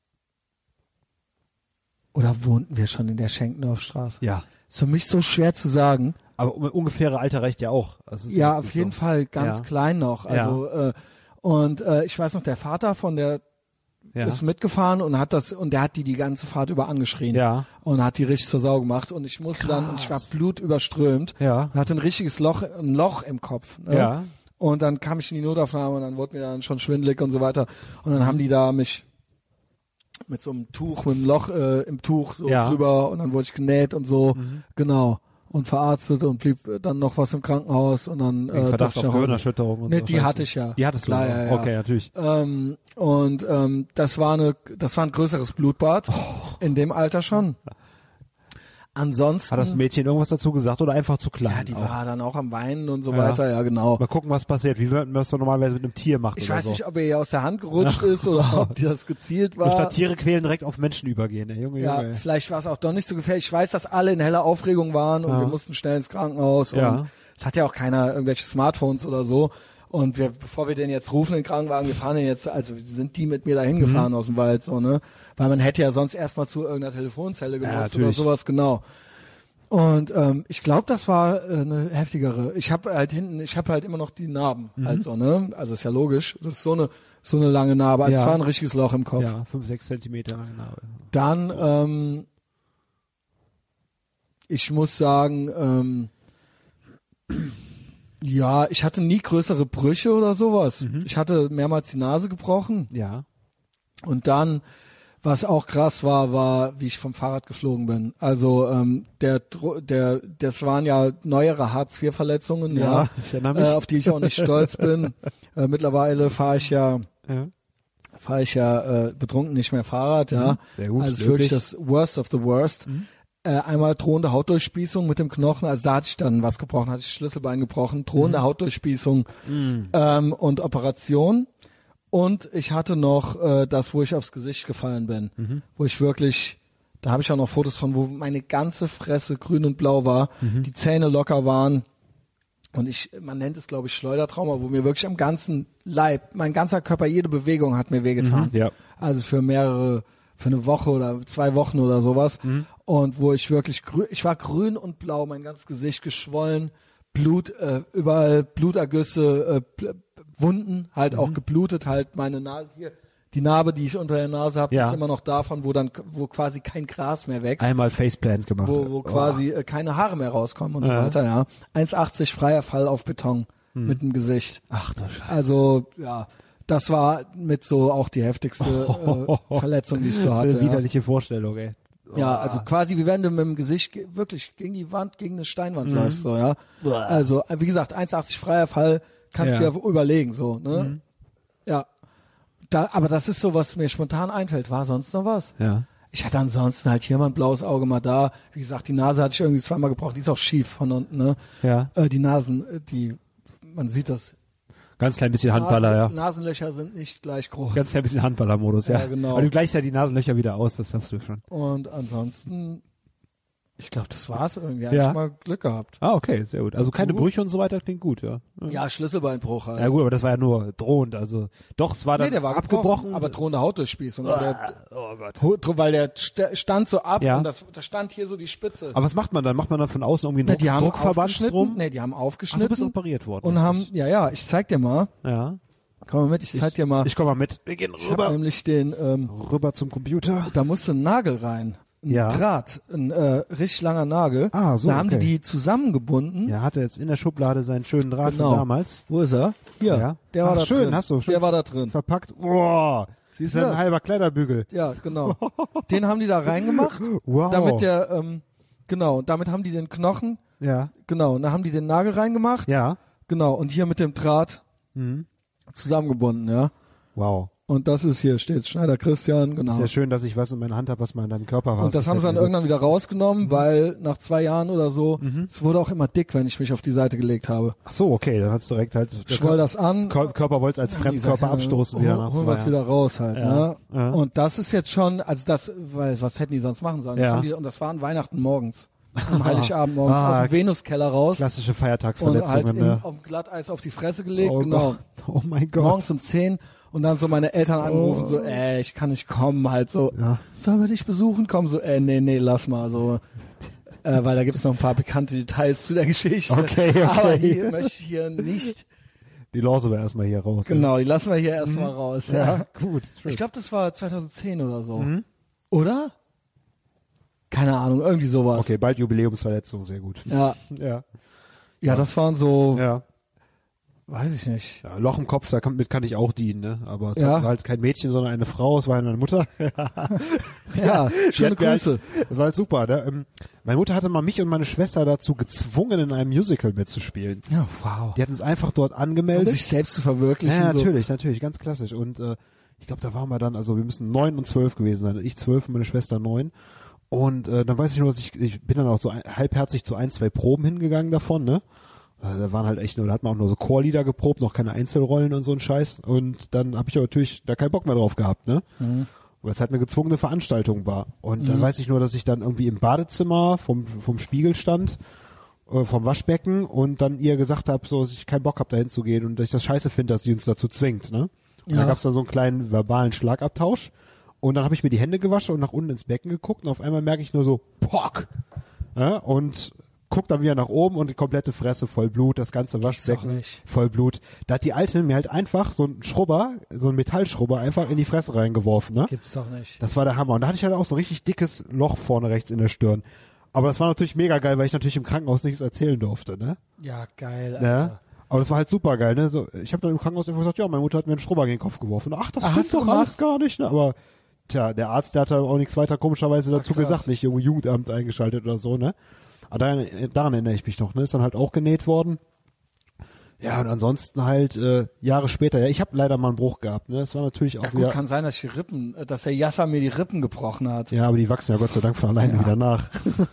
Oder wohnten wir schon in der Schenkendorfstraße? Ja. Ist für mich so schwer zu sagen. Aber um, ungefähre Alter reicht ja auch. Das ist Ja, jetzt auf nicht jeden so. Fall ganz Ja. klein noch. Also äh, und äh, ich weiß noch, der Vater von der Ja. ist mitgefahren und hat das und der hat die die ganze Fahrt über angeschrien Ja. und hat die richtig zur Sau gemacht und ich musste dann und ich war blutüberströmt Ja. und hatte ein richtiges Loch ein Loch im Kopf. Ne? Ja. Und dann kam ich in die Notaufnahme und dann wurde mir dann schon schwindelig und so weiter und dann haben die da mich mit so einem Tuch, mit einem Loch äh, im Tuch so Ja. drüber und dann wurde ich genäht und so, genau. Und verarztet und blieb äh, dann noch was im Krankenhaus und dann Wegen äh, Verdacht durfte ich auf nach Hause. Gehirnerschütterung und Nee, so. die hatte ich ja. Die hattest Klar, du. ja, ja. Okay, natürlich. Ähm, und ähm, das war eine, das war ein größeres Blutbad Oh. in dem Alter schon. Ansonsten, Hat das Mädchen irgendwas dazu gesagt oder einfach zu klein? ja, die auch? war dann auch am Weinen und so Ja. weiter. Ja, genau. Mal gucken, was passiert. Wie man was man normalerweise mit einem Tier macht Ich oder weiß so. nicht, ob er ihr aus der Hand gerutscht ist oder ob die das gezielt Und war. statt Tiere quälen direkt auf Menschen übergehen. Ey, Junge, Ja, Junge. vielleicht war es auch doch nicht so gefährlich. Ich weiß, dass alle in heller Aufregung waren und Ja. wir mussten schnell ins Krankenhaus Ja. und es hat ja auch keiner irgendwelche Smartphones oder so. Und wir, bevor wir den jetzt rufen, den Krankenwagen, wir fahren den jetzt, also sind die mit mir dahin gefahren Mhm. aus dem Wald, so, ne? Weil man hätte ja sonst erstmal zu irgendeiner Telefonzelle gemusst oder natürlich. sowas, genau. Und ähm, ich glaube, das war äh, eine heftigere. Ich habe halt hinten, ich habe halt immer noch die Narben, mhm. halt so, ne? Also ist ja logisch. Das ist so eine so eine lange Narbe. Also Ja. es war ein richtiges Loch im Kopf. Ja, fünf, sechs Zentimeter lange Narbe. Dann, ähm, ich muss sagen, ähm, ja, ich hatte nie größere Brüche oder sowas. Mhm. Ich hatte mehrmals die Nase gebrochen. Ja. Und dann, was auch krass war, war, wie ich vom Fahrrad geflogen bin. Also ähm, der, Dro- der, das waren ja neuere Hartz vier Verletzungen, ja, Ja, ich erinnere mich. äh, auf die ich auch nicht stolz bin. Äh, mittlerweile fahre ich ja, Ja. fahre ich ja äh, betrunken nicht mehr Fahrrad, ja. Sehr gut, Also es ist wirklich löblich. das Worst of the Worst. Mhm. Äh, einmal drohende Hautdurchspießung mit dem Knochen, also da hatte ich dann was gebrochen, hatte ich das Schlüsselbein gebrochen, drohende Mhm. Hautdurchspießung ähm, und Operation. Und ich hatte noch äh, das, wo ich aufs Gesicht gefallen bin, Mhm. wo ich wirklich, da habe ich auch noch Fotos von, wo meine ganze Fresse grün und blau war, Mhm. die Zähne locker waren. Und ich, man nennt es, glaube ich, Schleudertrauma, wo mir wirklich am ganzen Leib, mein ganzer Körper, jede Bewegung hat mir wehgetan. Mhm, ja. Also für mehrere, für eine Woche oder zwei Wochen oder sowas. Mhm. Und wo ich wirklich, grün, ich war grün und blau, mein ganzes Gesicht geschwollen, Blut, äh, überall Blutergüsse, äh, Bl- Wunden, halt Mhm. auch geblutet, halt meine Nase hier. Die Narbe, die ich unter der Nase habe, Ja. ist immer noch davon, wo dann, wo quasi kein Gras mehr wächst. Einmal Faceplant gemacht. Wo, wo quasi äh, keine Haare mehr rauskommen und so Ja. weiter, ja. eins achtzig freier Fall auf Beton Hm. mit dem Gesicht. Ach du Scheiße. Also, ja, das war mit so auch die heftigste äh, Verletzung, die ich so Das ist hatte. eine widerliche Vorstellung, ey. Ja. ja, also quasi wie wenn du mit dem Gesicht ge- wirklich gegen die Wand, gegen eine Steinwand Mhm. läufst, so, ja. Also, äh, wie gesagt, eins achtzig freier Fall, kannst du Ja. ja überlegen, so, ne. Mhm. Ja. Da, aber das ist so, was mir spontan einfällt. War sonst noch was? Ja. Ich hatte ansonsten halt hier mal ein blaues Auge, mal da. Wie gesagt, die Nase hatte ich irgendwie zweimal gebrochen. Die ist auch schief von unten, ne? Ja. Äh, die Nasen, äh, die, man sieht das. Ganz klein bisschen Handballer, Nase, ja. Nasenlöcher sind nicht gleich groß. Ganz klein bisschen Handballer-Modus, ja. Ja, genau. Aber du gleichst ja die Nasenlöcher wieder aus, das schaffst du schon. Und ansonsten, ich glaube, das war's irgendwie. Ja. Ja. Mal Glück gehabt. Ah, okay, sehr gut. Also keine Du? Brüche und so weiter, klingt gut, ja. Ja, Schlüsselbeinbruch halt. Ja gut, aber das war ja nur drohend, also doch, es war dann Nee, der war abgebrochen. abgebrochen, aber drohende Hautdurchspießung. Der, Oh Gott. Ho- weil der st stand so ab Ja. und das, da stand hier so die Spitze. Aber was macht man dann? Macht man dann von außen irgendwie einen Ne, Druck, die haben Druckverband aufgeschnitten. drum? Nee, die haben Ach, du aufgeschnitten bist operiert worden. und haben, ja, ja, ich zeig dir mal. Ja. Komm mal mit, ich zeig dir mal. Ich komm mal mit. Wir gehen Ich hab rüber. nämlich den, ähm, Rüber zum Computer. da musste ein Nagel rein. Ein Ja. Draht, ein äh, richtig langer Nagel. Ah, so, Da haben okay. die die zusammengebunden. Ja, hat er jetzt in der Schublade seinen schönen Draht Genau. von damals. Wo ist er? Hier, Ja. der war Ach, da schön, drin. hast du schön Der war da drin. Verpackt. Boah. Siehst ist du ein das? halber Kleiderbügel. Ja, genau. Den haben die da reingemacht. Wow. Damit der, ähm, genau, damit haben die den Knochen, Ja. genau, und da haben die den Nagel reingemacht. Ja. Genau, und hier mit dem Draht Mhm. zusammengebunden, ja. Wow. Und das ist hier, steht Schneider Christian, genau. Ist ja schön, dass ich was in meiner Hand habe, was man in deinem Körper hat. Und das haben sie dann irgendwann wieder rausgenommen, weil nach zwei Jahren oder so, es wurde auch immer dick, wenn ich mich auf die Seite gelegt habe. Ach so, okay, dann hat's direkt halt. Der Schwoll das an. Kör- Körper wollte es als Fremdkörper abstoßen wieder nach Holen zwei wir es Jahren. wieder raus halt, Ja. ne? Ja. Und das ist jetzt schon, also das, weil was hätten die sonst machen sollen? Das Ja. haben die, und das waren Weihnachten morgens. Am Heiligabend morgens Ah, aus dem Venuskeller raus. Klassische Und halt Feiertagsverletzungen. im, ne? auf dem Glatteis auf die Fresse gelegt, Oh genau. Gott. Oh mein Gott. Morgens um zehn und dann so meine Eltern angerufen, Oh. so, äh, ich kann nicht kommen, halt so, Ja. sollen wir dich besuchen? Komm, so, äh, nee, nee, lass mal, so. Äh, weil da gibt's noch ein paar bekannte Details zu der Geschichte. Okay, okay. Aber hier möchte ich hier nicht, Die Lause war erstmal hier raus. genau, die lassen wir hier erstmal raus, Ja, ja. ja gut. Schön. Ich glaube, das war zweitausendzehn oder so. Mhm. Oder? Keine Ahnung, irgendwie sowas. Okay, bald Jubiläumsverletzung, sehr gut. Ja, Ja. ja, das waren so, Ja. weiß ich nicht. Ja, Loch im Kopf, da kann, mit kann ich auch dienen, ne? Aber es Ja. war halt kein Mädchen, sondern eine Frau, es war meine Mutter. Ja, Die schöne hat mir Grüße. Halt, das war halt super, ne? Ähm, meine Mutter hatte mal mich und meine Schwester dazu gezwungen, in einem Musical mitzuspielen. Ja, wow. Die hatten uns einfach dort Um angemeldet. sich selbst zu verwirklichen. Ja, so. natürlich, natürlich, ganz klassisch. Und äh, ich glaube, da waren wir dann, also wir müssen neun und zwölf gewesen sein. Ich zwölf und meine Schwester neun. Und äh, dann weiß ich nur, dass ich, ich bin dann auch so ein, halbherzig zu ein, zwei Proben hingegangen davon, ne? Äh, Da waren halt echt nur, da hat man auch nur so Chorlieder geprobt, noch keine Einzelrollen und so ein Scheiß. Und dann habe ich aber natürlich da keinen Bock mehr drauf gehabt, ne? Mhm. Weil es halt eine gezwungene Veranstaltung war. Und dann weiß ich nur, dass ich dann irgendwie im Badezimmer vom, vom Spiegel stand, äh, vom Waschbecken und dann ihr gesagt habe, so, dass ich keinen Bock habe, da hinzugehen und dass ich das scheiße finde, dass sie uns dazu zwingt, ne? Und Ja. da gab es dann so einen kleinen verbalen Schlagabtausch und dann habe ich mir die Hände gewaschen und nach unten ins Becken geguckt und auf einmal merke ich nur so, pock! Ja, und guck dann wieder nach oben und die komplette Fresse voll Blut, das ganze Waschbecken voll Blut. Da hat die Alte mir halt einfach so einen Schrubber, so einen Metallschrubber einfach in die Fresse reingeworfen, ne? Gibt's doch nicht. Das war der Hammer. Und da hatte ich halt auch so ein richtig dickes Loch vorne rechts in der Stirn. Aber das war natürlich mega geil, weil ich natürlich im Krankenhaus nichts erzählen durfte, ne? Ja, geil, Alter. Ja. Aber das war halt super geil, ne? So, ich habe dann im Krankenhaus einfach gesagt, ja, meine Mutter hat mir einen Schrubber gegen den Kopf geworfen. Ach, das Ach, stimmt hast du doch gemacht? alles gar nicht, ne? Aber tja, der Arzt, der hat da auch nichts weiter komischerweise dazu Ach, krass. gesagt, nicht irgendwie Jugendamt eingeschaltet oder so, ne? Aber daran, daran erinnere ich mich noch, ne? Ist dann halt auch genäht worden. Ja, und ansonsten halt äh, Jahre später, ja, ich habe leider mal einen Bruch gehabt, ne? Das war natürlich auch Ja, gut, wieder. kann sein, dass die Rippen, äh, dass der Yasser mir die Rippen gebrochen hat. Ja, aber die wachsen ja Gott sei Dank von alleine Ja. wieder nach.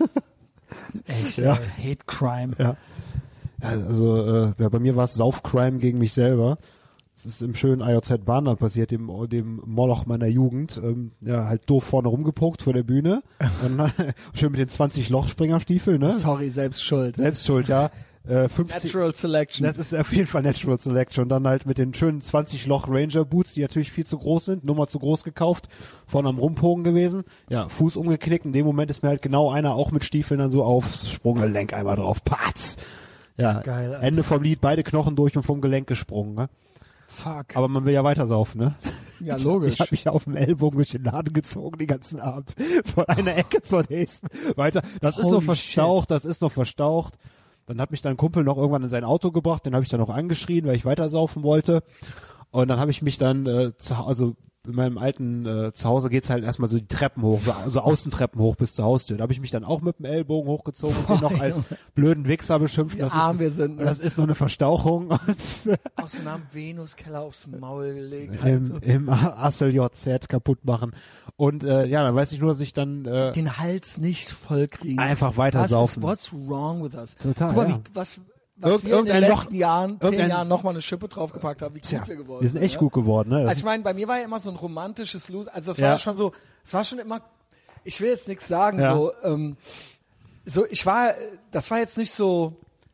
Echt, Ja. äh, Hate Crime. Ja. Ja, also äh, ja, bei mir war es Saufcrime gegen mich selber. Das ist im schönen I O Z Bahnland passiert, dem, dem Moloch meiner Jugend. Ähm, ja, halt doof vorne rumgepokt vor der Bühne. Und, schön mit den zwanzig Lochspringerstiefeln, ne? Sorry, selbst schuld. Selbst schuld, ja. Äh, fünfzig, Natural Selection. das ist auf jeden Fall Natural Selection. Und dann halt mit den schönen zwanzig Loch Ranger Boots, die natürlich viel zu groß sind, Nummer zu groß gekauft, vorne am Rumpogen gewesen. Ja, Fuß umgeknickt. In dem Moment ist mir halt genau einer auch mit Stiefeln dann so aufs Sprunggelenk einmal drauf. Patz! Ja, Geil, Alter. Ende vom Lied, beide Knochen durch und vom Gelenk gesprungen, ne? Fuck. Aber man will ja weiter saufen, ne? Ja, Ich- logisch. Ich habe mich ja auf dem Ellbogen durch den Laden gezogen, den ganzen Abend. Von einer Ecke zur nächsten. Weiter. Das ist Holy noch verstaucht, das ist noch verstaucht. Dann hat mich dein Kumpel noch irgendwann in sein Auto gebracht, den habe ich dann noch angeschrien, weil ich weiter saufen wollte. Und dann habe ich mich dann, äh, zu, also in meinem alten äh, Zuhause geht's halt erstmal so die Treppen hoch, so, so Außentreppen hoch bis zur Haustür. Da habe ich mich dann auch mit dem Ellbogen hochgezogen und den noch als blöden Wichser beschimpft. Wie Das arm ist, wir sind, ne? Das ist nur eine Verstauchung. Aus so einem Venuskeller aufs Maul gelegt. Halt so. Im, im Assel J Z kaputt machen. Und äh, ja, dann weiß ich nur, dass ich dann äh, Den Hals nicht voll kriegen. einfach weiter Was saufen. ist, what's wrong with us? Total, Guck mal, ja. wie, was, was Irgend- wir in den irgendein letzten Loch- Jahren, zehn irgendein- Jahren nochmal eine Schippe draufgepackt haben, wie gut Tja, wir geworden wir sind echt ja? gut geworden, ne? Das Also ich ist- meine, bei mir war ja immer so ein romantisches Loser, also das Ja. war ja schon so, es war schon immer, ich will jetzt nichts sagen, Ja. so, ähm, so, ich war, das war jetzt nicht so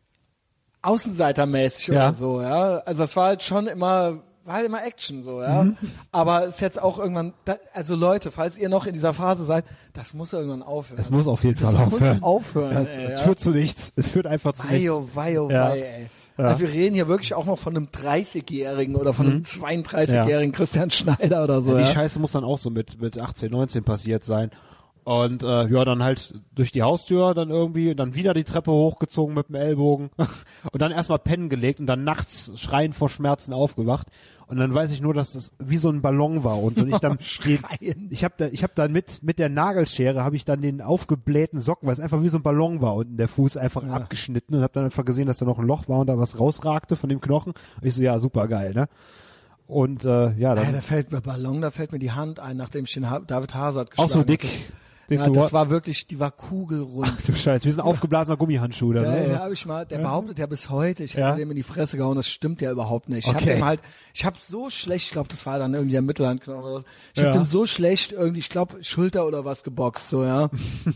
außenseitermäßig Ja. oder so, ja, also das war halt schon immer, war halt immer Action, so, ja, Mhm. aber ist jetzt auch irgendwann, da, also Leute, falls ihr noch in dieser Phase seid, das muss irgendwann aufhören. Es muss auf jeden das Fall muss aufhören. aufhören, Ja, ey, es ja. führt zu nichts. Es führt einfach zu Wei, nichts. oh wei, oh Ja. wei, ey. Ja. Also wir reden hier wirklich auch noch von einem dreißigjährigen oder von einem Mhm. zweiunddreißigjährigen Christian Schneider oder so, Ja, die ja. Scheiße muss dann auch so mit mit achtzehn, neunzehn passiert sein. Und äh, ja, dann halt durch die Haustür dann irgendwie, dann wieder die Treppe hochgezogen mit dem Ellbogen und dann erstmal pennen gelegt und dann nachts schreiend vor Schmerzen aufgewacht. Und dann weiß ich nur, dass das wie so ein Ballon war und, und ich dann den, Schreien. ich habe da ich habe dann mit mit der Nagelschere habe ich dann den aufgeblähten Socken, weil es einfach wie so ein Ballon war unten der Fuß einfach abgeschnitten und habe dann einfach gesehen, dass da noch ein Loch war und da was rausragte von dem Knochen. Und ich so, ja, super geil, ne? Und äh, ja, dann Ey, da fällt mir Ballon, da fällt mir die Hand ein, nachdem ich den ha David Hazard auch geschlagen so dick. hatte. dick Ja, geworden. das war wirklich, die war kugelrund. Du Scheiße, wie so ein aufgeblasener Gummihandschuh da, Ja, ne? ja, hab ich mal, der behauptet ja bis heute, ich hätte Ja. dem in die Fresse gehauen, das stimmt ja überhaupt nicht. Ich hab Okay. dem halt, ich hab so schlecht, ich glaube, das war dann irgendwie der Mittelhandknochen oder was, ich Ja. hab dem so schlecht irgendwie, ich glaube, Schulter oder was geboxt, so, ja.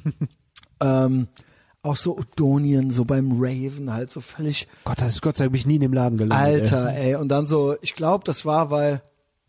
ähm, auch so Odonien, so beim Raven, halt so völlig, Gott, das ist Gott sei Dank bin ich nie in dem Laden gelandet. Alter, ey, und dann so, ich glaube, das war, weil,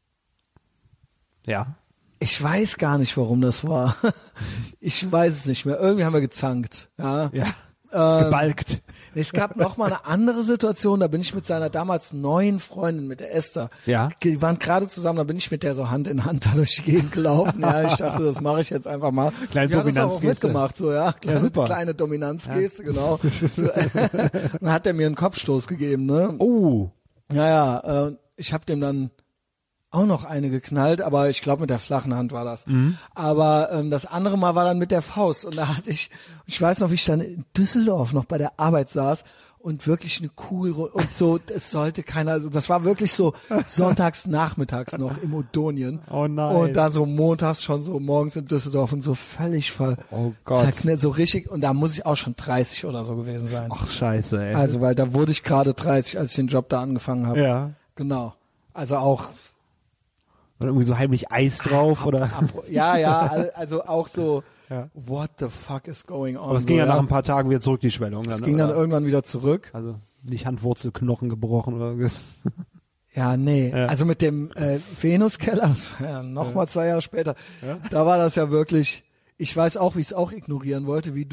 Ey. Ja. ich weiß gar nicht, warum das war. Ich weiß es nicht mehr. Irgendwie haben wir gezankt, ja. Ja. Ähm, Gebalgt. Es gab noch mal eine andere Situation, da bin ich mit seiner damals neuen Freundin, mit der Esther, Ja. die waren gerade zusammen, da bin ich mit der so Hand in Hand da durch die Gegend gelaufen. Ja, ich dachte, das mache ich jetzt einfach mal. Kleine die hat das auch Dominanzgeste. mitgemacht, so, ja. Kleine, super. kleine Dominanzgeste, genau. So, dann hat er mir einen Kopfstoß gegeben, ne? Oh. Ja, ja, äh, ich habe dem dann auch noch eine geknallt, aber ich glaube mit der flachen Hand war das. Mhm. Aber ähm, das andere Mal war dann mit der Faust und da hatte ich, ich weiß noch, wie ich dann in Düsseldorf noch bei der Arbeit saß und wirklich eine Kugel ru- und so, es sollte keiner, also das war wirklich so sonntags nachmittags noch im Odonien. Oh nein. Und dann so montags schon so morgens in Düsseldorf und so völlig ver Oh Gott. zerknallt, so richtig, und da muss ich auch schon dreißig oder so gewesen sein. Ach, scheiße, ey. Also, weil da wurde ich gerade dreißig, als ich den Job da angefangen habe. ja. Genau. Also auch, Und irgendwie so heimlich Eis drauf, oder? ab, ja, ja, al- also auch so, Ja. what the fuck is going on? Aber es so, ging ja ja. nach ein paar Tagen wieder zurück, die Schwellung. Es Dann, ging dann oder? irgendwann wieder zurück. Also nicht Handwurzelknochen gebrochen oder was. Ja, nee. Ja. Also mit dem äh, Venuskeller, das war ja noch mal zwei Jahre später, da war das ja wirklich, ich weiß auch, wie ich es auch ignorieren wollte, wie du,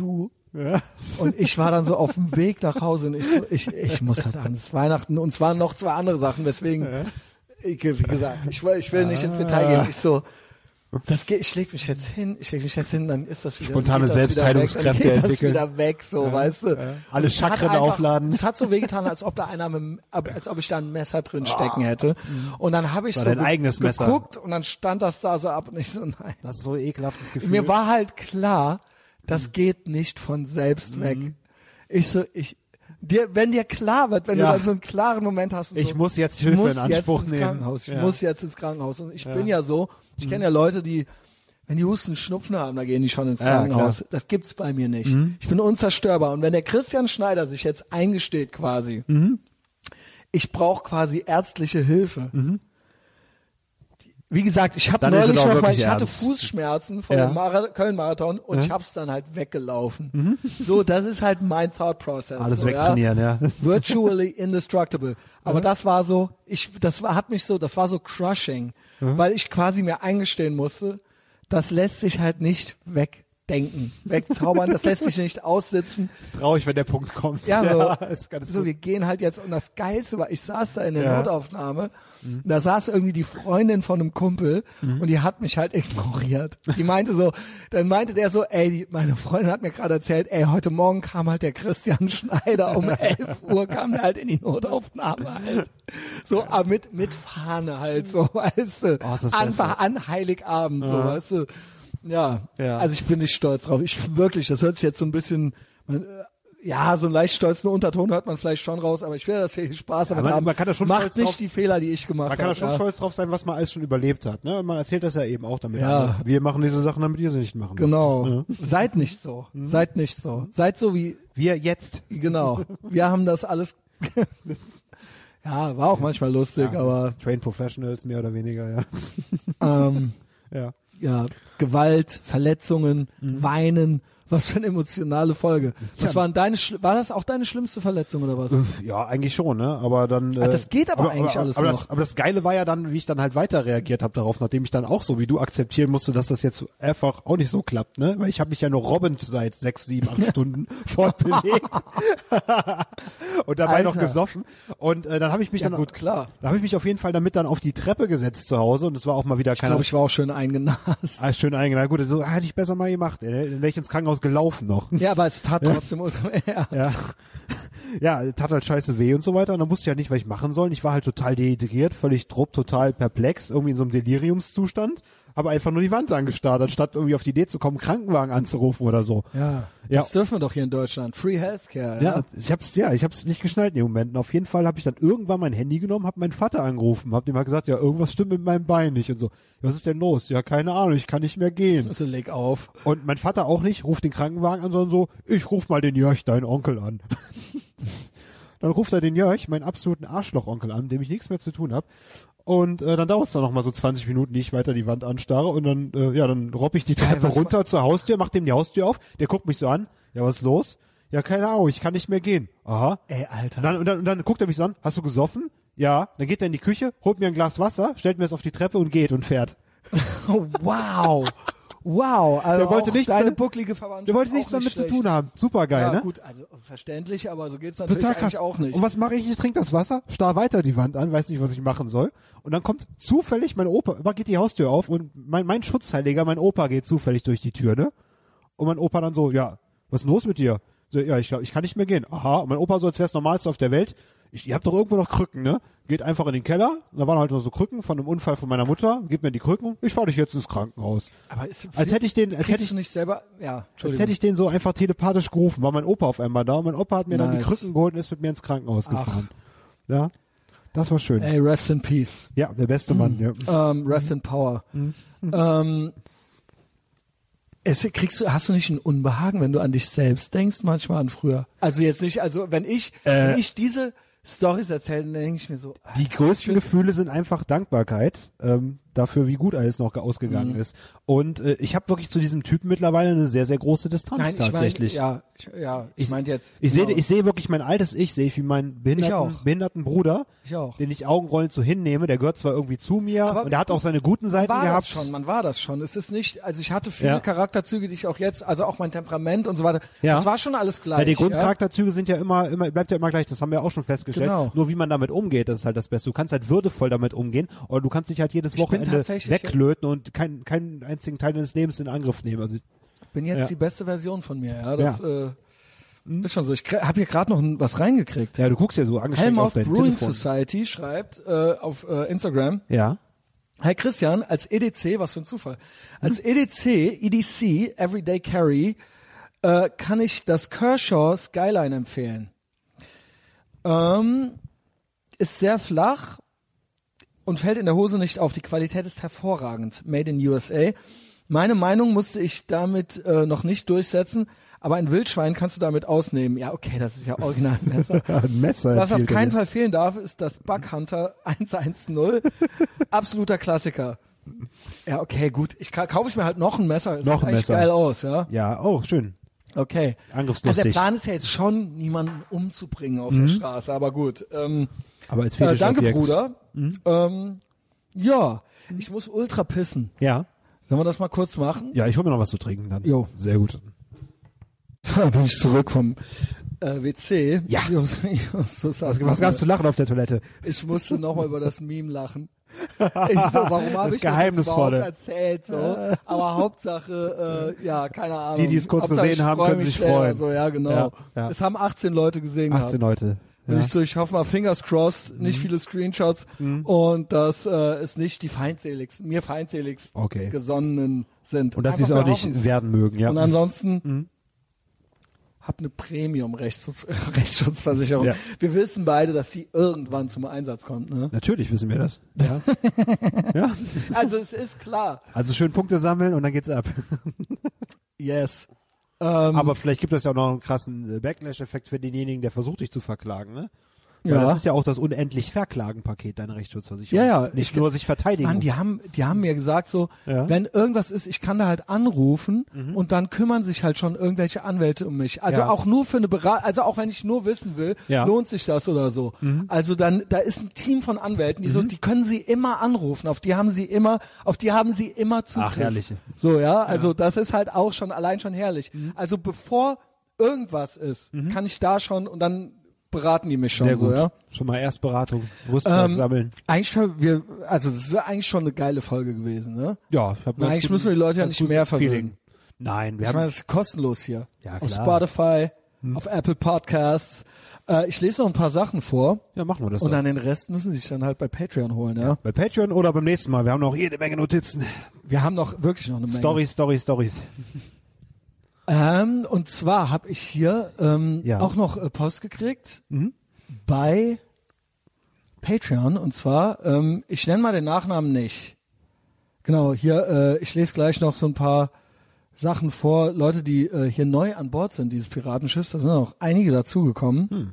Ja. Und ich war dann so auf dem Weg nach Hause und ich so, ich, ich muss halt an, es ist Weihnachten und es waren noch zwei andere Sachen, weswegen, Ja. ich, wie gesagt, ich, will- ich will nicht ins Detail gehen. Ich so, das geht, ich leg mich jetzt hin, ich leg mich jetzt hin, dann ist das wieder Spontane geht das wieder Selbstheilungskräfte weg, dann geht entwickeln. das wieder weg, so, weißt du. Alle Und es hat Chakren einfach- aufladen. Es hat so wehgetan, als ob da einer mit, dem- als ob ich da ein Messer drin stecken hätte. Und dann habe ich War so dein eigenes Messer. geguckt und dann stand das da so ab und ich so, nein. Das ist so ein ekelhaftes Gefühl. Mir war halt klar, das geht nicht von selbst weg. Ich so, ich, dir, wenn dir klar wird, wenn Ja. du dann so einen klaren Moment hast, und Ich so, muss jetzt ich Hilfe muss in Anspruch jetzt ins nehmen. Krankenhaus, ich Ja. muss jetzt ins Krankenhaus. Und ich Ja. bin ja so, ich kenne ja Leute, die, wenn die Husten, Schnupfen haben, da gehen die schon ins Ja, Krankenhaus. Das gibt's bei mir nicht. Ich bin unzerstörbar. Und wenn der Christian Schneider sich jetzt eingesteht quasi, ich brauche quasi ärztliche Hilfe. Wie gesagt, ich habe Dann ist es neulich auch noch mal, wirklich ich hatte ernst. Fußschmerzen vor Ja. dem Mara- Köln-Marathon und ich hab's dann halt weggelaufen. So, das ist halt mein Thought Process. Alles so, wegtrainieren, ja. Virtually indestructible. Aber das war so, ich, das war, hat mich so, das war so crushing, weil ich quasi mir eingestehen musste, das lässt sich halt nicht wegdenken, wegzaubern, das lässt sich nicht aussitzen. ist traurig, wenn der Punkt kommt. Ja, so, ist ganz so gut. wir gehen halt jetzt, und das Geilste war, ich saß da in der Ja. Notaufnahme, da saß irgendwie die Freundin von einem Kumpel und die hat mich halt ignoriert. Die meinte so, dann meinte der so, ey, die, meine Freundin hat mir gerade erzählt, ey, heute Morgen kam halt der Christian Schneider um elf Uhr, kam der halt in die Notaufnahme halt. So, ah, mit, mit Fahne halt, so, weißt du, Oh, ist das an, Beste. an Heiligabend, so, weißt du. Ja, Ja. also ich bin nicht stolz drauf. Ich wirklich, das hört sich jetzt so ein bisschen, man, äh, ja, so einen leicht stolzen Unterton hört man vielleicht schon raus, aber ich will, dass wir hier Spaß damit man- haben. man kann da schon Macht stolz nicht drauf- die Fehler, die ich gemacht Man kann habe. da schon ja. stolz drauf sein, was man alles schon überlebt hat. Ne? Und man erzählt das ja eben auch damit. Ja. an. Wir machen diese Sachen, damit ihr sie nicht machen Genau. müsst. Ja. Seid nicht so. Seid nicht so. Seid so wie, Wir jetzt. genau. Wir haben das alles, das, ja, war auch manchmal lustig, Ja. aber, Trained Professionals, mehr oder weniger, ja. ähm, ja. ja, Gewalt, Verletzungen, Weinen, was für eine emotionale Folge. Was waren deine, schli- war das auch deine schlimmste Verletzung oder was? Ja, eigentlich schon, ne? Aber dann. Äh, Ah, das geht aber eigentlich alles aber noch. Das, aber das Geile war ja dann, wie ich dann halt weiter reagiert habe darauf, nachdem ich dann auch so wie du akzeptieren musste, dass das jetzt einfach auch nicht so klappt, ne? Weil ich habe mich ja nur robbend seit sechs, sieben, acht Stunden fortbewegt und dabei noch Alter. gesoffen. Und äh, dann habe ich mich Ja, dann gut, klar. Da habe ich mich auf jeden Fall damit dann auf die Treppe gesetzt zu Hause und es war auch mal wieder Ich keiner. glaube, ich war auch schön eingenast. Ah, schön eingegangen. Gut, so hätte ich besser mal gemacht. Ey, dann wäre ich ins Krankenhaus gelaufen noch. Ja, aber es tat trotzdem ultra, ja. Ja. Ja, tat halt scheiße weh und so weiter. Und dann wusste ich halt nicht, was ich machen soll. Und ich war halt total dehydriert, völlig drupp, total perplex, irgendwie in so einem Deliriumszustand. Habe einfach nur die Wand angestarrt, anstatt irgendwie auf die Idee zu kommen, einen Krankenwagen anzurufen oder so. Ja, Ja. das dürfen wir doch hier in Deutschland. Free Healthcare. Ja, Ja, ich hab's, ja, ich hab's nicht geschnallt in dem Moment. Und auf jeden Fall habe ich dann irgendwann mein Handy genommen, habe meinen Vater angerufen, habe dem halt gesagt, ja, irgendwas stimmt mit meinem Bein nicht und so. Was ist denn los? Ja, keine Ahnung, ich kann nicht mehr gehen. Also leg auf. Und mein Vater auch nicht, ruft den Krankenwagen an, sondern so, ich ruf mal den Jörg, deinen Onkel an. Dann ruft er den Jörg, meinen absoluten Arschloch-Onkel an, mit dem ich nichts mehr zu tun habe. Und äh, dann dauert es dann noch mal so zwanzig Minuten, die ich weiter die Wand anstarre. Und dann, äh, ja, dann robb ich die Treppe was runter zur Haustür, mach dem die Haustür auf. Der guckt mich so an. Ja, was ist los? Ja, keine Ahnung, ich kann nicht mehr gehen. Aha. Ey, Alter. Und dann, und dann, und dann guckt er mich so an. Hast du gesoffen? Ja. Dann geht er in die Küche, holt mir ein Glas Wasser, stellt mir es auf die Treppe und geht und fährt. Oh, wow. Wow. Also Der wollte auch nichts deine da- bucklige Verwandtschaft. Der wollte auch nichts damit nicht zu schlecht. tun haben. Super geil, Ja, ne? gut, also verständlich, aber so geht's natürlich Total krass. eigentlich auch nicht. Und was mache ich? Ich trinke das Wasser, starr weiter die Wand an, weiß nicht, was ich machen soll. Und dann kommt zufällig mein Opa, immer geht die Haustür auf und mein, mein Schutzheiliger, mein Opa geht zufällig durch die Tür, ne? Und mein Opa dann so, ja, was ist denn los mit dir? So, ja, ich, ich kann nicht mehr gehen. Aha. Und mein Opa so, als wär's Normalste auf der Welt. Ich, ihr habt doch irgendwo noch Krücken, ne? Geht einfach in den Keller. Da waren halt noch so Krücken von einem Unfall von meiner Mutter. Gib mir die Krücken. Ich fahr dich jetzt ins Krankenhaus. aber ist, Als hätte ich den, als kriegst hätte ich, du nicht selber, ja, als Entschuldigung. hätte ich den so einfach telepathisch gerufen. War mein Opa auf einmal da und mein Opa hat mir dann die Nice. Krücken geholt und ist mit mir ins Krankenhaus Ach. gefahren. Ja. Das war schön. Ey, rest in peace. Ja, der beste Mann, ja. Ähm, rest in power. ähm, es, kriegst du, hast du nicht ein Unbehagen, wenn du an dich selbst denkst, manchmal an früher? Also jetzt nicht, also wenn ich, Äh. wenn ich diese Storys erzähle, dann denke ich mir so, Die größten Gefühle sind einfach Dankbarkeit, ähm, dafür, wie gut alles noch ausgegangen Mhm. ist. Und äh, ich habe wirklich zu diesem Typen mittlerweile eine sehr, sehr große Distanz Nein, ich mein, tatsächlich. ja, ich, ja, ich, Ich- meinte jetzt. Ich sehe genau. ich sehe wirklich mein altes Ich, sehe ich wie meinen behinderten, auch. behinderten Bruder, Ich auch. den ich augenrollend so hinnehme. Der gehört zwar irgendwie zu mir Aber und der hat auch seine guten Seiten war gehabt. das schon, man war das schon. Es ist nicht, also ich hatte viele Ja. Charakterzüge, die ich auch jetzt, also auch mein Temperament und so weiter. Ja. Das war schon alles gleich. Ja, die ja? Grundcharakterzüge sind ja immer, immer, bleibt ja immer gleich, das haben wir auch schon festgestellt. Genau. Nur wie man damit umgeht, das ist halt das Beste. Du kannst halt würdevoll damit umgehen, oder du kannst dich halt jedes Ich bin Wochenende tatsächlich- weglöten und keinen keinen einzigen Teil deines Lebens in Angriff nehmen. Also, Bin jetzt Ja. die beste Version von mir, ja. Das Ja. Äh, ist schon so. Ich habe hier gerade noch ein, was reingekriegt. ja, du guckst ja so angestrengt auf Helmholtz dein Brewing Telefon. Society schreibt äh, auf äh, Instagram, Ja. Hi Christian, als E D C, was für ein Zufall, als E D C, E D C, Everyday Carry, äh, kann ich das Kershaw Skyline empfehlen. Ähm, ist sehr flach und fällt in der Hose nicht auf. Die Qualität ist hervorragend. Made in U S A. Meine Meinung musste ich damit äh, noch nicht durchsetzen, aber ein Wildschwein kannst du damit ausnehmen. Ja, okay, das ist ja original Messer. Ein Messer. Was auf empfiehlt er keinen dir. Fall fehlen darf, ist das Buckhunter hundertzehn. Absoluter Klassiker. Ja, okay, gut. Ich ka- kaufe ich mir halt noch ein Messer. Es Noch sieht ein eigentlich Messer. geil aus, ja. Ja, oh, schön. Okay. Also Angriffslustig. der Plan ist ja jetzt schon, niemanden umzubringen auf der Straße, aber gut. Ähm, Aber als äh, danke, Fetischobjekt. Bruder. Ähm, ja, ich muss ultra pissen. Ja. Sollen wir das mal kurz machen? Ja, ich hol mir noch was zu trinken dann. Jo. Sehr gut. Da bin ich zurück vom äh, W C. Ja. Just, just, Was, was gab's zu lachen auf der Toilette? Ich musste nochmal über das Meme lachen. Ich so, warum habe ich das Geheimnisvolle. jetzt überhaupt erzählt? So? Aber Hauptsache, äh, ja, keine Ahnung. Die, die es kurz Hauptsache, gesehen ich haben, freu können mich sich sehr. freuen. So, ja, genau. Ja, ja. Es haben achtzehn Leute gesehen achtzehn gehabt. Leute. Und Ja. ich so, ich hoffe mal, fingers crossed, nicht viele Screenshots und dass äh, es nicht die feindseligsten, mir feindseligst Okay. gesonnenen sind. Und dass sie es Einfach auch nicht verhoffen's. werden mögen, ja. Und ansonsten hab eine Premium-Rechtsschutz, Rechtsschutzversicherung. Ja. Wir wissen beide, dass sie irgendwann zum Einsatz kommt. Ne? Natürlich wissen wir das. Ja. ja. Also es ist klar. Also schön Punkte sammeln und dann geht's ab. Yes. Ähm, Aber vielleicht gibt es ja auch noch einen krassen äh, Backlash-Effekt für denjenigen, der versucht, dich zu verklagen, ne? Weil Ja. das ist ja auch das unendlich Verklagen-Paket deiner Rechtsschutzversicherung. Ja, ja. Nicht Ich- nur sich verteidigen. Mann, die haben, die haben mir gesagt so, Ja. wenn irgendwas ist, ich kann da halt anrufen und dann kümmern sich halt schon irgendwelche Anwälte um mich. Also Ja. auch nur für eine Beratung, also auch wenn ich nur wissen will, Ja. lohnt sich das oder so. Also dann, da ist ein Team von Anwälten, die so, die können sie immer anrufen, auf die haben sie immer, auf die haben sie immer Zugriff. Ach, herrlich. So, ja, also das ist halt auch schon, allein schon herrlich. Also bevor irgendwas ist, kann ich da schon und dann beraten die mich schon Sehr gut. so, ja. Schon mal Erstberatung, Rüstzeug Ähm, sammeln. Eigentlich, für wir, also das ist eigentlich schon eine geile Folge gewesen, ne? Ja, ich hab Na, eigentlich müssen wir die Leute ja nicht mehr verwöhnen. Nein, wir Ich haben meine, das ist kostenlos hier. Ja, Auf klar. Spotify, auf Apple Podcasts. Äh, ich lese noch ein paar Sachen vor ja, machen wir das und doch. dann den Rest müssen sie sich dann halt bei Patreon holen, ja. Bei Patreon oder beim nächsten Mal. Wir haben noch jede Menge Notizen. Wir haben noch wirklich noch eine Menge. Stories, Stories, Stories. Ähm, und zwar habe ich hier ähm, Ja. auch noch äh, Post gekriegt bei Patreon. Und zwar, ähm, ich nenne mal den Nachnamen nicht. Genau, hier, äh, ich lese gleich noch so ein paar Sachen vor. Leute, die äh, hier neu an Bord sind, dieses Piratenschiffs. Da sind auch einige dazugekommen. Hm.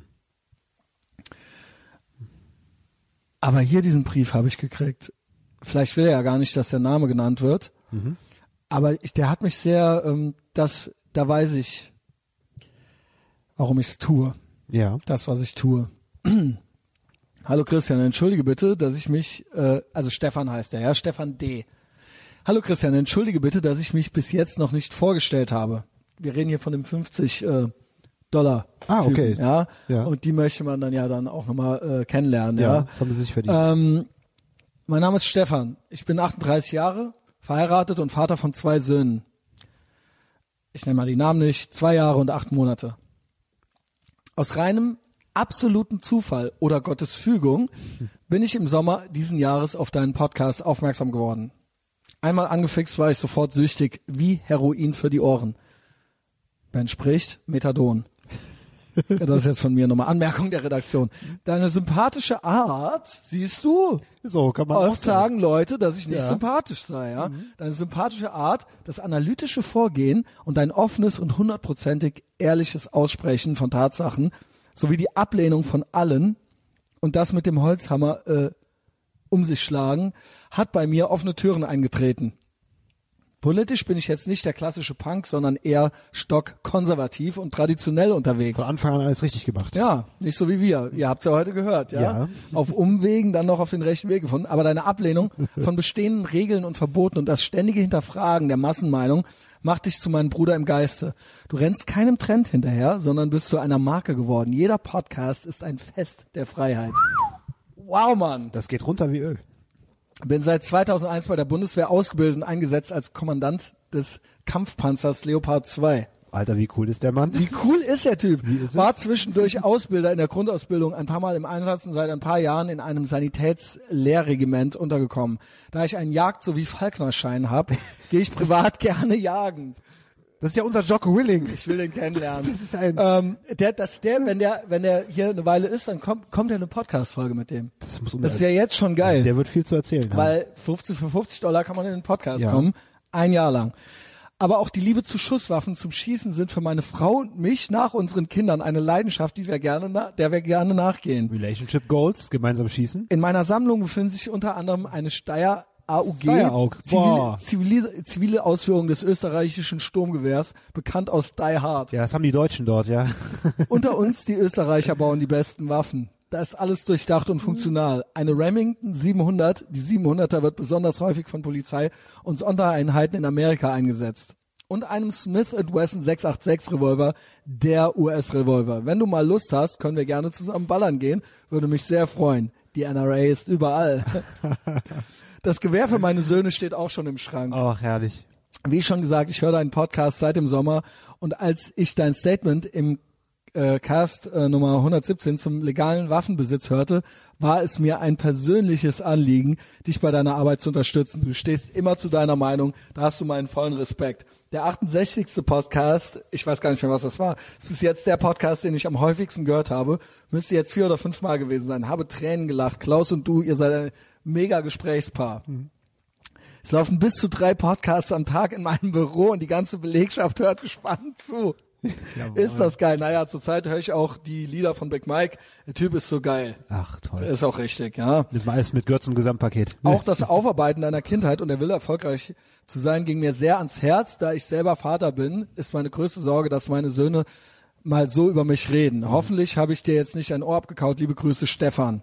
Aber hier diesen Brief habe ich gekriegt. Vielleicht will er ja gar nicht, dass der Name genannt wird. Aber ich, der hat mich sehr, ähm, das, da weiß ich, warum ich es tue. Ja. Das, was ich tue. Hallo Christian, entschuldige bitte, dass ich mich, äh, also Stefan heißt er, ja, Stefan D. Hallo Christian, entschuldige bitte, dass ich mich bis jetzt noch nicht vorgestellt habe. Wir reden hier von dem fünfzig äh, Dollar. Ah, okay. Typen, ja? Ja. Und die möchte man dann ja dann auch nochmal äh, kennenlernen. Ja, Ja, das haben sie sich verdient. ähm, mein Name ist Stefan. Ich bin achtunddreißig Jahre, verheiratet und Vater von zwei Söhnen. Ich nenne mal die Namen nicht. Zwei Jahre und acht Monate. Aus reinem absoluten Zufall oder Gottes Fügung bin ich im Sommer diesen Jahres auf deinen Podcast aufmerksam geworden. Einmal angefixt war ich sofort süchtig wie Heroin für die Ohren. Ben spricht Methadon. Das ist jetzt von mir nochmal Anmerkung der Redaktion. Deine sympathische Art, siehst du, so kann man auch oft sagen Leute, dass ich nicht Ja. sympathisch sei. Ja? Deine sympathische Art, das analytische Vorgehen und dein offenes und hundertprozentig ehrliches Aussprechen von Tatsachen sowie die Ablehnung von allen und das mit dem Holzhammer äh, um sich schlagen, hat bei mir offene Türen eingetreten. Politisch bin ich jetzt nicht der klassische Punk, sondern eher stockkonservativ und traditionell unterwegs. Von Anfang an alles richtig gemacht. Ja, nicht so wie wir. Ihr habt's ja heute gehört, ja? Ja. Auf Umwegen dann noch auf den rechten Weg gefunden. Aber deine Ablehnung von bestehenden Regeln und Verboten und das ständige Hinterfragen der Massenmeinung macht dich zu meinem Bruder im Geiste. Du rennst keinem Trend hinterher, sondern bist zu einer Marke geworden. Jeder Podcast ist ein Fest der Freiheit. Wow, Mann. Das geht runter wie Öl. Bin seit zweitausendeins bei der Bundeswehr ausgebildet und eingesetzt als Kommandant des Kampfpanzers Leopard zwei. Alter, wie cool ist der Mann? Wie cool ist der Typ? Wie ist es? War zwischendurch Ausbilder in der Grundausbildung, ein paar Mal im Einsatz und seit ein paar Jahren in einem Sanitätslehrregiment untergekommen. Da ich einen Jagd- sowie Falknerschein habe, gehe ich privat gerne jagen. Das ist ja unser Jocko Willing. Ich will den kennenlernen. Das ist ein- ähm, der, dass der, wenn der, wenn der hier eine Weile ist, dann kommt, kommt ja eine Podcast-Folge mit dem. Das muss Das ist ja jetzt schon geil. Der wird viel zu erzählen haben. Weil fünfzig für fünfzig Dollar kann man in den Podcast Ja. kommen. Ein Jahr lang. Aber auch die Liebe zu Schusswaffen, zum Schießen sind für meine Frau und mich nach unseren Kindern eine Leidenschaft, die wir gerne, na- der wir gerne nachgehen. Relationship Goals, gemeinsam schießen. In meiner Sammlung befinden sich unter anderem eine Steyr A U G, Steyr A U G. zivile, Boah. zivile, zivile Ausführung des österreichischen Sturmgewehrs, bekannt aus Die Hard. Ja, das haben die Deutschen dort, ja. Unter uns, die Österreicher bauen die besten Waffen. Da ist alles durchdacht und funktional. Eine Remington siebenhundert, die siebenhunderter wird besonders häufig von Polizei und Sondereinheiten in Amerika eingesetzt. Und einem Smith and Wesson sechs acht sechs Revolver, der U S-Revolver. Wenn du mal Lust hast, können wir gerne zusammen ballern gehen. Würde mich sehr freuen. Die N R A ist überall. Das Gewehr für meine Söhne steht auch schon im Schrank. Ach, herrlich. Wie schon gesagt, ich höre deinen Podcast seit dem Sommer und als ich dein Statement im äh, Cast äh, Nummer hundertsiebzehn zum legalen Waffenbesitz hörte, war es mir ein persönliches Anliegen, dich bei deiner Arbeit zu unterstützen. Du stehst immer zu deiner Meinung, da hast du meinen vollen Respekt. Der achtundsechzigste Podcast, ich weiß gar nicht mehr, was das war, ist bis jetzt der Podcast, den ich am häufigsten gehört habe, müsste jetzt vier oder fünf Mal gewesen sein. Habe Tränen gelacht. Klaus und du, ihr seid ein mega Gesprächspaar. Mhm. Es laufen bis zu drei Podcasts am Tag in meinem Büro und die ganze Belegschaft hört gespannt zu. Jawohl. Ist das geil? Naja, zurzeit höre ich auch die Lieder von Big Mike. Der Typ ist so geil. Ach, toll. Ist auch richtig, ja. Nimmt mal alles mit, gehört zum Gesamtpaket. Auch das Aufarbeiten deiner Kindheit und der Wille, erfolgreich zu sein, ging mir sehr ans Herz. Da ich selber Vater bin, ist meine größte Sorge, dass meine Söhne mal so über mich reden. Mhm. Hoffentlich habe ich dir jetzt nicht ein Ohr abgekaut. Liebe Grüße, Stefan.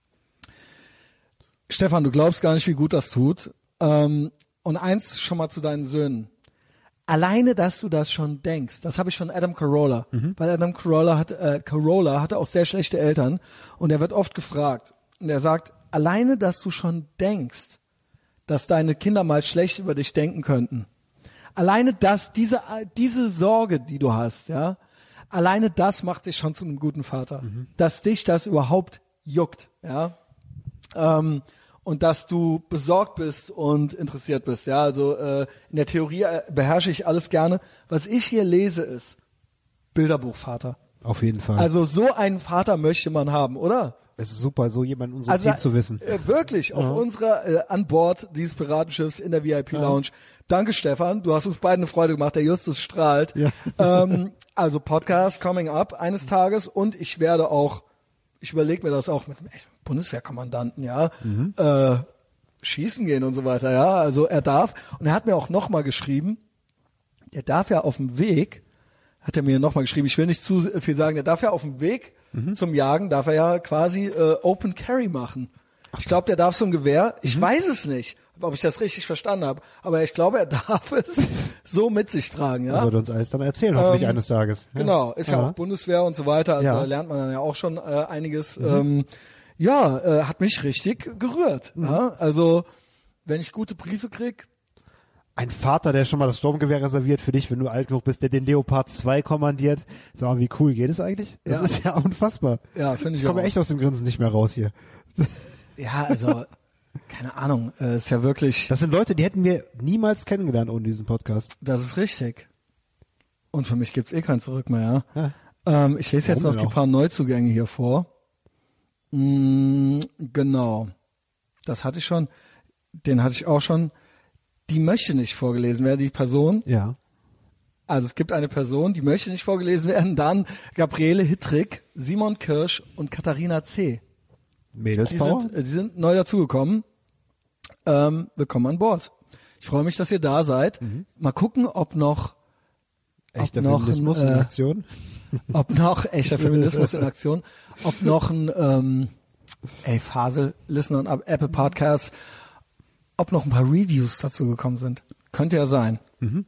Stefan, du glaubst gar nicht, wie gut das tut. Ähm, und eins schon mal zu deinen Söhnen. Alleine, dass du das schon denkst, das habe ich von Adam Carolla, mhm. weil Adam Carolla hat, äh, Carolla hatte auch sehr schlechte Eltern und er wird oft gefragt und er sagt, alleine, dass du schon denkst, dass deine Kinder mal schlecht über dich denken könnten, alleine das, diese diese Sorge, die du hast, ja, alleine das macht dich schon zu einem guten Vater, mhm. dass dich das überhaupt juckt, ja. Ähm, und dass du besorgt bist und interessiert bist. Ja, also äh, in der Theorie äh, beherrsche ich alles gerne. Was ich hier lese ist Bilderbuchvater. Auf jeden Fall. Also so einen Vater möchte man haben, oder? Es ist super, so jemanden unser Also Team zu wissen. Äh, wirklich, auf Ja. unserer, äh, an Bord dieses Piratenschiffs in der V I P-Lounge. Ja. Danke, Stefan, du hast uns beiden eine Freude gemacht, der Justus strahlt. Ja. Ähm, also Podcast coming up eines Tages und ich werde auch, ich überlege mir das auch mit einem Bundeswehrkommandanten, ja, mhm. äh, schießen gehen und so weiter, ja, also er darf. Und er hat mir auch nochmal geschrieben, er darf ja auf dem Weg, hat er mir nochmal geschrieben, ich will nicht zu viel sagen, der darf ja auf dem Weg mhm. zum Jagen, darf er ja quasi äh, Open Carry machen. Ich glaube, der darf so ein Gewehr, ich mhm. weiß es nicht, ob ich das richtig verstanden habe, aber ich glaube, er darf es so mit sich tragen, ja. Das wird uns alles dann erzählen, hoffentlich ähm, eines Tages. Ja. Genau, ist ja. ja auch Bundeswehr und so weiter, also ja. da lernt man dann ja auch schon äh, einiges. Mhm. Ähm, ja, äh, hat mich richtig gerührt. Mhm. Ja? Also, wenn ich gute Briefe krieg. Ein Vater, der schon mal das Sturmgewehr reserviert für dich, wenn du alt genug bist, der den Leopard zwei kommandiert. Sag mal, wie cool geht es eigentlich? Das ja. ist ja unfassbar. Ja, finde ich ich auch. Ich komme echt aus dem Grinsen nicht mehr raus hier. Ja, also, keine Ahnung, äh, ist ja wirklich. Das sind Leute, die hätten wir niemals kennengelernt ohne diesen Podcast. Das ist richtig. Und für mich gibt's eh kein Zurück mehr, ja. ja. Ähm, ich lese jetzt Warum noch die auch? paar Neuzugänge hier vor. Mm, genau. Das hatte ich schon. Den hatte ich auch schon. Die möchte nicht vorgelesen werden, die Person. Ja. Also es gibt eine Person, die möchte nicht vorgelesen werden. Dann Gabriele Hittrick, Simon Kirsch und Katharina C. Die Mädelspower? sind, die sind neu dazugekommen. Ähm, willkommen an Bord. Ich freue mich, dass ihr da seid. Mhm. Mal gucken, ob noch, Echter ob noch Feminismus ein, in äh, Aktion? ob noch echter Feminismus in Aktion, ob noch ein, ähm, ey, Fasel, Listen on Apple Podcasts, ob noch ein paar Reviews dazu gekommen sind. Könnte ja sein. Mhm.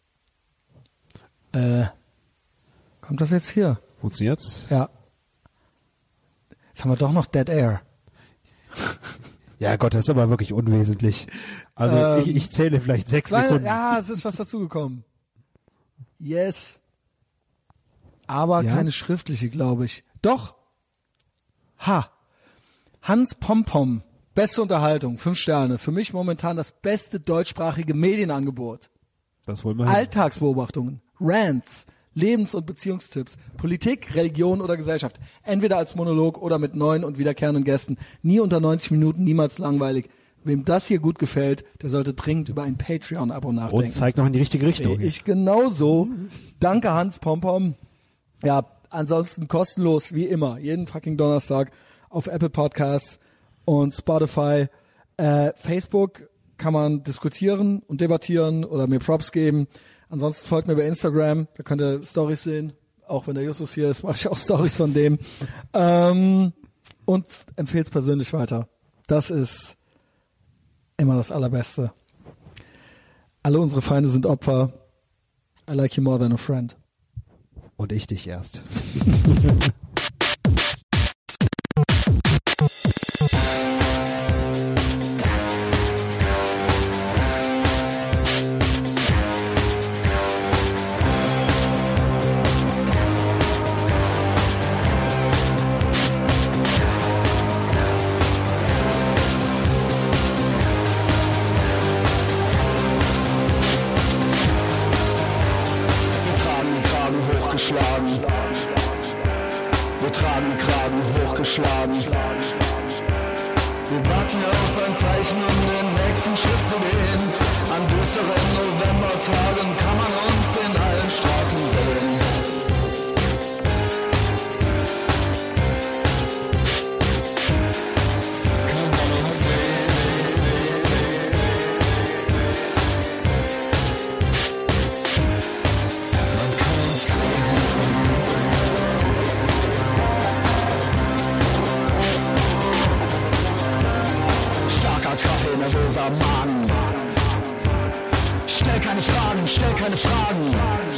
Äh, kommt das jetzt hier? Funktioniert's? Ja. Jetzt haben wir doch noch Dead Air. Ja Gott, das ist aber wirklich unwesentlich. Also Ähm, ich, ich zähle vielleicht sechs Kleine, Sekunden. ja, es ist was dazugekommen. Yes. Aber Ja? keine schriftliche, glaube ich. Doch. Ha. Hans Pompom. Beste Unterhaltung. Fünf Sterne. Für mich momentan das beste deutschsprachige Medienangebot. Das wollen wir. Alltagsbeobachtungen, Rants, Lebens- und Beziehungstipps, Politik, Religion oder Gesellschaft. Entweder als Monolog oder mit neuen und wiederkehrenden Gästen. Nie unter neunzig Minuten, niemals langweilig. Wem das hier gut gefällt, der sollte dringend über ein Patreon-Abo nachdenken. Und zeigt noch in die richtige Richtung. Ich genauso. Danke, Hans Pompom. Ja, ansonsten kostenlos, wie immer, jeden fucking Donnerstag auf Apple Podcasts und Spotify. Äh, Facebook kann man diskutieren und debattieren oder mir Props geben. Ansonsten folgt mir bei Instagram, da könnt ihr Storys sehen. Auch wenn der Justus hier ist, mache ich auch Storys von dem. Ähm, und empfehlt es persönlich weiter. Das ist immer das Allerbeste. Alle unsere Feinde sind Opfer. I like you more than a friend. Und ich dich erst. Wir tragen den Kragen hochgeschlagen. Wir warten auf ein Zeichen, um den nächsten Schritt zu gehen. An düsteren Novembertagen kann man uns in allen Straßen sehen. Kann man uns sehen. Man kann uns starker Kaffee, nervöser Magen. Stell keine Fragen, stell keine Fragen.